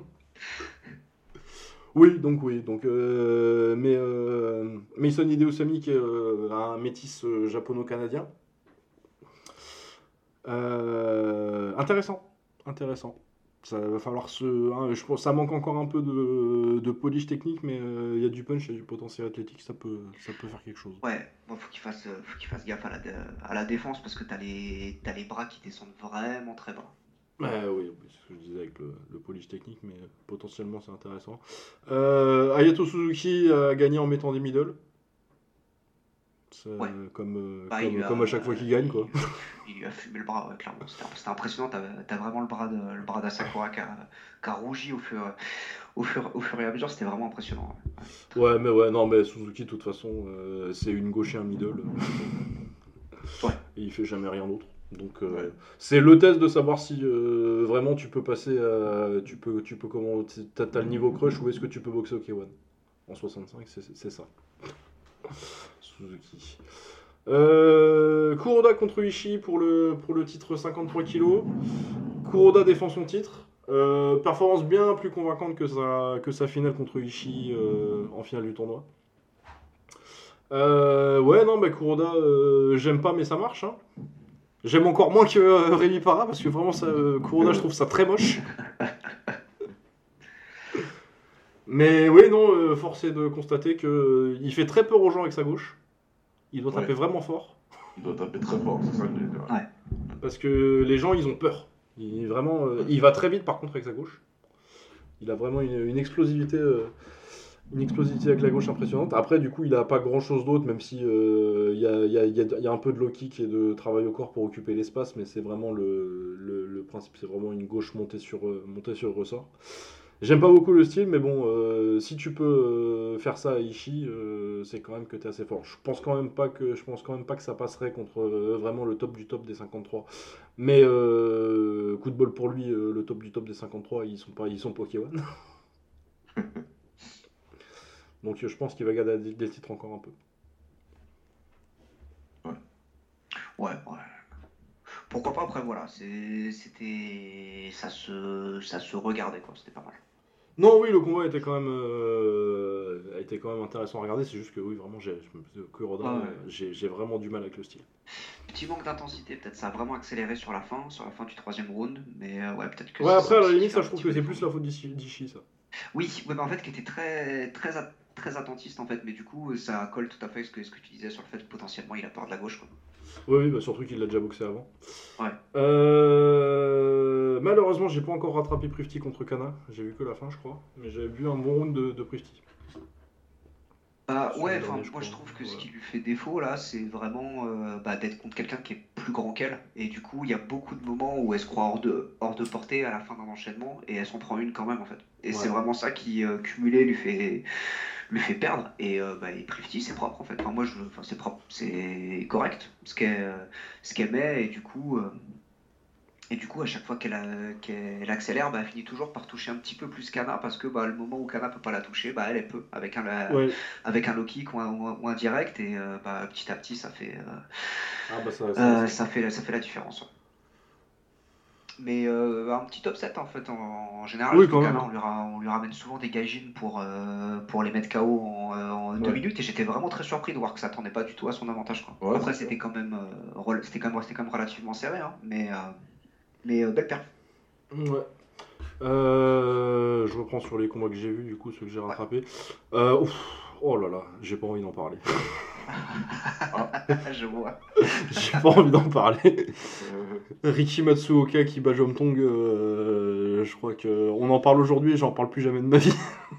Oui, donc oui, donc euh, mais euh, Mason Hideo Sami qui est euh, un métis euh, japono-canadien. Euh, intéressant, intéressant. Ça va falloir se, hein, je pense, ça manque encore un peu de, de polish technique, mais euh, il y a du punch, il y a du potentiel athlétique, ça peut, ça peut faire quelque chose. Ouais, bon, faut qu'il fasse, euh, faut qu'il fasse gaffe à la, dé- à la défense parce que t'as les, t'as les bras qui descendent vraiment très bas. Ouais, oui, oui, c'est ce que je disais avec le, le polish technique, mais potentiellement c'est intéressant. Euh, Hayato Suzuki a gagné en mettant des middle. C'est, Ouais. comme, euh, Bah, comme, il lui a- comme à chaque fois qu'il gagne, quoi. Il lui a fumé le bras, ouais, clairement. C'était c'était impressionnant. T'as t'as vraiment le bras de, le bras d'Asakura qui a, qui a rougi au fur, au, fur, au fur et à mesure. C'était vraiment impressionnant. Ouais. Ouais, mais ouais, non, mais Suzuki, de toute façon, euh, c'est une gauche et un middle. Ouais. Et il fait jamais rien d'autre. Donc, euh, Ouais. c'est le test de savoir si euh, vraiment tu peux passer à. Tu peux, tu peux comment. T'as, t'as le niveau crush ou est-ce que tu peux boxer au K un en soixante-cinq, c'est, c'est, c'est ça. Suzuki. Euh, Kuroda contre Ishii pour le, pour le titre cinquante-trois kilos. Kuroda défend son titre. Euh, performance bien plus convaincante que sa, que sa finale contre Ishii euh, en finale du tournoi. Euh, ouais, non, bah Kuroda, euh, j'aime pas, mais ça marche, hein. J'aime encore moins que euh, Rémi Parra parce que vraiment, ça, euh, Kuroda, je trouve ça très moche. Mais oui, non, euh, force est de constater que euh, il fait très peur aux gens avec sa gauche. Il doit taper Ouais. vraiment fort. Il doit taper très fort, c'est ça que je veux dire. Ouais. Parce que les gens, ils ont peur. Il, est vraiment, euh, il va très vite, par contre, avec sa gauche. Il a vraiment une, une explosivité, euh, une explosivité avec la gauche impressionnante. Après, du coup, il n'a pas grand-chose d'autre, même si euh, il y, a, il y a- il y a- il y a un peu de low kick et de travail au corps pour occuper l'espace, mais c'est vraiment le, le- le principe, c'est vraiment une gauche montée sur, euh, montée sur le ressort. J'aime pas beaucoup le style, mais bon, euh, si tu peux euh, faire ça à Ishii, euh, c'est quand même que tu es assez fort. Je pense quand même pas que je pense quand même pas que ça passerait contre euh, vraiment le top du top des cinquante-trois. Mais euh, coup de bol pour lui, euh, le top du top des cinquante-trois, ils sont pas ils sont Pokémon. Donc euh, je pense qu'il va garder des titres encore un peu. Ouais, ouais. Pourquoi pas, après, voilà. c'est- C'était. Ça se, ça se regardait, quoi. C'était pas mal. Non, oui, le combat était quand même, euh, a été quand même intéressant à regarder. C'est juste que oui, vraiment, j'ai, je me- que Rodin, Ah ouais. euh, j'ai, j'ai vraiment du mal avec le style. Petit manque d'intensité, peut-être ça a vraiment accéléré sur la fin, sur la fin du troisième round, mais euh, ouais, peut-être que Ouais, c'est après, ça à la aussi qui limite, fait ça, un je trouve petit que peu c'est plus défaut. la faute d'Ishi, d'Ishi, ça. Oui, ouais, bah en fait, qui était très, très, at- très attentiste en fait, mais du coup, ça colle tout à fait avec ce que, ce que tu disais sur le fait que potentiellement il a peur de la gauche, quoi. Oui, oui, bah, surtout qu'il l'a déjà boxé avant. Ouais. Euh, Malheureusement, j'ai pas encore rattrapé Prifty contre Kana. J'ai vu que la fin, je crois. Mais j'avais vu un bon round de, de Prifty. Bah Sur ouais, le enfin dernier, je moi je crois. trouve que ce Ouais. qui lui fait défaut là, c'est vraiment euh, bah, d'être contre quelqu'un qui est plus grand qu'elle. Et du coup, il y a beaucoup de moments où elle se croit hors de, hors de portée à la fin d'un enchaînement et elle s'en prend une quand même en fait. Et c'est Ouais. vraiment ça qui euh, cumulé lui fait, lui fait perdre. Et, euh, bah, et Prifty c'est propre en fait. Enfin, moi je, enfin, c'est propre, c'est correct ce qu'elle ce qu'elle met et du coup. euh, Et du coup, à chaque fois qu'elle a- qu'elle accélère, bah, elle finit toujours par toucher un petit peu plus Kana parce que bah, le moment où Kana peut pas la toucher, bah, elle, elle peut avec un, la- Ouais. avec un low kick ou un, ou un- ou un direct et euh, bah, petit à petit, ça fait, Ah bah ça, euh, ça, euh, ça. ça fait, ça fait la différence. Ouais. Mais euh, un petit upset en fait, en, en général, Oui, parce que quand même. Kana, on lui, ra- on lui ramène souvent des gaijins pour, euh, pour les mettre K O en, euh, en deux Ouais. minutes et j'étais vraiment très surpris de voir que ça tournait pas du tout à son avantage. Quoi. Ouais, Après, c'est c'était clair. quand, même, euh, rel- c'était quand, même- c'était quand même relativement serré, hein, mais, euh, mais euh, belle perf. Ouais. Euh, je reprends sur les combats que j'ai vus, du coup, ceux que j'ai Ouais. rattrapés. Euh, ouf, oh là là, j'ai pas envie d'en parler. Ah, Je vois. J'ai pas envie d'en parler. euh, Riki Matsuoka qui bat Jomtong, euh, je crois que on en parle aujourd'hui et j'en parle plus jamais de ma vie.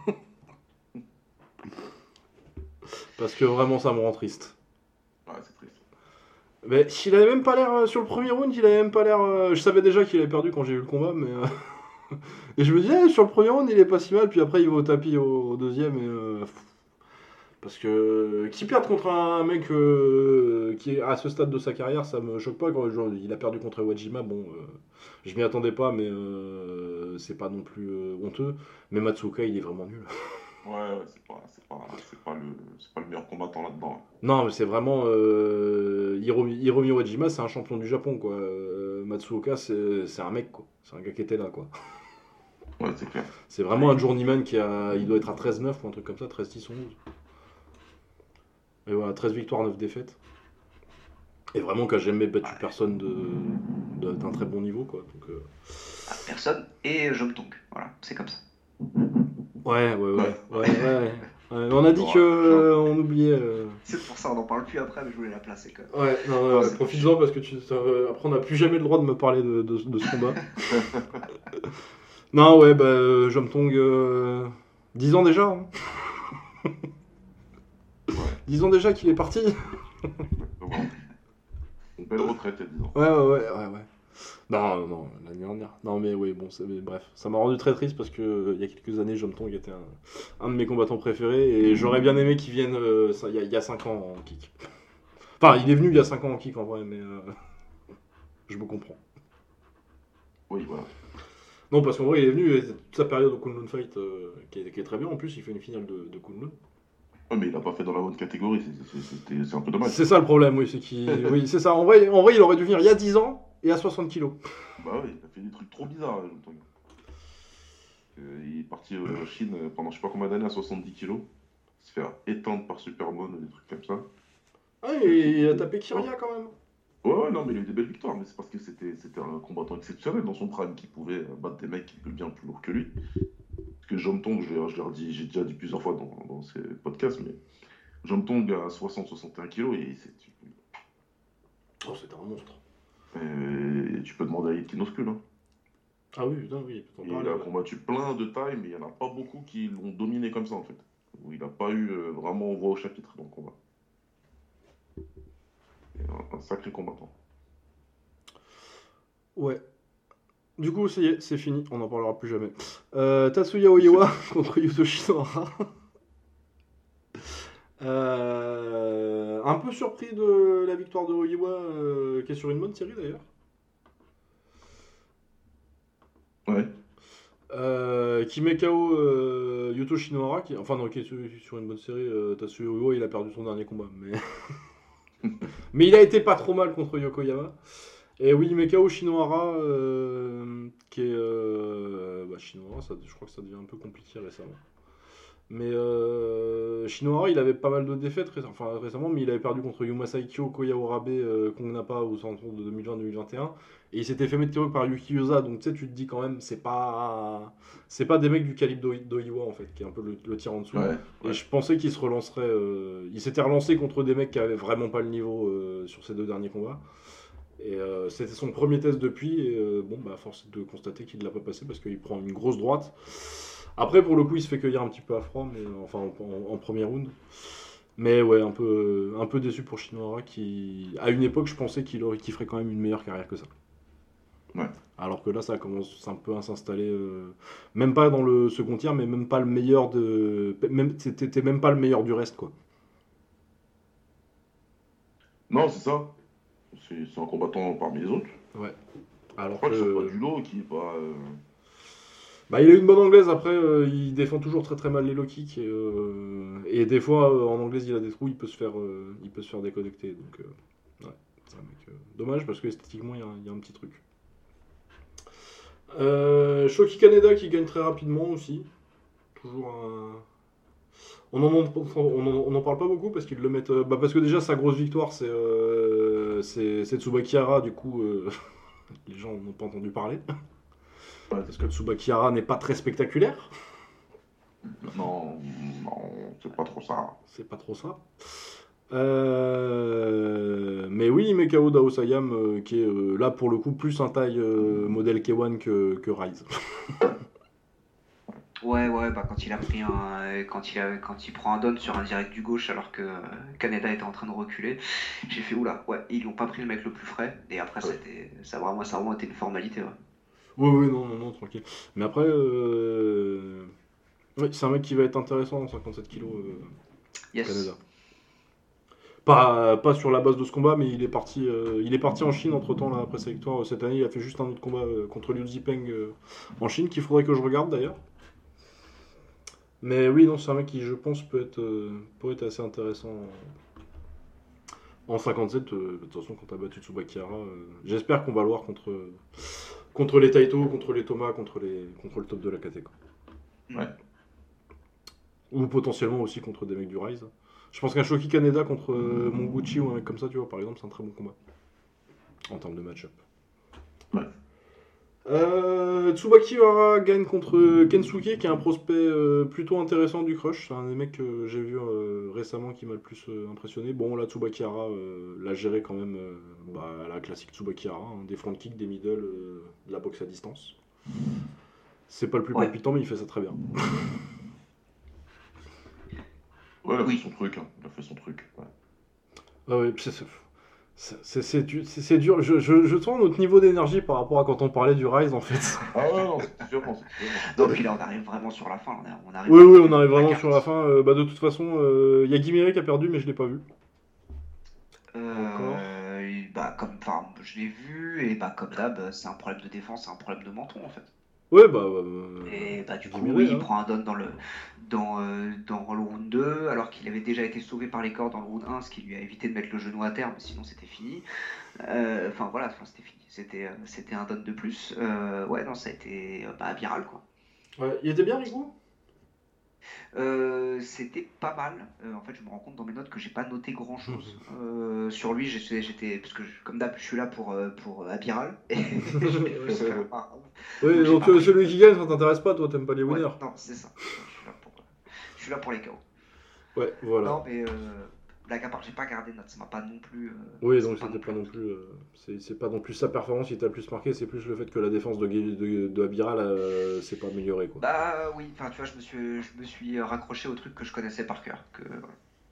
Parce que vraiment, ça me rend triste. ouais, c'est triste. Mais il avait même pas l'air, euh, sur le premier round, il avait même pas l'air. euh, je savais déjà qu'il avait perdu quand j'ai vu le combat, mais. euh, Et je me disais, eh, sur le premier round, il est pas si mal, puis après, il va au tapis au, au deuxième, et. euh, pff, Parce que. Qui perd contre un mec euh, qui est à ce stade de sa carrière, ça me choque pas. Quand, genre, il a perdu contre Wajima, bon. euh, je m'y attendais pas, mais euh, c'est pas non plus euh, honteux. Mais Matsuoka, il est vraiment nul. Ouais, ouais, c'est pas, c'est pas, c'est pas le, c'est pas le meilleur combattant là-dedans. Non, mais c'est vraiment. Euh, Hiromi, Hiromi Wajima, c'est un champion du Japon, quoi. Euh, Matsuoka, c'est c'est un mec, quoi. C'est un gars qui était là, quoi. Ouais, c'est clair. C'est vraiment un journeyman qui a. Il doit être à treize neuf ou un truc comme ça, treize dix ou onze. Et voilà, treize victoires, neuf défaites. Et vraiment qui a jamais battu Ouais. personne de, de- d'un très bon niveau, quoi. Donc, euh, Ah, personne et Jomtong. Voilà, c'est comme ça. Ouais, ouais, ouais. Ouais. ouais, ouais, ouais. Ouais, mais on a dit Ouais, que euh, genre. on oubliait. euh, C'est pour ça, on n'en parle plus après, mais je voulais la placer quand même. Ouais, non, Non, ouais, c'est profites-en parce que tu, ça, euh, après on n'a plus jamais le droit de me parler de, de- de ce combat. Non, ouais, bah, euh, Jomtong, euh, dix ans déjà. Hein. Ouais, dix ans déjà qu'il est parti. exactement. Une belle retraite, il y a dix ans. Ouais, ouais, ouais, ouais, ouais. Non, non, l'année dernière. Non, mais oui, bon, c'est- mais bref. Ça m'a rendu très triste parce que euh, il y a quelques années, Jomtong était un, un de mes combattants préférés et j'aurais bien aimé qu'il vienne euh, ça, il y a- il y a cinq ans en kick. Enfin, il est venu il y a cinq ans en kick en vrai, mais euh, je me comprends. Oui, voilà. Non, parce qu'en vrai, il est venu, et toute sa période au Kunlun Fight, euh, qui, est, qui est très bien en plus, il fait une finale de, de Kunlun. Ouais, mais il a pas fait dans la bonne catégorie, c'est- c'est c'était- c'est un peu dommage. C'est ça le problème, oui, c'est qu'il. Oui, c'est ça. En vrai, en vrai, il aurait dû venir il y a dix ans et à soixante kilos. Bah oui, il a fait des trucs trop bizarres, là, Jomtong. Euh, il est parti euh, en Chine euh, pendant je sais pas combien d'années à soixante-dix kilos. Se faire étendre par Superman, des trucs comme ça. Ah, et il a tapé Kyria quand même. Ouais, ouais, non, mais il a eu des belles victoires, mais c'est parce que c'était c'était un combattant exceptionnel dans son prime qui pouvait euh, battre des mecs qui étaient bien plus lourds que lui. Parce que Jomtong, je, l'ai- je l'ai redit- j'ai déjà dit plusieurs fois dans, dans ces podcasts, mais Jomtong à soixante soixante et un kilos, et c'est- tu, Oh, c'était un monstre. et tu peux demander à Yetkinoscul. Hein. Ah oui, putain, oui, t'en Il parler, a ouais. combattu plein de tailles, mais il n'y en a pas beaucoup qui l'ont dominé comme ça en fait. Où il n'a pas eu euh, vraiment voix au chapitre dans le combat. Et un, un sacré combattant. Ouais. Du coup, ça y est, c'est fini, on n'en parlera plus jamais. Euh, Tatsuya Oiwa contre Yutoshi Nohara. Euh, un peu surpris de la victoire de Oiwa, euh, qui est sur une bonne série d'ailleurs. Ouais. Euh, qui met K O euh, Yuto Shinohara, qui, enfin non, qui est sur, sur une bonne série. euh, Tatsuya Oiwa, il a perdu son dernier combat, mais mais il a été pas trop mal contre Yokoyama. Et oui, il met K O Shinohara, euh, qui est euh, bah, chinois, Shinohara, ça, je crois que ça devient un peu compliqué récemment. Mais euh, Shinohara, il avait pas mal de défaites ré- enfin, récemment, mais il avait perdu contre Yuma Saikyo, Koya Orabe, euh, Kong Napa aux alentours de deux mille vingt deux mille vingt et un. Et il s'était fait mettre K O par Yuki Yosa, donc tu sais, tu te dis quand même, c'est pas, c'est pas des mecs du calibre d'Oi- d'Oiwa en fait, qui est un peu le, le tir en dessous. Ouais, Et ouais. je pensais qu'il se relancerait. euh, il s'était relancé contre des mecs qui avaient vraiment pas le niveau euh, sur ces deux derniers combats. Et euh, c'était son premier test depuis. Et euh, bon, bah, force est de constater qu'il ne l'a pas passé parce qu'il prend une grosse droite. Après, pour le coup, il se fait cueillir un petit peu à froid, mais euh, enfin en, en- en premier round. Mais ouais, un peu, un peu déçu pour Shinohara qui, à une époque, je pensais qu'il aurait, qu'il ferait quand même une meilleure carrière que ça. Ouais. Alors que là, ça commence un peu à s'installer, euh, même pas dans le second tiers, mais même pas le meilleur de, même, c'était même pas le meilleur du reste, quoi. Non, c'est ça. C'est c'est un combattant parmi les autres. Ouais. Je Alors crois qu'il sort pas que, du lot, qui est pas. euh, bah, il a une bonne anglaise. Après, euh, il défend toujours très très mal les low kicks et, euh, et des fois, euh, en anglaise, il a des trous, il peut se faire, euh, il peut se faire déconnecter. Donc, euh, ouais, c'est un mec, euh, dommage parce que esthétiquement, il y, a un- il y a un petit truc. Euh, Shoki Kaneda qui gagne très rapidement aussi. Toujours un. On en, on en, on en parle pas beaucoup parce qu'ils le mettent. euh, bah parce que déjà, sa grosse victoire, c'est euh, c'est c'est Tsubaki Hara. Du coup, euh, les gens n'ont pas entendu parler. ouais. Parce que Tsubaki Hara n'est pas très spectaculaire. Non, non, c'est pas trop ça. C'est pas trop ça. Euh, Mais oui, il met K O Dao Sayam, euh, qui est euh, là pour le coup plus un taille euh, modèle K un que, que Rise. Ouais, ouais, bah quand il a pris un, euh, quand il a, quand il prend un down sur un direct du gauche alors que euh, Canada était en train de reculer, j'ai fait oula, ouais, ils n'ont pas pris le mec le plus frais et après Ouais. c'était, ça a vraiment, ça a vraiment été une formalité, ouais. Oui, oui, non, non, non, tranquille. Mais après, euh... oui, c'est un mec qui va être intéressant dans cinquante-sept kilos euh, Canada. Yes. Pas, pas sur la base de ce combat, mais il est parti, euh, il est parti en Chine entre temps là, après sa victoire. Cette année, il a fait juste un autre combat euh, contre Liu Zipeng euh, en Chine, qu'il faudrait que je regarde d'ailleurs. Mais oui, non, c'est un mec qui, je pense, peut être, euh, peut être assez intéressant en cinquante-sept. Euh, de toute façon, quand t'as battu Tsubaki Hara, euh, j'espère qu'on va le voir contre, contre les Taito, contre les Thomas, contre, les, contre le top de la K T. Quoi. Ouais. Ou potentiellement aussi contre des mecs du Rise. Je pense qu'un Shoki Kaneda contre euh, Monguchi ou un mec comme ça, tu vois, par exemple, c'est un très bon combat. En termes de match-up. Ouais. Euh, Tsubaki Hara gagne contre Kensuke, qui est un prospect euh, plutôt intéressant du Crush. C'est un des mecs que j'ai vu euh, récemment qui m'a le plus euh, impressionné. Bon, là, Tsubaki Hara euh, l'a géré quand même euh, bah, la classique Tsubaki Hara, hein, des front kicks, des middle, euh, de la boxe à distance. C'est pas le plus Ouais. palpitant, mais il fait ça très bien. Ouais, il a Oui. fait son truc. Hein. Il a fait son truc. Ouais. Ah ouais, c'est, c'est, c'est, c'est du- c'est- c'est dur. Je, je, je sens notre niveau d'énergie par rapport à quand on parlait du Rise en fait. Ah ouais, non, c'est différent. C'est différent. Non, puis là on arrive vraiment sur la fin, on, a- on arrive Oui, à la oui, fin on de arrive la vraiment carte. sur la fin. Euh, bah, de toute façon, il y a Guiméré qui a perdu, mais je l'ai pas vu. Encore. Euh, et bah comme, enfin, je l'ai vu et bah comme d'hab, c'est un problème de défense, c'est un problème de menton en fait. Ouais, bah. euh, Et bah du coup, Guiméré, oui, il hein. prend un down dans le, dans, euh, dans le round deux, alors qu'il avait déjà été sauvé par les cordes dans le round un, ce qui lui a évité de mettre le genou à terre, mais sinon c'était fini. Euh, Enfin voilà, enfin, c'était fini. C'était, euh, c'était un down de plus. Euh, ouais, non, ça a été euh, bah, viral quoi. Ouais, il était bien, Rico. Euh, c'était pas mal. Euh, en fait, je me rends compte dans mes notes que j'ai pas noté grand chose euh, sur lui. J'étais, j'étais- parce que je- comme d'hab, je suis là pour euh, pour Abiral. Et j'étais plus là. Ouais, Donc, j'ai donc pas euh, pris. celui qui gagne, ça t'intéresse pas, toi, t'aimes pas les Ouais, winners. non, c'est ça. Je suis là pour, je suis là pour les K O. Ouais, voilà. Non, mais euh, blague à part, j'ai pas gardé de notes. Ça m'a pas non plus. euh, Oui, ça donc m'a c'était pas plus non plus. euh, c'est, c'est pas non plus sa performance qui t'a le plus marqué, c'est plus le fait que la défense de, Gu- de, de Abiral euh, s'est pas améliorée, quoi. Bah oui, enfin tu vois, je me suis, je me suis raccroché au truc que je connaissais par cœur. Que, voilà.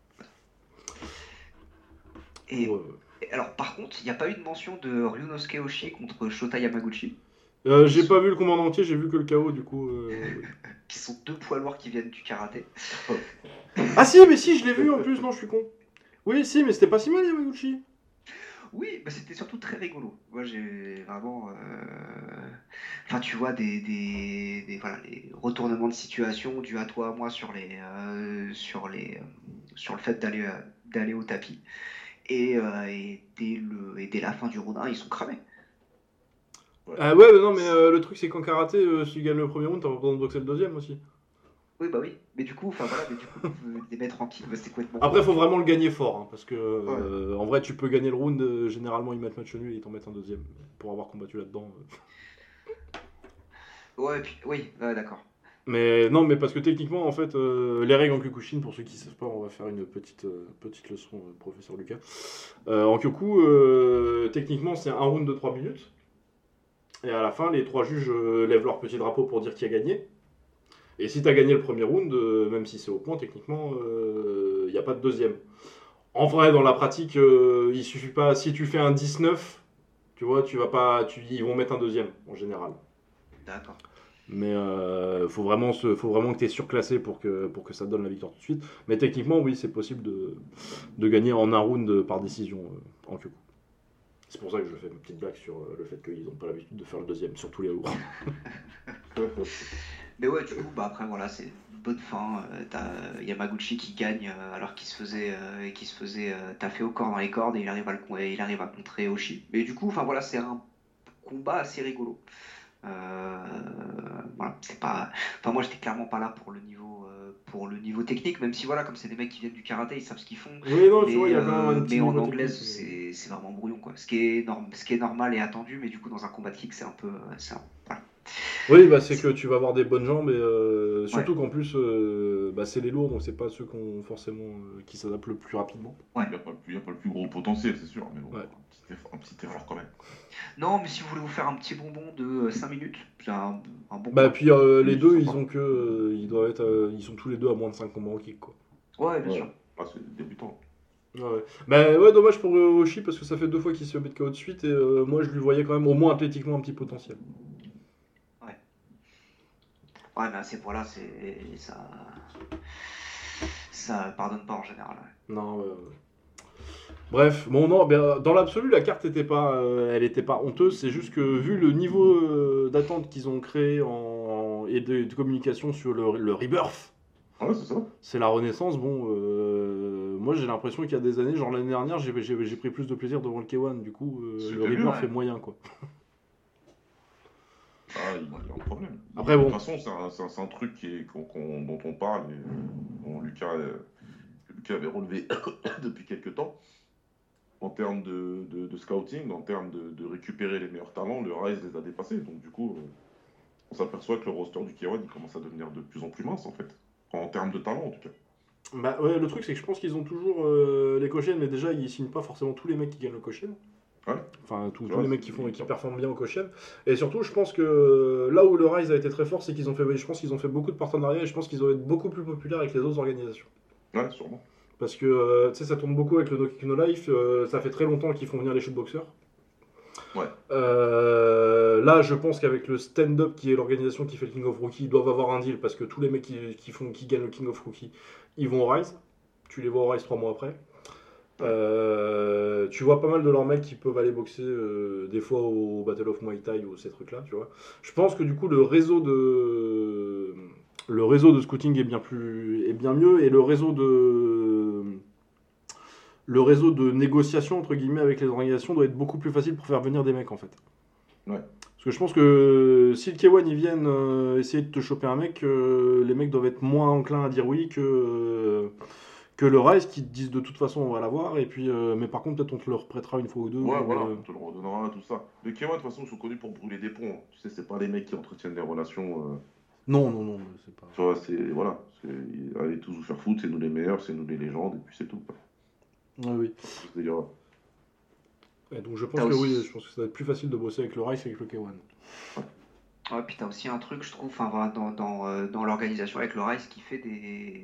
Et, Ouais. et alors par contre, il n'y a pas eu de mention de Ryunosuke Oshii contre Shota Yamaguchi, Euh, j'ai Ils pas sont- vu le combat en entier, j'ai vu que le K O, du coup. euh, oui. qui sont deux poids lourds qui viennent du karaté. Ah si, mais si, je l'ai vu en plus, non, je suis con. Oui, si, mais c'était pas si mal, Yamaguchi. Oui, bah c'était surtout très rigolo. Moi j'ai vraiment. euh, Enfin, tu vois, des, des, des- voilà, les retournements de situation dus à toi, à moi, sur, les, euh, sur, les, euh, sur le fait d'aller euh, d'aller au tapis. Et, euh, et, dès le, et dès la fin du round un, ils sont cramés. Ouais. Ah ouais, mais non, mais euh, le truc c'est qu'en karaté, euh, si tu gagnes le premier round, t'as pas besoin de boxer le deuxième aussi. Oui, bah oui. Mais du coup, enfin voilà, mais du coup, euh, les mettre en kick, bah, c'est complètement Après, con. faut vraiment le gagner fort, hein, parce que Ouais. euh, en vrai, tu peux gagner le round, euh, généralement ils mettent match nul et ils t'en mettent un deuxième pour avoir combattu là-dedans. euh. Ouais, et puis, oui, ouais, d'accord. Mais non, mais parce que techniquement, en fait, euh, les règles en Kyokushin, pour ceux qui ne savent pas, on va faire une petite, euh, petite leçon, euh, professeur Lucas. Euh, en Kyoku, euh, techniquement, c'est un round de trois minutes. Et à la fin, les trois juges euh, lèvent leur petit drapeau pour dire qui a gagné. Et si tu as gagné le premier round, euh, même si c'est au point, techniquement, il n'y a pas de deuxième. En vrai, dans la pratique, euh, il suffit pas. Si tu fais un dix-neuf, tu vois, tu vas pas. Tu, ils vont mettre un deuxième, en général. D'accord. Mais euh, faut vraiment se, faut vraiment que tu es surclassé pour que, pour que ça te donne la victoire tout de suite. Mais techniquement, oui, c'est possible de, de gagner en un round par décision euh, en Kyoku. C'est pour ça que je fais une petite blague sur euh, le fait qu'ils n'ont pas l'habitude de faire le deuxième, surtout les lourds. Mais ouais, du coup, bah après, voilà, c'est une bonne fin. Euh, t'as euh, Yamaguchi qui gagne euh, alors qu'il se faisait, euh, et qui se faisait euh, taffer au corps dans les cordes et il arrive à, le, con- et il arrive à contrer Oshi. Mais du coup, enfin voilà, c'est un combat assez rigolo. Euh, voilà, c'est pas. Enfin, moi, j'étais clairement pas là pour le niveau, euh, pour le niveau technique, même si voilà, comme c'est des mecs qui viennent du karaté, ils savent ce qu'ils font. Oui, non, tu vois, il Mais, y a quand même euh, un petit mais en niveau anglaise, technique. mais- c'est c'est vraiment brouillon, quoi. Ce qui est norm- ce qui est normal et attendu, mais du coup, dans un combat de kick, c'est un peu, euh, c'est un- voilà. Oui, bah, c'est que C'est- tu vas avoir des bonnes jambes et euh, Ouais, surtout qu'en plus, euh, bah, c'est les lourds, donc c'est pas ceux qu'on forcément euh, qui s'adaptent le plus rapidement. ouais. Il n'y a, pas le plus- y a pas le plus gros potentiel, c'est sûr, mais bon, Ouais. un petit effort, un petit effort quand même. Non, mais si vous voulez vous faire un petit bonbon de cinq minutes, c'est un, un bon Bah, combat. puis euh, les Oui, deux, c'est ils sympa. ont que, euh, ils doivent être, euh, ils sont tous les deux à moins de cinq combats en kick, quoi. Ouais, bien Ouais. sûr. Ah, c'est débutant. Ouais, ouais. Bah ouais, dommage pour euh, Oshi parce que ça fait deux fois qu'il se met K O de suite et euh, moi je lui voyais quand même au moins athlétiquement un petit potentiel. Ouais. Ouais, mais à ces points-là, c'est ça, ça pardonne pas en général. Ouais. Non, ouais, ouais. Bref, bon non, ben, dans l'absolu la carte était pas, euh, elle était pas honteuse, c'est juste que vu le niveau euh, d'attente qu'ils ont créé en, et de, de communication sur le, le Rebirth, Ouais, c'est ça. c'est la renaissance, bon, euh, moi j'ai l'impression qu'il y a des années, genre l'année dernière, j'ai j'ai- j'ai pris plus de plaisir devant le K un, du coup euh, le C'était mieux. Rebirth Ouais. est moyen quoi. Ah, il y a un problème. Après, De bon. toute façon, c'est un, c'est un- c'est un truc qui est, qu'on- qu'on- dont on parle et euh, dont Lucas, euh, que Lucas avait relevé depuis quelques temps. En termes de, de- de scouting, en termes de, de récupérer les meilleurs talents, le Rise les a dépassés. Donc du coup, euh, on s'aperçoit que le roster du K un il commence à devenir de plus en plus mince en fait. En termes de talent en tout cas. Bah ouais, le truc c'est que je pense qu'ils ont toujours euh, les Koshien, mais déjà ils signent pas forcément tous les mecs qui gagnent le Koshien. Ouais. Enfin, tous Tu tous vois, les mecs c'est qui font et qui limite, hein. performent bien au Koshien. Et surtout, je pense que euh, là où le Rise a été très fort, c'est qu'ils ont fait, oui, je pense qu'ils ont fait beaucoup de partenariats et je pense qu'ils ont été beaucoup plus populaires avec les autres organisations. Ouais, sûrement. Parce que euh, tu sais, ça tourne beaucoup avec le No Kick No Life. euh, ça fait très longtemps qu'ils font venir les shootboxers. Ouais. Euh, là, je pense qu'avec le stand-up qui est l'organisation qui fait le King of Rookie, ils doivent avoir un deal parce que tous les mecs qui, qui font, qui gagnent le King of Rookie, ils vont au Rise. Tu les vois au Rise trois mois après. Euh, tu vois pas mal de leurs mecs qui peuvent aller boxer euh, des fois au Battle of Muay Thai ou ces trucs là, tu vois. Je pense que du coup le réseau de le réseau de scouting est bien plus est bien mieux et le réseau de le réseau de négociation entre guillemets avec les organisations doit être beaucoup plus facile pour faire venir des mecs en fait. Ouais. Parce que je pense que si le K un ils viennent euh, essayer de te choper un mec, euh, les mecs doivent être moins enclins à dire oui que euh, que le Rise qui te disent de toute façon on va l'avoir et puis euh, mais par contre peut-être on te le reprêtera une fois ou deux. Ouais, ou, voilà, euh, on te le redonnera, tout ça. Les K un, de toute façon, ils sont connus pour brûler des ponts. Tu sais, c'est pas les mecs qui entretiennent des relations. euh, Non non non c'est pas. Tu vois, c'est. Voilà. c'est- Allez tous vous faire foutre, c'est nous les meilleurs, c'est nous les légendes, et puis c'est tout. Quoi. Ouais, oui. C'est ce délire-là. Et donc je pense T'as que aussi- oui, je pense que ça va être plus facile de bosser avec le Rise qu'avec le K un. Ouais, puis t'as aussi un truc, je trouve, enfin, voilà, dans, dans, euh, dans l'organisation avec le Rise qui fait des,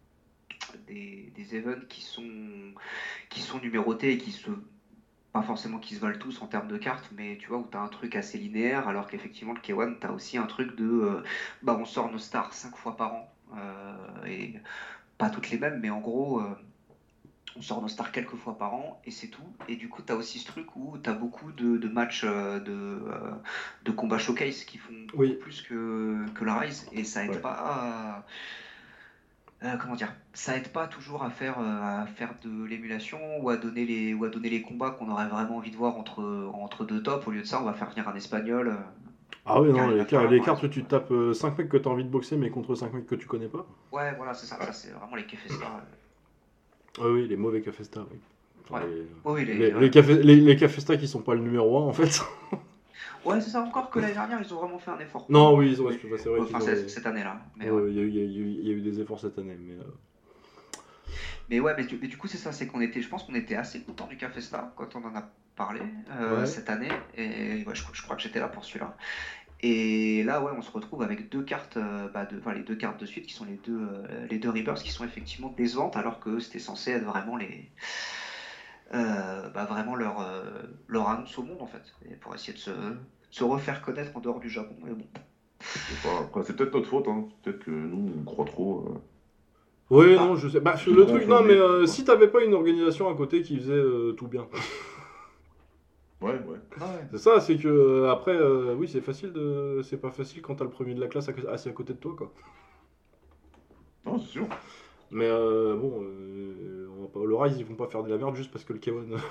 des, des events qui sont, qui sont numérotés et qui se. Pas forcément qui se valent tous en termes de cartes, mais tu vois, où t'as un truc assez linéaire, alors qu'effectivement, le K un, t'as aussi un truc de. Euh, bah, on sort nos stars cinq fois par an. euh, et pas toutes les mêmes, mais en gros. euh, on sort nos stars quelques fois par an et c'est tout. Et du coup, tu as aussi ce truc où tu as beaucoup de, de matchs euh, de, euh, de combats showcase qui font beaucoup Oui. plus que, que la Rise et ça aide Ouais. pas à... euh, comment dire, ça aide pas toujours à faire, euh, à faire de l'émulation ou à donner les, ou à donner les combats qu'on aurait vraiment envie de voir entre, entre deux tops. Au lieu de ça, on va faire venir un espagnol euh, Ah oui, qui non, arrive les, à faire car- la les cartes où comparaison. tu te Ouais, tapes euh, cinq mecs que t'as envie de boxer, mais contre cinq mecs que tu connais pas. ouais, voilà, c'est ça. Ouais. Ça, c'est vraiment les Kefesta. euh. Ah oui, les mauvais Cafesta, oui. Enfin, Ouais. les, Oui, les, les, ouais. les, café- les, les Cafesta qui sont pas le numéro un en fait. Ouais, c'est ça. Encore que l'année dernière, ils ont vraiment fait un effort pour Non, eux. oui, ils ont, Mais, c'est vrai qu'ils enfin, ont. c'est- cette année-là. Mais ouais. Ouais, il y, a eu- il y a eu- il y a eu des efforts cette année, mais. euh, Mais ouais, mais du, mais du coup, c'est ça. C'est qu'on était, je pense qu'on était assez content du Cafesta quand on en a parlé euh, Ouais. cette année. Et ouais, je, je crois que j'étais là pour celui-là. Et là, ouais, on se retrouve avec deux cartes, euh, bah, de, enfin, les deux cartes de suite qui sont les deux, euh, les deux Rebirths qui sont effectivement décevantes alors que c'était censé être vraiment les, euh, bah, vraiment leur, euh, leur annonce au monde en fait, et pour essayer de se, de se refaire connaître en dehors du Japon. Mais bon. Je sais pas. Après, c'est peut-être notre faute, hein. Peut-être que nous, on croit trop. euh, Oui, Bah, non, je sais. Bah, Je suis le trop truc, non, enflammé, mais je euh, sais pas. si t'avais pas une organisation à côté qui faisait euh, tout bien. Ouais, ouais. ouais. C'est ça, c'est que euh, après, euh, oui, c'est facile de. C'est pas facile quand t'as le premier de la classe à- assis à côté de toi, quoi. Non, c'est sûr. Mais euh, bon, euh, on va pas... le Rise, ils vont pas faire de la merde juste parce que le K un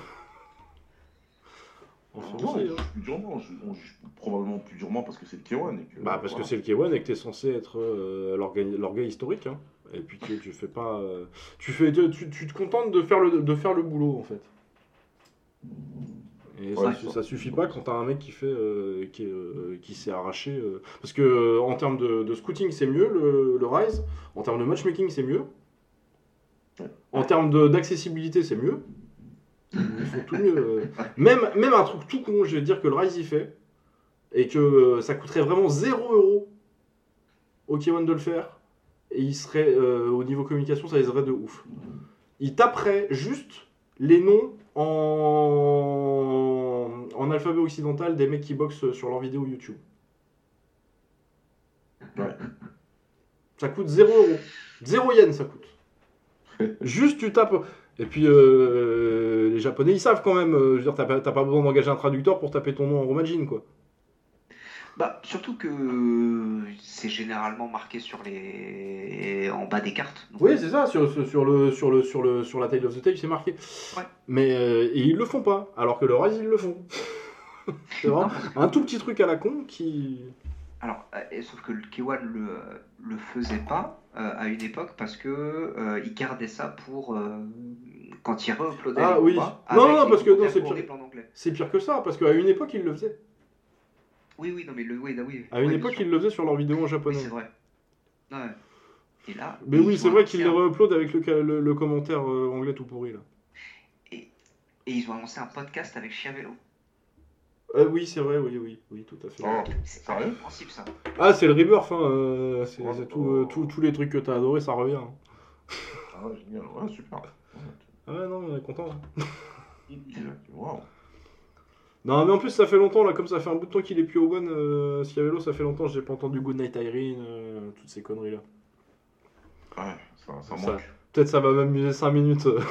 en fait Non, aussi. on Hein. juge plus durement. On juge, on juge probablement plus durement parce que c'est le K un. Et que, Bah, parce voilà. que c'est le K un et que t'es censé être euh, l'orga- l'orga historique. Hein. Et puis tu, tu fais pas. euh, Tu, fais, tu, tu- tu te contentes de faire, le, de faire le boulot, en fait. Et Ouais, ça, c'est ça. ça suffit pas quand t'as un mec qui fait euh, qui, est, euh, qui s'est arraché. euh, Parce que euh, en termes de, de scouting, c'est mieux le, le Rise. En termes de matchmaking, c'est mieux. Ouais. En termes de- d'accessibilité, c'est mieux. Ils font tout mieux. euh. Même, même un truc tout con, je vais te dire que le Rise y fait. Et que euh, ça coûterait vraiment zéro euro au K un de le faire. Et il serait, euh, au niveau communication, ça les aiderait de ouf. Il taperait juste les noms en, en alphabet occidental des mecs qui boxent sur leurs vidéos YouTube. Ouais. Ça coûte zéro euro. zéro yen, ça coûte. Juste, tu tapes. Et puis, euh, les Japonais, ils savent quand même. euh, je veux dire, t'as pas, t'as pas besoin d'engager un traducteur pour taper ton nom en romanjin, quoi. Bah, surtout que c'est généralement marqué sur les, en bas des cartes. Donc, Oui, c'est ça, sur, sur, sur le, sur, le, sur, le, sur la Tale of the Tape, c'est marqué. Ouais. Mais euh, et ils le font pas, alors que le Rise, ils le font. C'est vraiment Non, parce que- un tout petit truc à la con qui. Alors, euh, et sauf que le K un le, le faisait pas euh, à une époque parce que euh, il gardait ça pour euh, quand il re-uploadait Ah les oui. combats Non, avec non, les parce que non, commentaires c'est pire. horribles en anglais. C'est pire que ça, parce qu'à une époque, ils le faisaient. Oui, oui, non, mais le, oui, là, oui. À une ouais, époque, bien sûr. ils le faisaient sur leurs vidéos en Oui, japonais. c'est vrai. Ouais. Et là, Mais et oui, ils c'est ont vrai annoncé qu'ils les un- re-uploadent avec le, ca- le, le commentaire euh, anglais tout pourri, là. et, et ils ont annoncé un podcast avec Chiavello. Euh, oui, c'est vrai, oui, oui, oui, tout à fait. Oh, C'est sérieux incompréhensible ça. Ah, c'est le Rebirth, hein, euh, c'est Oh, c'est tout, oh. euh, tout- tous les trucs que t'as adoré, ça revient. hein. Ah ouais, génial. Ouais, super. Ah ouais, non, on est content. hein. Waouh. Non, mais en plus, ça fait longtemps, là, comme ça fait un bout de temps qu'il est plus au One, euh, Schiavello, ça fait longtemps que j'ai pas entendu Goodnight Irene, euh, toutes ces conneries-là. Ouais, ça, ça Ça- manque. Peut-être ça va m'amuser cinq minutes. euh.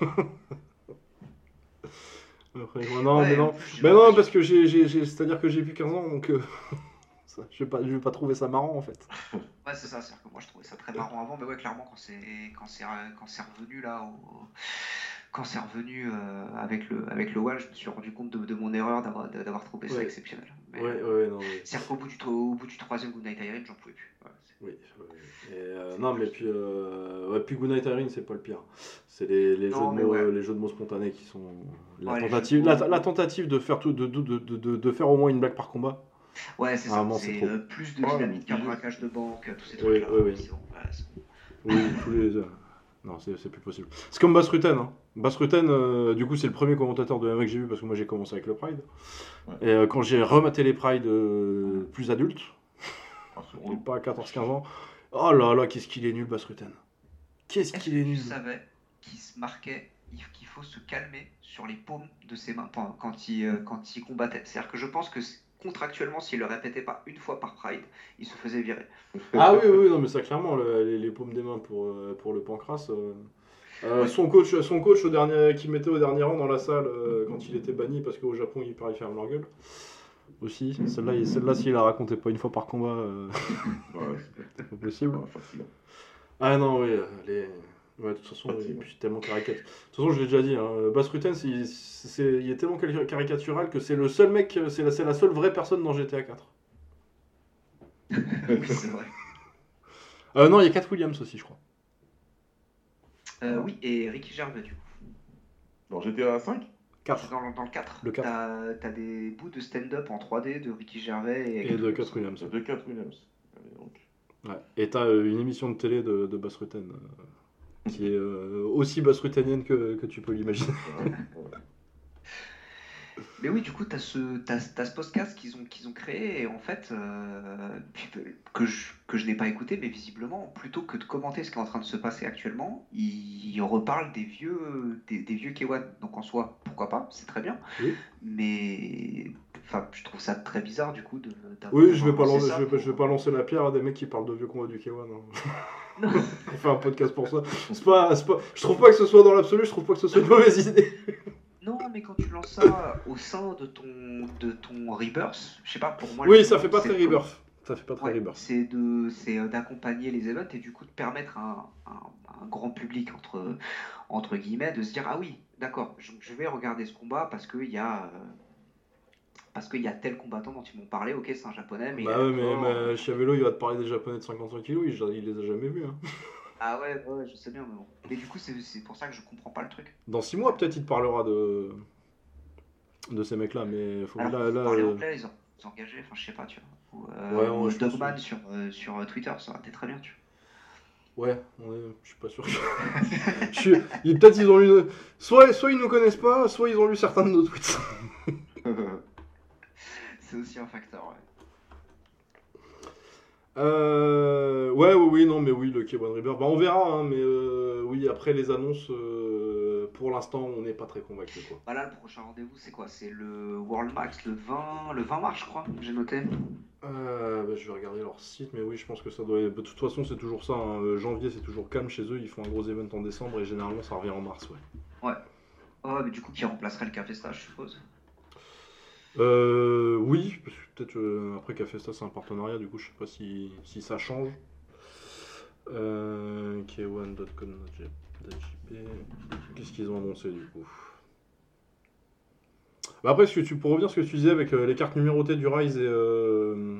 Après, ouais, non, Ouais, mais en non. plus, j'ai Mais non, l'impression- parce que j'ai, j'ai, j'ai- c'est-à-dire que j'ai plus quinze ans, donc euh, ça, je vais pas, je vais pas trouver ça marrant, en fait. Ouais, c'est ça, c'est-à-dire que moi je trouvais ça très marrant avant, mais ouais, clairement, quand c'est quand c'est quand c'est revenu là, au- quand c'est revenu euh, avec le avec le One, je me suis rendu compte de, de mon erreur d'avoir d'avoir trouvé ça Ouais. exceptionnel. Mais, Ouais, euh, ouais, non, mais... c'est-à-dire qu'au bout du tro- au bout du troisième Goodnight Irene, j'en pouvais plus. Ouais, c'est- Oui, ouais. Et, euh, non, mais puis, euh, ouais, puis Goodnight Irene, c'est pas le pire. C'est les, les, Non, jeux de mais mots, ouais. euh, les jeux de mots spontanés qui sont. La, Ouais, les tentative, jeux de la, mots. la tentative de faire, tout, de, de, de, de, de faire au moins une blague par combat. Ouais, c'est ça. Vraiment, c'est C'est trop. euh, plus de Ouais, dynamite qu'un mais- braquage de banque, tous ces Oui, trucs-là. oui, oui. C'est bon, voilà, c'est bon. Oui, tous les. euh, Non, c'est c'est plus possible. C'est comme Bass Rutten. Hein. Bass Rutten, euh, du coup, c'est le premier commentateur de M M A que j'ai vu parce que moi j'ai commencé avec le Pride. Ouais. Et euh, quand j'ai rematé les Pride euh, plus adultes, Ah, c'est et relou. pas à quatorze quinze ans, oh là là, qu'est-ce qu'il est nul, Bass Rutten. Qu'est-ce Est-ce qu'il que est tu nul. savais qu'il se marquait, il- qu'il faut se calmer sur les paumes de ses mains pendant- quand il, euh, quand il combattait? C'est-à-dire que je pense que c'est- contractuellement, s'il le répétait pas une fois par Pride, il se faisait virer. Ah oui, oui, oui, non, mais ça, clairement, le- les, les paumes des mains pour, euh, pour le pancras. euh, euh, Ouais. son, coach, son coach au dernier, qui mettait au dernier rang dans la salle euh, quand il était banni parce qu'au Japon, il paraît ferme leur gueule. Aussi, celle-là, il- celle-là s'il la racontait pas une fois par combat, euh, Ouais, c'est pas possible. c'est pas facile. Ah non, oui, euh, les... Ouais, de toute façon, Pas oui, et terrible. puis tellement caricature. De toute façon, je l'ai déjà dit, hein, Bass Rutten, c'est, c'est- il est tellement cari- caricatural que c'est le seul mec, euh, c'est la, c'est la seule vraie personne dans G T A quatre. Oui, c'est vrai. Euh, non, il y a Cat Williams aussi, je crois. Euh, Ah. oui, et Ricky Gervais, du coup. Dans G T A cinq? C'est quatre. dans, le- dans le quatre. Le quatre. T'as, t'as des bouts de stand-up en trois D de Ricky Gervais et Et Cat de Cat Williams. Williams. De Cat Williams. Allez, donc. Ouais. Et t'as euh, une émission de télé de, de Bass Rutten euh, qui est euh, aussi Bass Ruttenienne que, que tu peux l'imaginer. Ouais, ouais. Mais oui, du coup, t'as ce, t'as, t'as ce podcast qu'ils ont, qu'ils ont créé, et en fait, euh, puis, euh, que je, que je n'ai pas écouté, mais visiblement, plutôt que de commenter ce qui est en train de se passer actuellement, ils reparlent des vieux, des, des vieux K un. Donc en soi, pourquoi pas, c'est très bien. Oui. Mais enfin, je trouve ça très bizarre, du coup, de, d'avoir, Oui, je vais, d'avoir pas lancé lancer, ça je, vais, pas- je vais pour... pas lancer la pierre à des mecs qui parlent de vieux combats du K un. Hein. Non. On fait un podcast pour ça. C'est pas, c'est pas, je trouve pas que ce soit dans l'absolu, je trouve pas que ce soit une mauvaise idée. Non, mais quand tu lances ça au sein de ton, de ton Rebirth, je sais pas, pour moi... Oui, le ça but, fait pas c'est très de- Rebirth. Ça fait pas très Ouais, Rebirth. c'est de, c'est euh, d'accompagner les events et du coup de permettre à un, un- un grand public entre, entre guillemets de se dire ah oui, d'accord, je, je vais regarder ce combat parce qu'il y a euh, parce qu'il y a tel combattant dont ils m'ont parlé, ok, c'est un japonais, mais il a Bah ouais, l'air mais, fort. euh. mais Chiavello, il va te parler des japonais de cinquante-cinq kilos, il, il les a jamais vus. Hein. Ah ouais, ouais, ouais, je sais bien, mais bon. Mais du coup, c'est c'est pour ça que je comprends pas le truc. Dans six mois, peut-être, il te parlera de, de ces mecs-là, mais faut, Alors, là, là, parler euh, anglais, ils ont ils ont engagé, enfin, je sais pas, tu vois. Ou, euh, ouais, ou ouais, je pense. Dogman sur, euh, sur euh, Twitter, ça aurait été très bien, tu Ouais, on est- je suis pas sûr. Que... je suis... il- Peut-être ils ont lu. Soit, soit ils nous connaissent pas, soit ils ont lu certains de nos tweets. vois. C'est aussi un facteur, ouais. Euh... Ouais, oui, oui, non, mais oui, le K un Rebirth. Bah, on verra, hein, mais euh, oui, après les annonces, euh, pour l'instant, on n'est pas très convaincus, quoi. Bah là, le prochain rendez-vous, c'est quoi? C'est le World Max le vingt, le vingt mars, je crois, j'ai noté. Euh, bah, je vais regarder leur site, mais oui, je pense que ça doit. De toute façon, c'est toujours ça. Hein. Euh, Janvier, c'est toujours calme chez eux. Ils font un gros event en décembre et généralement, ça revient en mars, ouais. Ouais. Oh, mais du coup, qui remplacerait le Café Stage, je suppose. Euh, oui, parce que peut-être euh, après Cafesta, c'est un partenariat, du coup, je sais pas si, si ça change. Euh, K un point com point J P. Qu'est-ce qu'ils ont annoncé du coup? Bah après, ce que tu, pour revenir à ce que tu disais avec euh, les cartes numérotées du Rise et, euh,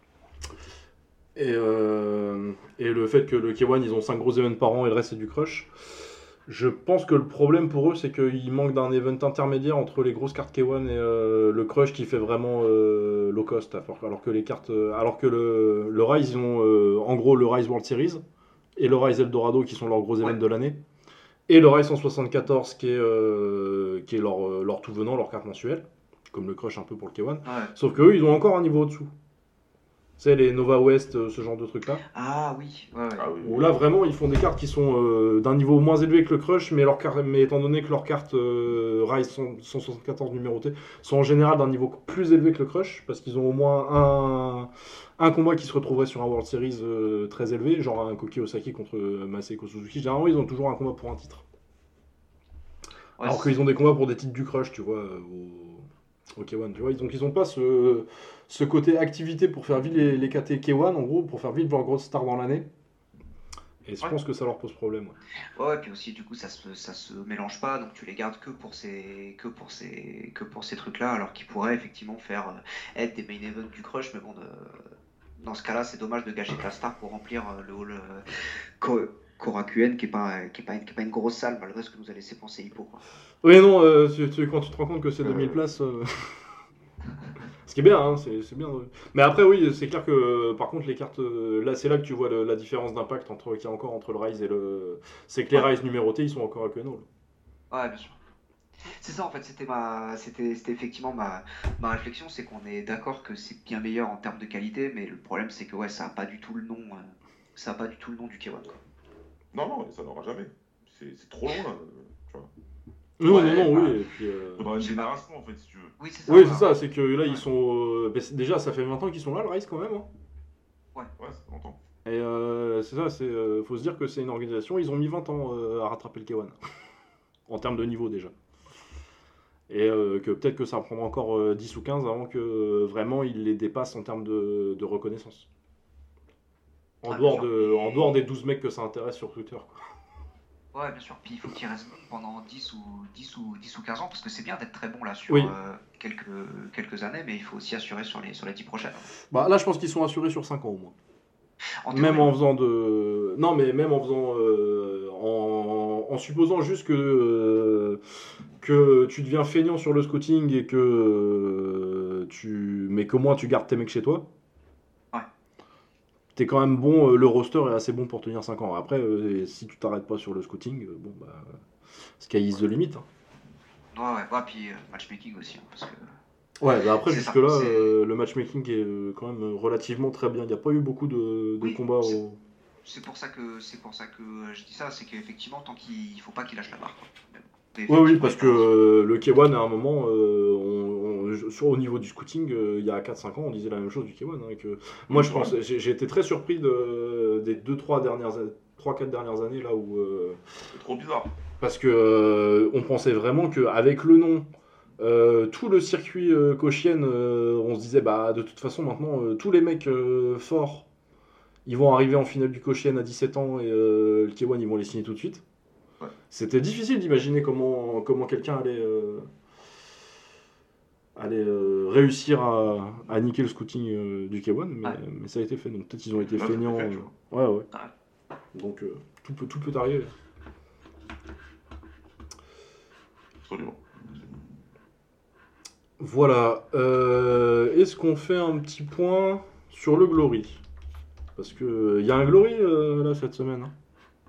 et, euh, et le fait que le K un, ils ont cinq gros events par an et le reste c'est du crush. Je pense que le problème pour eux, c'est qu'il manque d'un event intermédiaire entre les grosses cartes K un et euh, le crush qui fait vraiment euh, low cost. Alors que les cartes, euh, alors que le, le Rise, ils ont euh, en gros le Rise World Series et le Rise Eldorado qui sont leurs gros events Ouais. de l'année. Et le Rise cent soixante-quatorze qui est, euh, qui est leur, euh, leur tout venant, leur carte mensuelle, comme le crush un peu pour le K un. Ouais. Sauf qu'eux, ils ont encore un niveau au-desssus. Tu sais, les Nova West, euh, ce genre de trucs-là. Ah oui, ouais, ouais. Ah oui. Où là, vraiment, ils font des cartes qui sont euh, d'un niveau moins élevé que le crush, mais, leur car- mais étant donné que leurs cartes euh, Rise cent soixante-quatorze numérotées sont en général d'un niveau plus élevé que le crush, parce qu'ils ont au moins un, un combat qui se retrouverait sur un World Series euh, très élevé, genre un Koki Osaki contre euh, Masako Suzuki. Généralement, ils ont toujours un combat pour un titre. Ouais, Alors c'est- qu'ils ont des combats pour des titres du crush, tu vois, euh, au, au K un, tu vois. Donc ils ont pas ce, ce côté activité pour faire vivre les, les K T K un, en gros, pour faire vivre leurs grosses stars dans l'année. Et je Ouais. pense que ça leur pose problème, ouais. Ouais, ouais, puis aussi du coup ça se ça se mélange pas, donc tu les gardes que pour ces que pour ces que pour ces trucs-là, alors qu'ils pourraient effectivement faire euh, être des main events du crush, mais bon, de- dans ce cas-là, c'est dommage de gâcher ta star pour remplir euh, le hall euh, Ko- Korakuen, qui est pas qui est pas une, qui est pas une grosse salle malgré ce que nous a laissé penser Hippo, quoi. Oui, non, euh, tu- tu- quand tu te rends compte que c'est deux mille places. euh, Ce qui est bien, hein, c'est c'est bien. ouais. Mais après, oui, c'est clair que euh, par contre, les cartes. euh, Là, c'est là que tu vois le- la différence d'impact entre qu'il y a encore entre le Rise et le. C'est que les Ouais. Rise numérotés, ils sont encore à Queneau. Ouais, bien sûr. C'est ça en fait, c'était ma, c'était, c'était effectivement ma, ma réflexion, c'est qu'on est d'accord que c'est bien meilleur en termes de qualité, mais le problème c'est que ouais, ça a pas du tout le nom, euh, ça a pas du tout le nom du K un, quoi. Non, non, ça n'aura jamais. C'est c'est trop loin, euh, tu vois. Non, Ouais, non, non, bah, oui. Et puis, euh, Faudra une j'ai pas- génération, en fait, si tu veux. Oui, c'est ça. Oui, voilà. c'est ça, c'est que là, Ouais. ils sont. euh, ben, c'est- déjà, ça fait vingt ans qu'ils sont là, le Rise, quand même. Hein. Ouais, ça fait longtemps. Et euh, c'est ça, c'est. euh, faut se dire que c'est une organisation, ils ont mis vingt ans euh, à rattraper le K un. En termes de niveau, déjà. Et euh, que peut-être que ça prendra encore euh, dix ou quinze avant que euh, vraiment ils les dépassent en termes de, de reconnaissance. En, Ah, bien dehors sûr. de, en Et- dehors des douze mecs que ça intéresse sur Twitter. Quoi. Ouais, bien sûr. Puis il faut qu'il reste bon pendant dix ou, dix ou, dix ou quinze ans, parce que c'est bien d'être très bon là sur Oui. euh, quelques, quelques années, mais il faut aussi assurer sur les, sur les dix prochaines. Bah, là, je pense qu'ils sont assurés sur cinq ans au moins. En Même théorie, en ouais. faisant de. Non, mais même en faisant. euh, en... en supposant juste que. euh, que tu deviens feignant sur le scouting et que. euh, tu. Mais qu'au moins tu gardes tes mecs chez toi. Ouais. T'es quand même bon, euh, le roster est assez bon pour tenir cinq ans. Après, euh, si tu t'arrêtes pas sur le scouting, euh, bon bah. Sky is the limit. Hein. Ouais, ouais, ouais, puis euh, matchmaking aussi, hein, parce que Ouais, bah après, c'est ça. jusque-là, C'est... euh, le matchmaking est euh, quand même relativement très bien. Il n'y a pas eu beaucoup de, de Oui, combats c'est, au. c'est pour ça que c'est pour ça que euh, je dis ça, c'est qu'effectivement, tant qu'il il faut pas qu'il lâche la barre, quoi. Mais bon, Oui, oui, effectivement, parce il que a raison. euh, le K un, à un moment, euh, on- on- sur, au niveau du scouting, euh, il y a quatre cinq ans, on disait la même chose du K un. Hein, que... Moi, Oui, je c'est vrai. pense, j'ai j'ai été très surpris de, des deux trois dernières, trois quatre dernières années, là où. euh, C'est trop bizarre. parce que euh, on pensait vraiment qu'avec le nom, euh, tout le circuit euh, Cauchienne, euh, on se disait, bah, de toute façon, maintenant, euh, tous les mecs euh, forts, ils vont arriver en finale du Cauchienne à dix-sept ans et euh, le K un, ils vont les signer tout de suite. Ouais. C'était difficile d'imaginer comment, comment quelqu'un allait. euh, allait euh, réussir à, à niquer le scouting euh, du K un, mais, Ouais. mais ça a été fait. Donc peut-être ils ont Là, été ça a été feignants. fait, tu euh, vois. Ouais, ouais. Ouais. Donc euh, tout, peut, tout peut arriver. Absolument. Voilà. Euh, Est-ce qu'on fait un petit point sur le Glory? Parce que il y a un Glory euh, là cette semaine. Hein.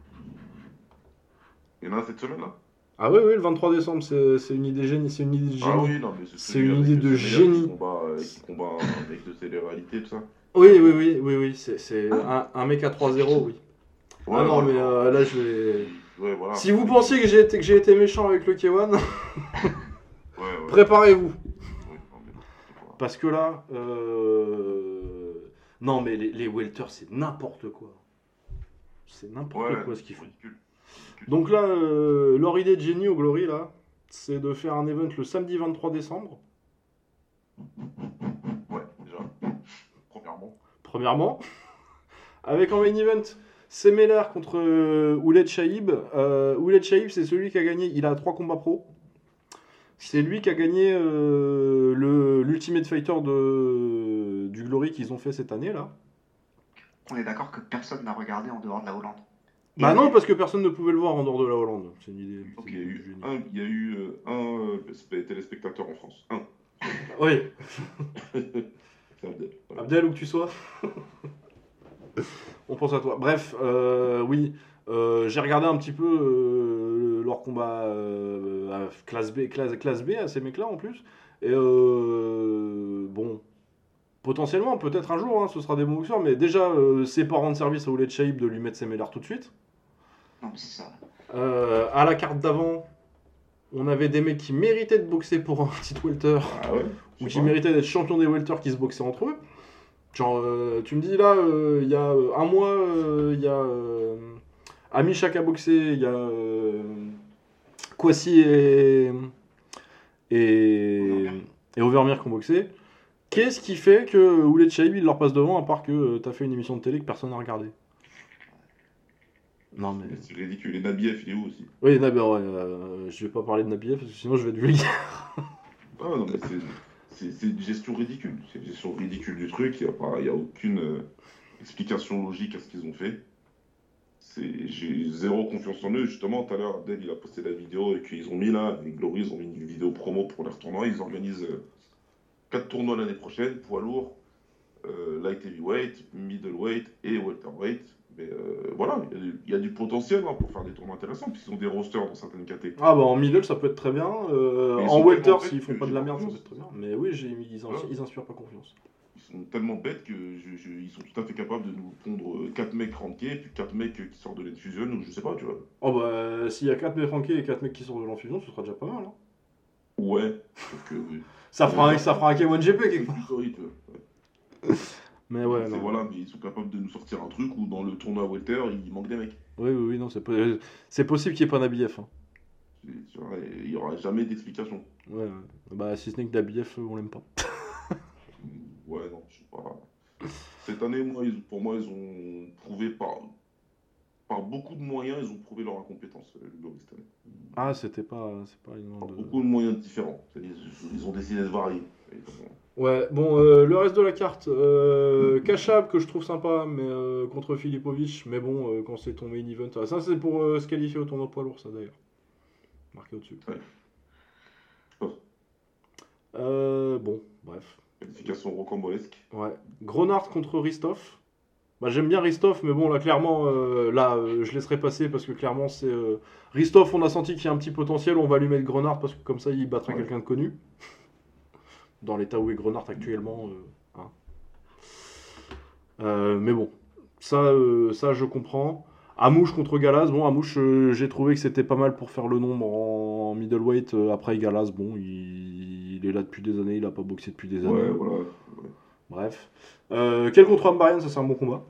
Il y en a un cette semaine là. Ah oui, oui, le vingt-trois décembre, c'est c'est une idée génie. C'est une idée de Ah génie. oui, non, mais c'est C'est celui une avec idée de Semeyer qui génie. combat, euh, qui combat un mec de télé-réalité, tout ça. Oui, oui, oui, oui, oui. C'est c'est Ah. un, un mec à trois zéro, oui. Ouais, Ah non, ouais, mais genre, euh, là je vais. Ouais, voilà. Si vous pensiez que j'ai été, que j'ai été méchant avec le K un, Ouais, ouais. préparez-vous. Oui, non, mais n'importe quoi. Parce que là, euh... non mais les, les welters c'est n'importe quoi. C'est n'importe Ouais, quoi ce qu'ils font. ridicule. Ridicule. Donc là, euh, leur idée de génie au Glory là, c'est de faire un event le samedi vingt-trois décembre. Ouais, déjà. Premièrement. Premièrement, avec en main event Semeler contre euh, Ouled Chaïb. Euh, Ouled Chaïb, c'est celui qui a gagné. Il a trois combats pro. C'est lui qui a gagné euh, le l'Ultimate Fighter de, du Glory qu'ils ont fait cette année là. On est d'accord que personne n'a regardé en dehors de la Hollande. Et Bah non, Abdel. parce que personne ne pouvait le voir en dehors de la Hollande. C'est une idée. Ok. Il y a eu du génie. un, il y a eu euh, un euh, sp- téléspectateur en France. Un. Oui, C'est Abdel. Voilà. Abdel, où que tu sois. On pense à toi. Bref, euh, oui, euh, j'ai regardé un petit peu euh, leur combat euh, à classe B, classe, classe B à ces mecs-là en plus. Et euh, bon, potentiellement, peut-être un jour, hein, ce sera des bons boxeurs, mais déjà, euh, c'est pas rendre service à Ouled Chaïb de lui mettre ses mélards tout de suite. Non, mais c'est ça. Euh, à la carte d'avant, on avait des mecs qui méritaient de boxer pour un petit welter, Ah ouais. ou je sais qui pas. méritaient d'être champions des welters qui se boxaient entre eux. Genre, euh, tu me dis là, euh, il y a euh, un mois, euh, il y a euh, Amicha qui a boxé, il y a euh, Kwasi et, et, Overmeer. et Overmeer qui ont boxé. Qu'est-ce qui fait que Ouled Chaïb il leur passe devant à part que euh, t'as fait une émission de télé que personne n'a regardé? Non mais. Mais c'est ridicule. Et Nabiev, il est où aussi? Oui, Nabi, ouais, euh, je vais pas parler de Nabiev parce que sinon je vais être vulgaire. Ah non, mais c'est, c'est, c'est une gestion ridicule. C'est une gestion ridicule du truc. Il n'y a, pas- il y a aucune euh, explication logique à ce qu'ils ont fait. C'est, j'ai zéro confiance en eux. Justement, tout à l'heure, Abdel, il a posté la vidéo et qu'ils ont mis là, avec Glory, ils ont mis une vidéo promo pour leur tournoi. Ils organisent euh, quatre tournois l'année prochaine, poids lourd, euh, light heavyweight, middleweight et welterweight. Mais euh, voilà, il y, a du- il y a du potentiel hein, pour faire des tournois intéressants, puisqu'ils ont des rosters dans certaines catégories. Ah bah en middle ça peut être très bien. euh, Mais ils en sont welter tellement s'ils bêtes font que pas de j'ai la pas merde ça peut confiance. être très bien. Mais oui, j'ai, ils, ins- Voilà. ils inspirent pas confiance. Ils sont tellement bêtes que je- je- ils sont tout à fait capables de nous pondre quatre mecs rankés, puis quatre mecs qui sortent de l'infusion, ou je sais pas, tu vois. Oh bah s'il y a quatre mecs rankés et quatre mecs qui sortent de l'infusion, ce sera déjà pas mal. Hein. Ouais, sauf que. oui. Ça fera un, Ouais, ça fera un K un G P c'est quelque part. du story, tu vois. Ouais. Mais ouais, C'est- non. voilà, mais ils sont capables de nous sortir un truc où dans le tournoi welter, il manque des mecs. Oui, oui, oui, non, c'est, po- c'est possible qu'il n'y ait pas d'A B F. Hein. C'est- tu vois, et il y aura jamais d'explication. Ouais, ouais. Bah si ce n'est que d'A B F, on l'aime pas. Ouais, non, je sais pas. cette année, moi, ils- pour moi, ils ont prouvé par, par beaucoup de moyens, ils ont prouvé leur incompétence, euh, le Glory, cette année. Ah, c'était pas, c'est pas une Par de... beaucoup de moyens différents. C'est- Ils, ils ont décidé de varier. Et donc, Ouais, bon, euh, le reste de la carte, euh, Kachab, que je trouve sympa, mais euh, contre Filipovic, mais bon, euh, quand c'est ton main event, ah, ça c'est pour euh, se qualifier au tournoi poids lourd, ça d'ailleurs, marqué au-dessus. Ouais. Oh, Euh, bon, bref. qualification rocambolesque. Ouais. Grenard contre Ristov. Bah, j'aime bien Ristov, mais bon, là, clairement, euh, là, euh, je laisserai passer parce que clairement, c'est. euh, Ristov, on a senti qu'il y a un petit potentiel, on va lui mettre Grenard parce que comme ça, il battra Ouais. quelqu'un de connu. Dans l'état où est Grenard actuellement. euh, hein. Euh, mais bon, ça, euh, ça, je comprends. Amouche contre Galaz. Bon, Amouche, euh, j'ai trouvé que c'était pas mal pour faire le nombre en middleweight. Euh, après, Galaz, bon, il, il est là depuis des années, il a pas boxé depuis des années. Ouais, voilà. Ouais. Bref. Euh, quel contre Ambarian, ça c'est un bon combat.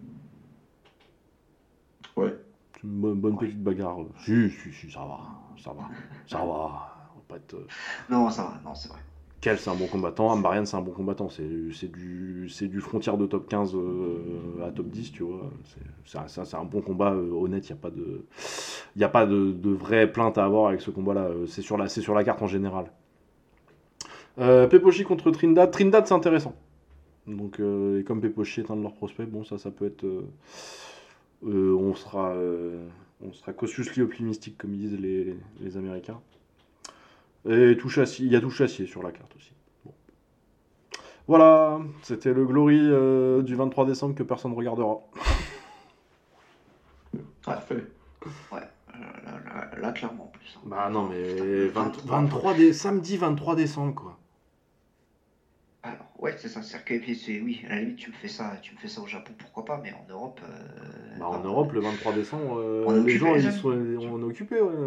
Ouais. C'est une bonne, bonne petite bagarre. Si, si, si, ça va. Ça va. Ça va. On va pas être... Non, ça va, non, c'est vrai. Quel, c'est un bon combattant. Ambarian, c'est un bon combattant. C'est, c'est, du, c'est du frontière de top quinze euh, à top dix, tu vois. C'est, c'est, ça, c'est un bon combat euh, honnête. Il n'y a pas, de, y a pas de, de vraie plainte à avoir avec ce combat-là. C'est sur la, c'est sur la carte en général. Euh, Pepochi contre Trindade. Trindade, c'est intéressant. Donc, euh, et comme Pepochi est un de leurs prospects, bon, ça, ça peut être. Euh, euh, on sera, euh, on sera cautiously optimistique, comme ils disent les, les Américains. Et touche acier, il y a touche acier sur la carte aussi. Bon. Voilà, c'était le Glory euh, du vingt-trois décembre que personne ne regardera. Parfait. Ouais, euh, là, là, là, clairement en plus. hein. Bah non, Putain, mais vingt, vingt-trois. vingt-trois dé- samedi vingt-trois décembre, quoi. Alors, ouais, c'est ça, c'est-à-dire que, et puis, c'est, oui, à la limite, tu me fais ça, tu me fais ça au Japon, pourquoi pas, mais en Europe. euh, Bah, en non. Europe, le vingt-trois décembre, euh, On est les occupé, gens, les ils amis. sont, on est occupés, ouais.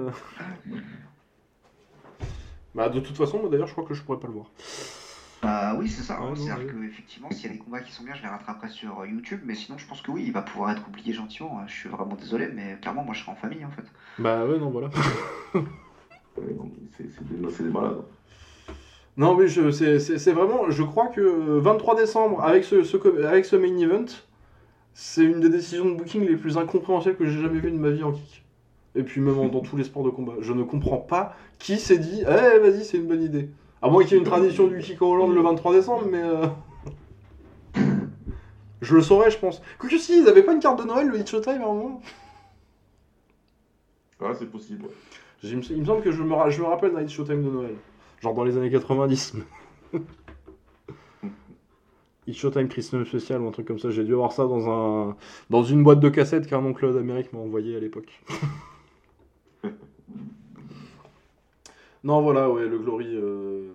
Bah, de toute façon, moi d'ailleurs, je crois que je pourrais pas le voir. Bah oui, c'est ça. Ouais, hein. non, C'est-à-dire ouais. que effectivement, s'il y a des combats qui sont bien, je les rattraperai sur euh, YouTube. Mais sinon, je pense que oui, il va pouvoir être oublié gentiment. hein. Je suis vraiment désolé, mais clairement, moi, je serai en famille en fait. Bah, ouais, non, voilà. Ouais, non, mais c'est c'est des, c'est des malades. Non, mais je, c'est, c'est, c'est vraiment, je crois que vingt-trois décembre, avec ce, ce, co- avec ce main event, c'est une des décisions de booking les plus incompréhensibles que j'ai jamais vues de ma vie en kick. Et puis même en- dans tous les sports de combat. Je ne comprends pas qui s'est dit, eh, vas-y, c'est une bonne idée. À moins qu'il y ait une tradition du kick en Hollande le vingt-trois décembre, mais... euh, je le saurais, je pense. Quoique si, ils avaient pas une carte de Noël, le Hit Showtime, à un moment. Ah, c'est possible. Ouais. J'ai- Il me, il me semble que je me, ra- je me rappelle d'un Hit Showtime de Noël. Genre dans les années quatre-vingt-dix. Hit Showtime Christmas Special ou un truc comme ça. J'ai dû avoir ça dans, un, dans une boîte de cassettes qu'un oncle d'Amérique m'a envoyé à l'époque. Non, voilà, ouais, le Glory. euh,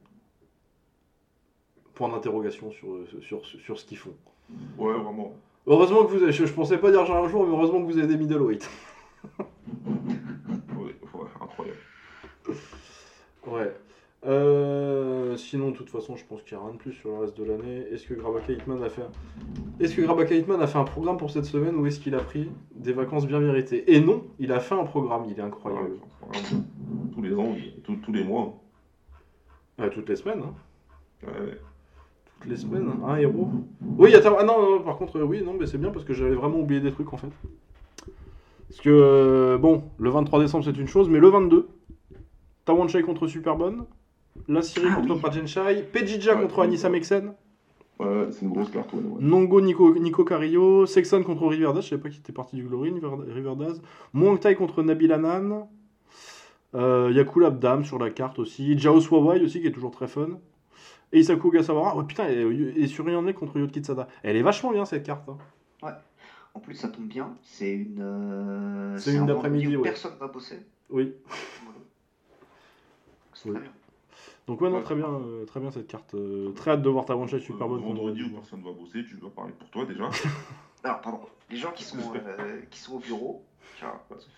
Point d'interrogation sur, sur, sur, sur ce qu'ils font. Ouais, vraiment. Heureusement que vous avez. Je, je pensais pas dire ça un jour, mais heureusement que vous avez des middleweight. Ouais, ouais, incroyable. Ouais. Euh, sinon, de toute façon, je pense qu'il n'y a rien de plus sur le reste de l'année. Est-ce que Grabaka Hitman a fait un... Est-ce que Grabaka Hitman a fait un programme pour cette semaine ou est-ce qu'il a pris des vacances bien méritées? Et non, il a fait un programme, il est incroyable. Ouais, vraiment. Tous les ans, tous, tous les mois. Ouais, toutes les semaines, hein. Ouais, ouais. Toutes les semaines, un héros. Oui, attends, ah non, non, par contre, euh, oui, non, mais c'est bien parce que j'avais vraiment oublié des trucs en fait. Parce que, euh, bon, le vingt-trois décembre c'est une chose, mais le vingt-deux, Tawanchai contre Superbonne, La Syrie Ah contre oui. Prajenchai, Pejija Ouais, contre oui, Anissa ouais. Meksen, Ouais, ouais, c'est une grosse carte. Ouais, ouais. Nongo Nico, Nico Carrillo, Sexton contre Riverdaz, je savais pas qu'il était parti du Glory, River- Riverdaz, Muang Thai contre Nabil Anan, euh, Yakul Abdam sur la carte aussi, Jao Swawai aussi qui est toujours très fun, et Isaku Ogasawara, oh putain, et, et Suriyane contre Yotkitsada. Elle est vachement bien cette carte. Hein. En plus, ça tombe bien. C'est une. euh, C'est une un d'après-midi, vendredi où ouais. personne va bosser. Oui. Voilà. C'est Oui. très bien. Donc ouais, non, Ouais. très bien, euh, très bien cette carte. Euh, très hâte de voir Tawanchai Superbonne. Vendredi où personne va bosser, tu dois parler pour toi déjà. Alors, pardon. Les gens qui sont, euh, qui sont au bureau. tiens,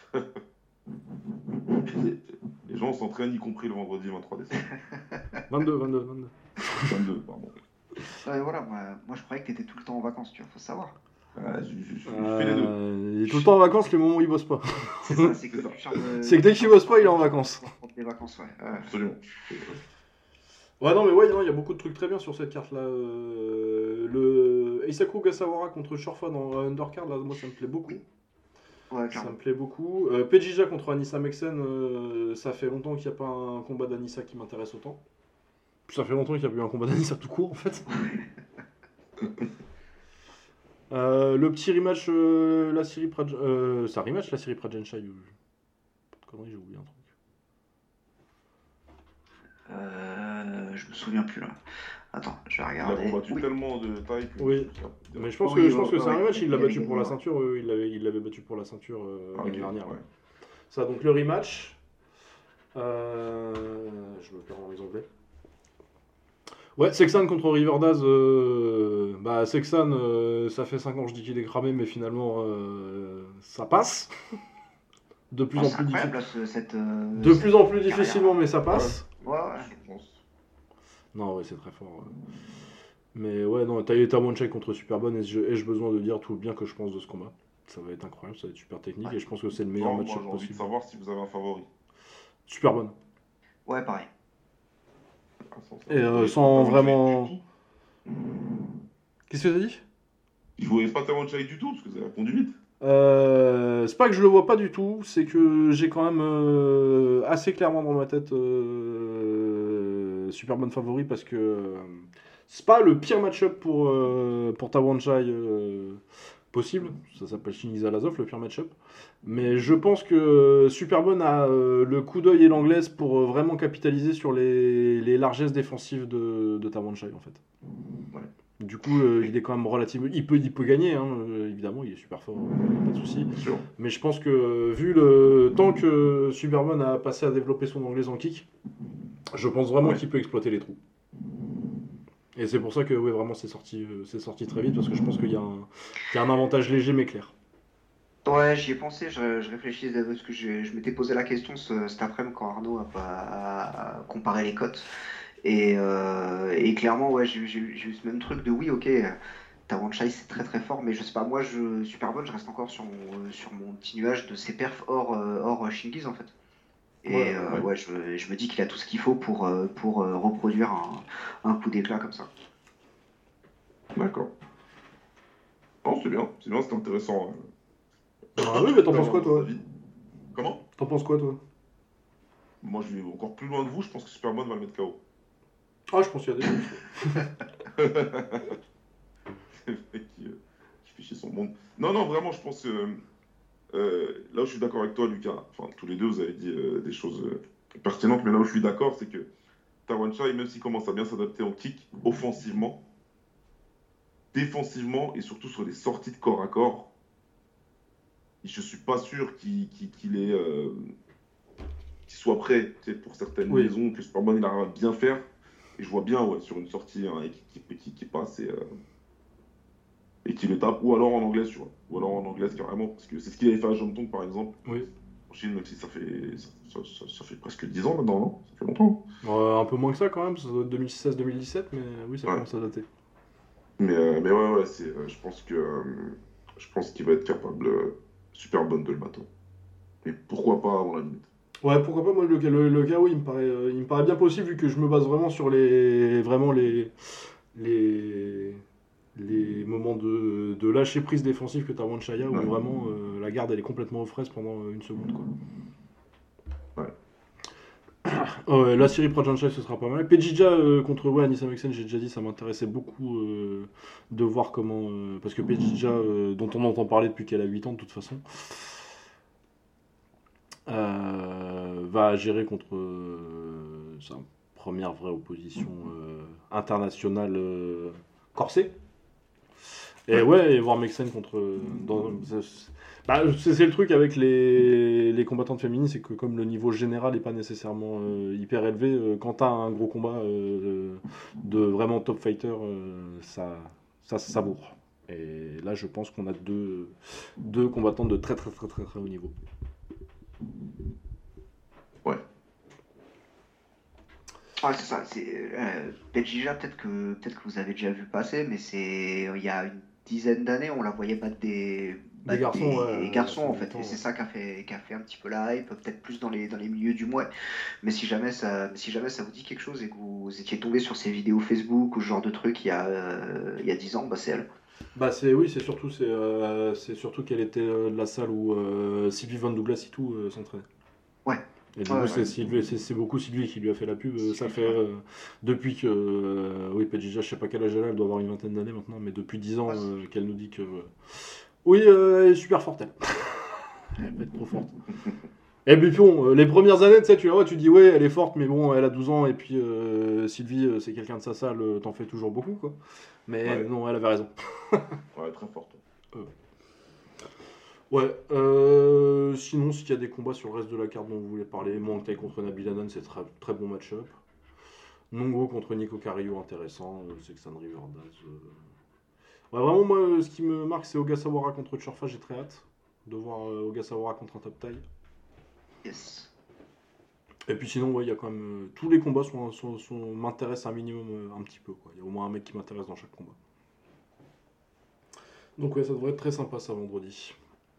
Les gens s'entraînent y compris le vendredi vingt-trois décembre. vingt-deux, vingt-deux, vingt-deux. vingt-deux, pardon. Ouais, voilà, moi, moi je croyais que t'étais tout le temps en vacances, tu vois, faut savoir. Ah, je, je- je- je fais les deux. Euh, il est tout le temps en vacances le moment où il bosse pas. C'est ça, c'est que tu charges, euh, C'est que dès qu'il bosse pas, il est en vacances. Des vacances, ouais. ouais. Absolument. Ouais, non, mais ouais, non, il y a beaucoup de trucs très bien sur cette carte-là. Euh, le Eisaku Ogasawara contre Shorefan en undercard, là, moi ça me plaît beaucoup. Oui. Ouais, Ça me clairement. plaît beaucoup. Euh, Pejija contre Anissa Meksen, euh, ça fait longtemps qu'il n'y a pas un combat d'Anissa qui m'intéresse autant. Ça fait longtemps qu'il n'y a pas eu un combat d'Anissa tout court en fait. Euh, le petit rematch, euh, la série Praj... euh, ça rematch la série Prajenshai. Euh, pas de conneries, j'ai oublié un truc. Euh, je me souviens plus là. Attends, je vais Il a regarder. combattu Oui, tellement de taille que Oui. je sais pas. Mais je pense que, oui, je pense ouais, que ouais, c'est un ouais, rematch, il il l'a avait battu pour gagné, la ouais. ceinture, euh, il l'avait il l'avait battu pour la ceinture euh, Ah, l'année ok, dernière. ouais. Ça, donc le rematch. Euh, je me perds dans les anglais. Ouais, Sexan contre Riverdaz. Euh, bah, Sexan, euh, ça fait cinq ans que je dis qu'il est cramé, mais finalement, euh, ça passe. De plus Oh, en c'est plus difficile. incroyable là, ce- cette, euh, De plus cette en plus carrière difficilement, là. mais ça Ouais, passe. Ouais, ouais. je pense. Non, ouais, c'est très fort. Ouais. Mais ouais, non, Taïeta Monchai contre Superbonne, ai-je ai-je besoin de dire tout le bien que je pense de ce combat? Ça va être incroyable, ça va être super technique, Ouais, et je pense que c'est le meilleur Non, moi match-up j'ai envie de possible. savoir si vous avez un favori. Superbonne. ouais, pareil. Ah, sans Et savoir. Vous euh, voyez pas sans Tawanchai du vraiment. tout. Qu'est-ce que t'as dit? Je voyais pas Tawanchai du tout, parce que vous avez répondu vite. Euh, c'est pas que je le vois pas du tout, c'est que j'ai quand même euh, assez clairement dans ma tête euh, super bonne favori parce que euh, c'est pas le pire match-up pour, euh, pour Tawanchai euh, possible. Ça s'appelle Shiniza Lazov, le pire match-up. Mais je pense que Superbonne a euh, le coup d'œil et l'anglaise pour euh, vraiment capitaliser sur les, les largesses défensives de, de Tawanchai en fait. Ouais. Du coup, euh, il Mais est quand même relativement. Il peut, il peut gagner, hein, euh, évidemment, il est super fort, euh, pas de souci. Bien sûr. Mais je pense que, euh, vu le temps que Superman a passé à développer son anglais en kick, je pense vraiment Ouais. qu'il peut exploiter les trous. Et c'est pour ça que, ouais, vraiment, c'est sorti, euh, c'est sorti très vite, parce que je pense qu'il y a un, qu'il y a un avantage léger mais clair. ouais, j'y ai pensé, je, je réfléchissais parce que je, je m'étais posé la question ce- cet après-midi quand Arnaud a, pas- a- a comparé les cotes. Et, euh, et clairement, ouais, j'ai eu j'ai eu- j'ai eu ce même truc de oui, ok, Tawanchai c'est très très fort, mais je sais pas, moi, je, Superbone, je reste encore sur mon, euh, sur mon petit nuage de ses perfs hors, euh, hors Shingiz en fait. Ouais, Et ouais. euh, Ouais. ouais, je, je me dis qu'il a tout ce qu'il faut pour, euh, pour euh, reproduire un, un coup d'éclat comme ça. D'accord. Non, c'est bien. C'est bien, c'est intéressant Ah oui, euh, mais t'en penses d'avoir quoi, vos toi? avis. Comment? T'en penses quoi, toi? Moi, je vais encore plus loin que vous. Je pense que Superman va le mettre K O. Ah, je pense qu'il y a des chances. C'est le mec qui, euh, qui fait chier son monde. Non, non, vraiment, je pense. euh, euh, là où je suis d'accord avec toi, Lucas, enfin, tous les deux, vous avez dit euh, des choses euh, pertinentes, mais là où je suis d'accord, c'est que Tawanchai, même s'il commence à bien s'adapter en kick, offensivement, défensivement et surtout sur les sorties de corps à corps, je suis pas sûr qu'il qu'il- qu'il est, euh, qu'il soit prêt, tu sais, pour certaines Oui. maisons que Superman il arrive à bien faire. Et je vois bien, ouais, sur une sortie, hein, et qui, qui, qui- qui passe et, euh, et qui le tape, ou alors en anglais, tu vois. Ou alors en anglais, carrément, parce que c'est ce qu'il avait fait à Jomtong, par exemple, Oui. en Chine, même si ça fait, ça, ça- ça- ça fait presque dix ans maintenant, non? Ça fait longtemps. Euh, un peu moins que ça, quand même, ça doit être deux mille seize deux mille dix-sept, mais oui, ça Ouais. commence à dater. Mais, euh, mais ouais, ouais, c'est, euh, je pense que euh, je pense qu'il va être capable, euh, super bonne de le battre. Et pourquoi pas avant la limite. Ouais, pourquoi pas, moi, le, le, le K O, il me paraît, euh, il me paraît bien possible, vu que je me base vraiment sur les, vraiment les, les, les moments de, de lâcher prise défensif que t'as Wanchaya, où Ouais, vraiment euh, la garde elle est complètement aux fraises pendant une seconde, quoi. ouais, Euh, la série Prajanchai ce sera pas mal. Pejija euh, contre ouais, Anissa Meksen, j'ai déjà dit, ça m'intéressait beaucoup euh, de voir comment. Euh, parce que Pejija, euh, dont on entend parler depuis qu'elle a huit ans de toute façon, euh, va gérer contre euh, sa première vraie opposition euh, internationale euh, corsée. Et ouais, ouais, et voir Mexen contre. Dans, bah, c'est c'est le truc avec les, les combattantes féminines, c'est que comme le niveau général n'est pas nécessairement euh, hyper élevé, euh, quand t'as un gros combat euh, de vraiment top fighter, euh, ça, ça se savoure. Et là, je pense qu'on a deux, deux combattantes de très très très très très haut niveau. ouais. Ouais, c'est ça. C'est euh, Pejija, peut-être que peut-être que vous avez déjà vu passer, mais c'est il y a une dizaine d'années, on la voyait battre des, Des battre garçons, des ouais, garçons en c'est fait. du temps, Et c'est ouais. ça qui a fait, qui a fait un petit peu la hype, peut-être plus dans les, dans les milieux du mois. Mais si jamais ça, si jamais ça vous dit quelque chose et que vous étiez tombé sur ces vidéos Facebook ou ce genre de truc il y a, euh, il y a dix ans, bah c'est elle. Bah c'est oui, c'est surtout c'est euh, c'est surtout qu'elle était euh, de la salle où euh, Sylvie Van Douglas et tout euh, s'entraînait. Ouais, Et du ouais, coup, ouais. c'est Sylvie, c'est c'est beaucoup Sylvie qui lui a fait la pub. euh, Ça Sylvie, fait ouais. euh, depuis que euh, oui, Pedija, je sais pas quel âge elle a, elle doit avoir une vingtaine d'années maintenant, mais depuis dix ans Ouais, c'est- euh, qu'elle nous dit que euh, oui, euh, elle est super forte elle. Elle va être trop forte. Et puis bon, euh, les premières années, tu sais, tu la vois, tu dis ouais, elle est forte, mais bon, elle a douze ans et puis euh, Sylvie, euh, c'est quelqu'un de sa salle, euh, t'en fais toujours beaucoup quoi. Mais Ouais, non, elle avait raison. ouais, très forte. Euh, Ouais, euh, sinon, s'il y a des combats sur le reste de la carte dont vous voulez parler, Muay Thai contre Nabil Hanan, c'est très, très bon match-up. Nongo contre Nico Carrillo, intéressant. Euh, Sexton Riverdaz. euh. Ouais, vraiment, moi, euh, ce qui me marque, c'est Ogasawara contre Churfa. J'ai très hâte de voir euh, Ogasawara contre un top taille. yes. Et puis sinon, ouais, il y a quand même. euh, tous les combats sont, sont- sont- m'intéressent un minimum, euh, un petit peu, quoi. Il y a au moins un mec qui m'intéresse dans chaque combat. Donc, ouais, ça devrait être très sympa ça vendredi.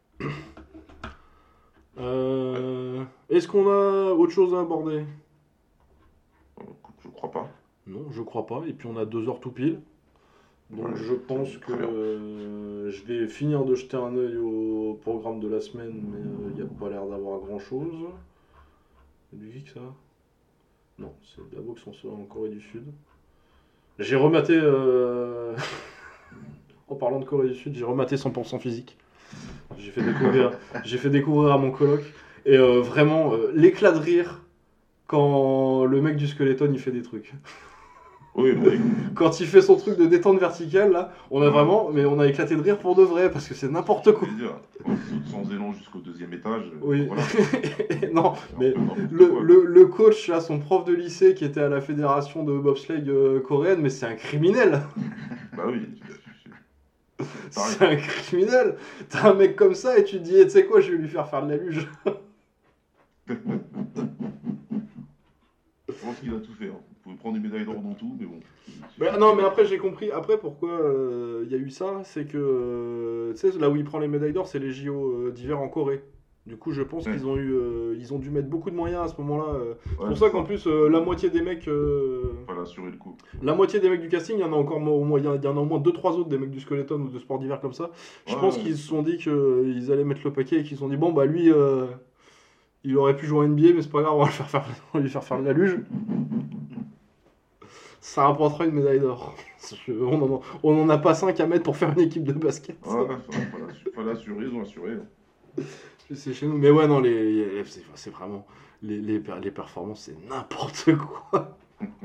Euh, Est-ce qu'on a autre chose à aborder? Euh, écoute, je crois pas. Non, je crois pas. Et puis on a deux heures tout pile. Donc Ouais, je pense c'est que très bien. euh, je vais finir de jeter un œil au programme de la semaine, mais euh, il n'y a pas l'air d'avoir grand chose. C'est du Vic ça? Non, c'est de la boxe en, en Corée du Sud. J'ai rematé, euh, en parlant de Corée du Sud, j'ai rematé cent pour cent physique. J'ai fait découvrir, j'ai fait découvrir à mon coloc. Et euh, vraiment, euh, l'éclat de rire quand le mec du Skeleton il fait des trucs. Oui, bah oui. Quand il fait son truc de détente verticale, là, on a vraiment, mais on a éclaté de rire pour de vrai, parce que c'est n'importe Je quoi. veux dire, on saute sans élan jusqu'au deuxième étage. euh, Oui, Voilà. non, C'est un mais peu n'importe le, quoi, le, le coach, là, son prof de lycée qui était à la fédération de bobsleigh euh, coréenne, mais c'est un criminel. Bah oui, c'est- c'est pareil. C'est un criminel. T'as un mec comme ça et tu te dis, eh, tu sais quoi, je vais lui faire faire de la luge. Je pense qu'il a tout fait. Hein. Vous pouvez prendre des médailles d'or dans tout, mais bon. c'est- Bah, c'est- non, mais après, j'ai compris. Après, pourquoi il y a eu ça, c'est que, euh, tu sais, là où il prend les médailles d'or, c'est les J O euh, d'hiver en Corée. Du coup, je pense Ouais. qu'ils ont eu, euh, ils ont dû mettre beaucoup de moyens à ce moment-là. euh. C'est Ouais, pour c'est ça qu'en plus, euh, la moitié des mecs, euh, Fallait assurer le coup. la moitié des mecs du casting, il y en a encore mo- au moins, il y en a il y en a au moins deux trois autres des mecs du Skeleton ou de sport d'hiver comme ça. Je Ouais, pense ouais. qu'ils se sont dit qu'ils allaient mettre le paquet et qu'ils se sont dit bon bah lui, euh, il aurait pu jouer en N B A, mais c'est pas grave, on va, le faire faire, on va lui faire faire de la luge. Ça rapportera une médaille d'or. Je- On en, a- on en a pas cinq à mettre pour faire une équipe de basket. Ouais, ouais, fallait, fallait assurer, fallait assurer, ils ont assuré. hein. C'est chez nous. Mais ouais, non, les, c'est c'est vraiment. Les, les, per- les performances, c'est n'importe quoi.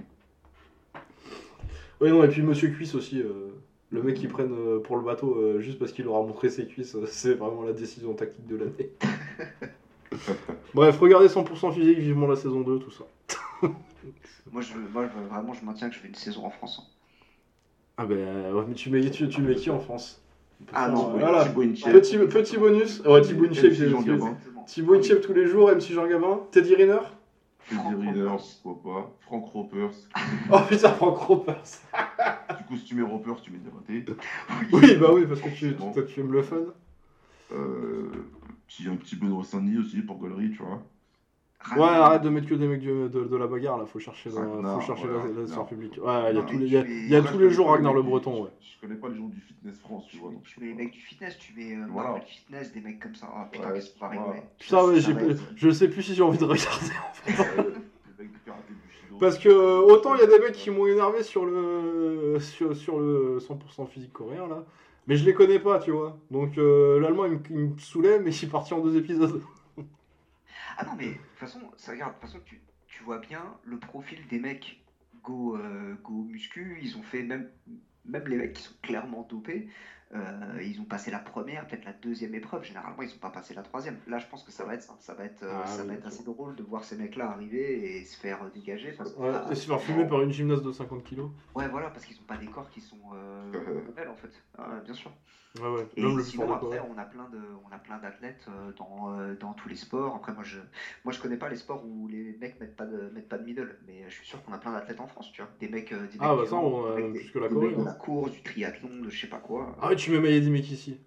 Ouais, non, et puis Monsieur Cuisse aussi. euh, le mec qui prenne euh, pour le bateau euh, juste parce qu'il aura montré ses cuisses, euh, c'est vraiment la décision tactique de l'année. Bref, regardez cent pour cent physique, vivement la saison deux, tout ça. Moi, je, moi, je- vraiment, je maintiens que je fais une saison en France. hein. Ah ben, ouais, mais tu mets, tu, tu mets qui en France? On peut Ah faire, non, euh, oui, voilà. Thibaut Inchep. Petit, petit bonus. Ouais, Thibaut M C Inchep, j'ai Jean j'ai- Gabin. Exactement. Thibaut Inchep tous les jours, M C Jean Gabin, Teddy Riner. Teddy Frank Riner, Ropers. pourquoi pas. Frank Ropers. Oh putain, Franck Ropers. Du coup, si tu mets Ropers, tu mets des ratés. Oui, bah oui, parce que tu, Forcément. toi, tu aimes le fun. Euh, petit, un petit Benoît Saint-Denis aussi pour galerie, tu vois. Ouais, arrête de mettre que des mecs du- de, de la bagarre là, faut chercher, dans, Ragnar, faut chercher voilà, la, la sphère Ragnar. publique. Ouais, il y a Non, tous mais les, tu il y a, mets- il y a Après, tous je les connais jours pas Ragnar mecs le du- Breton, ouais. Je, je connais pas les gens du Fitness France, tu Tu vois. mets, Donc je tu peux mets les pas- mecs du fitness, tu mets euh, Voilà. Marvel Fitness, des mecs comme ça. Ah putain, Ouais, qu'est-ce qu'on va voilà. rigoler. Putain, ouais, Ça j'ai, va être- je sais plus si j'ai envie de regarder. Euh, les mecs du karaté Bushido. Parce que euh, autant il y a des mecs qui m'ont énervé sur le, sur, sur le cent pour cent physique coréen là, mais je les connais pas, tu vois. Donc euh, l'allemand il me, il me saoulait, mais je suis parti en deux épisodes. Ah non, mais de toute façon, ça regarde, de toute façon, tu, tu vois bien le profil des mecs go, euh, go muscu. Ils ont fait même, même les mecs qui sont clairement dopés. euh, ils ont passé la première, peut-être la deuxième épreuve. Généralement, ils n'ont pas passé la troisième. Là, je pense que ça va être ça. Ça va être, euh, Ah ça oui, va être d'accord. assez drôle de voir ces mecs-là arriver et se faire euh, dégager. Parce que, Ouais, et se faire fumer par une gymnaste de cinquante kilos. ouais, voilà, parce qu'ils n'ont pas des corps qui sont euh, modèles en fait. Ah, bien sûr. Ouais, ouais. Et L'homme le plus sinon, fort de après, Corée. on a plein de, on a plein d'athlètes euh, dans, euh, dans tous les sports. Après, moi, je, moi, je connais pas les sports où les mecs mettent pas de, mettent pas de middle, mais je suis sûr qu'on a plein d'athlètes en France, tu vois. Des mecs, euh, des Ah mecs bah du ça, hand, on a des mecs, même des, plus que la des Corée. mecs de hein. la course, du triathlon, de je sais pas quoi. Ah oui, tu mets Mayedi Mekissi?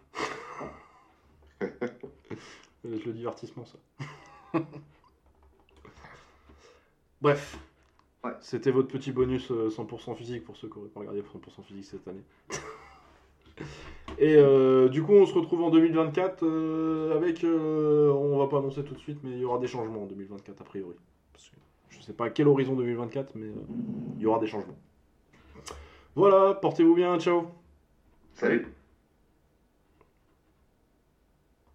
Le divertissement, ça. Bref. Ouais. C'était votre petit bonus euh, cent pour cent physique pour ceux qui n'auraient pas regardé cent pour cent physique cette année. Et euh, du coup, on se retrouve en deux mille vingt-quatre euh, avec. Euh, on va pas annoncer tout de suite, mais il y aura des changements en deux mille vingt-quatre a priori. Parce que je sais pas à quel horizon deux mille vingt-quatre, mais euh, il y aura des changements. Voilà, portez-vous bien, ciao. Salut.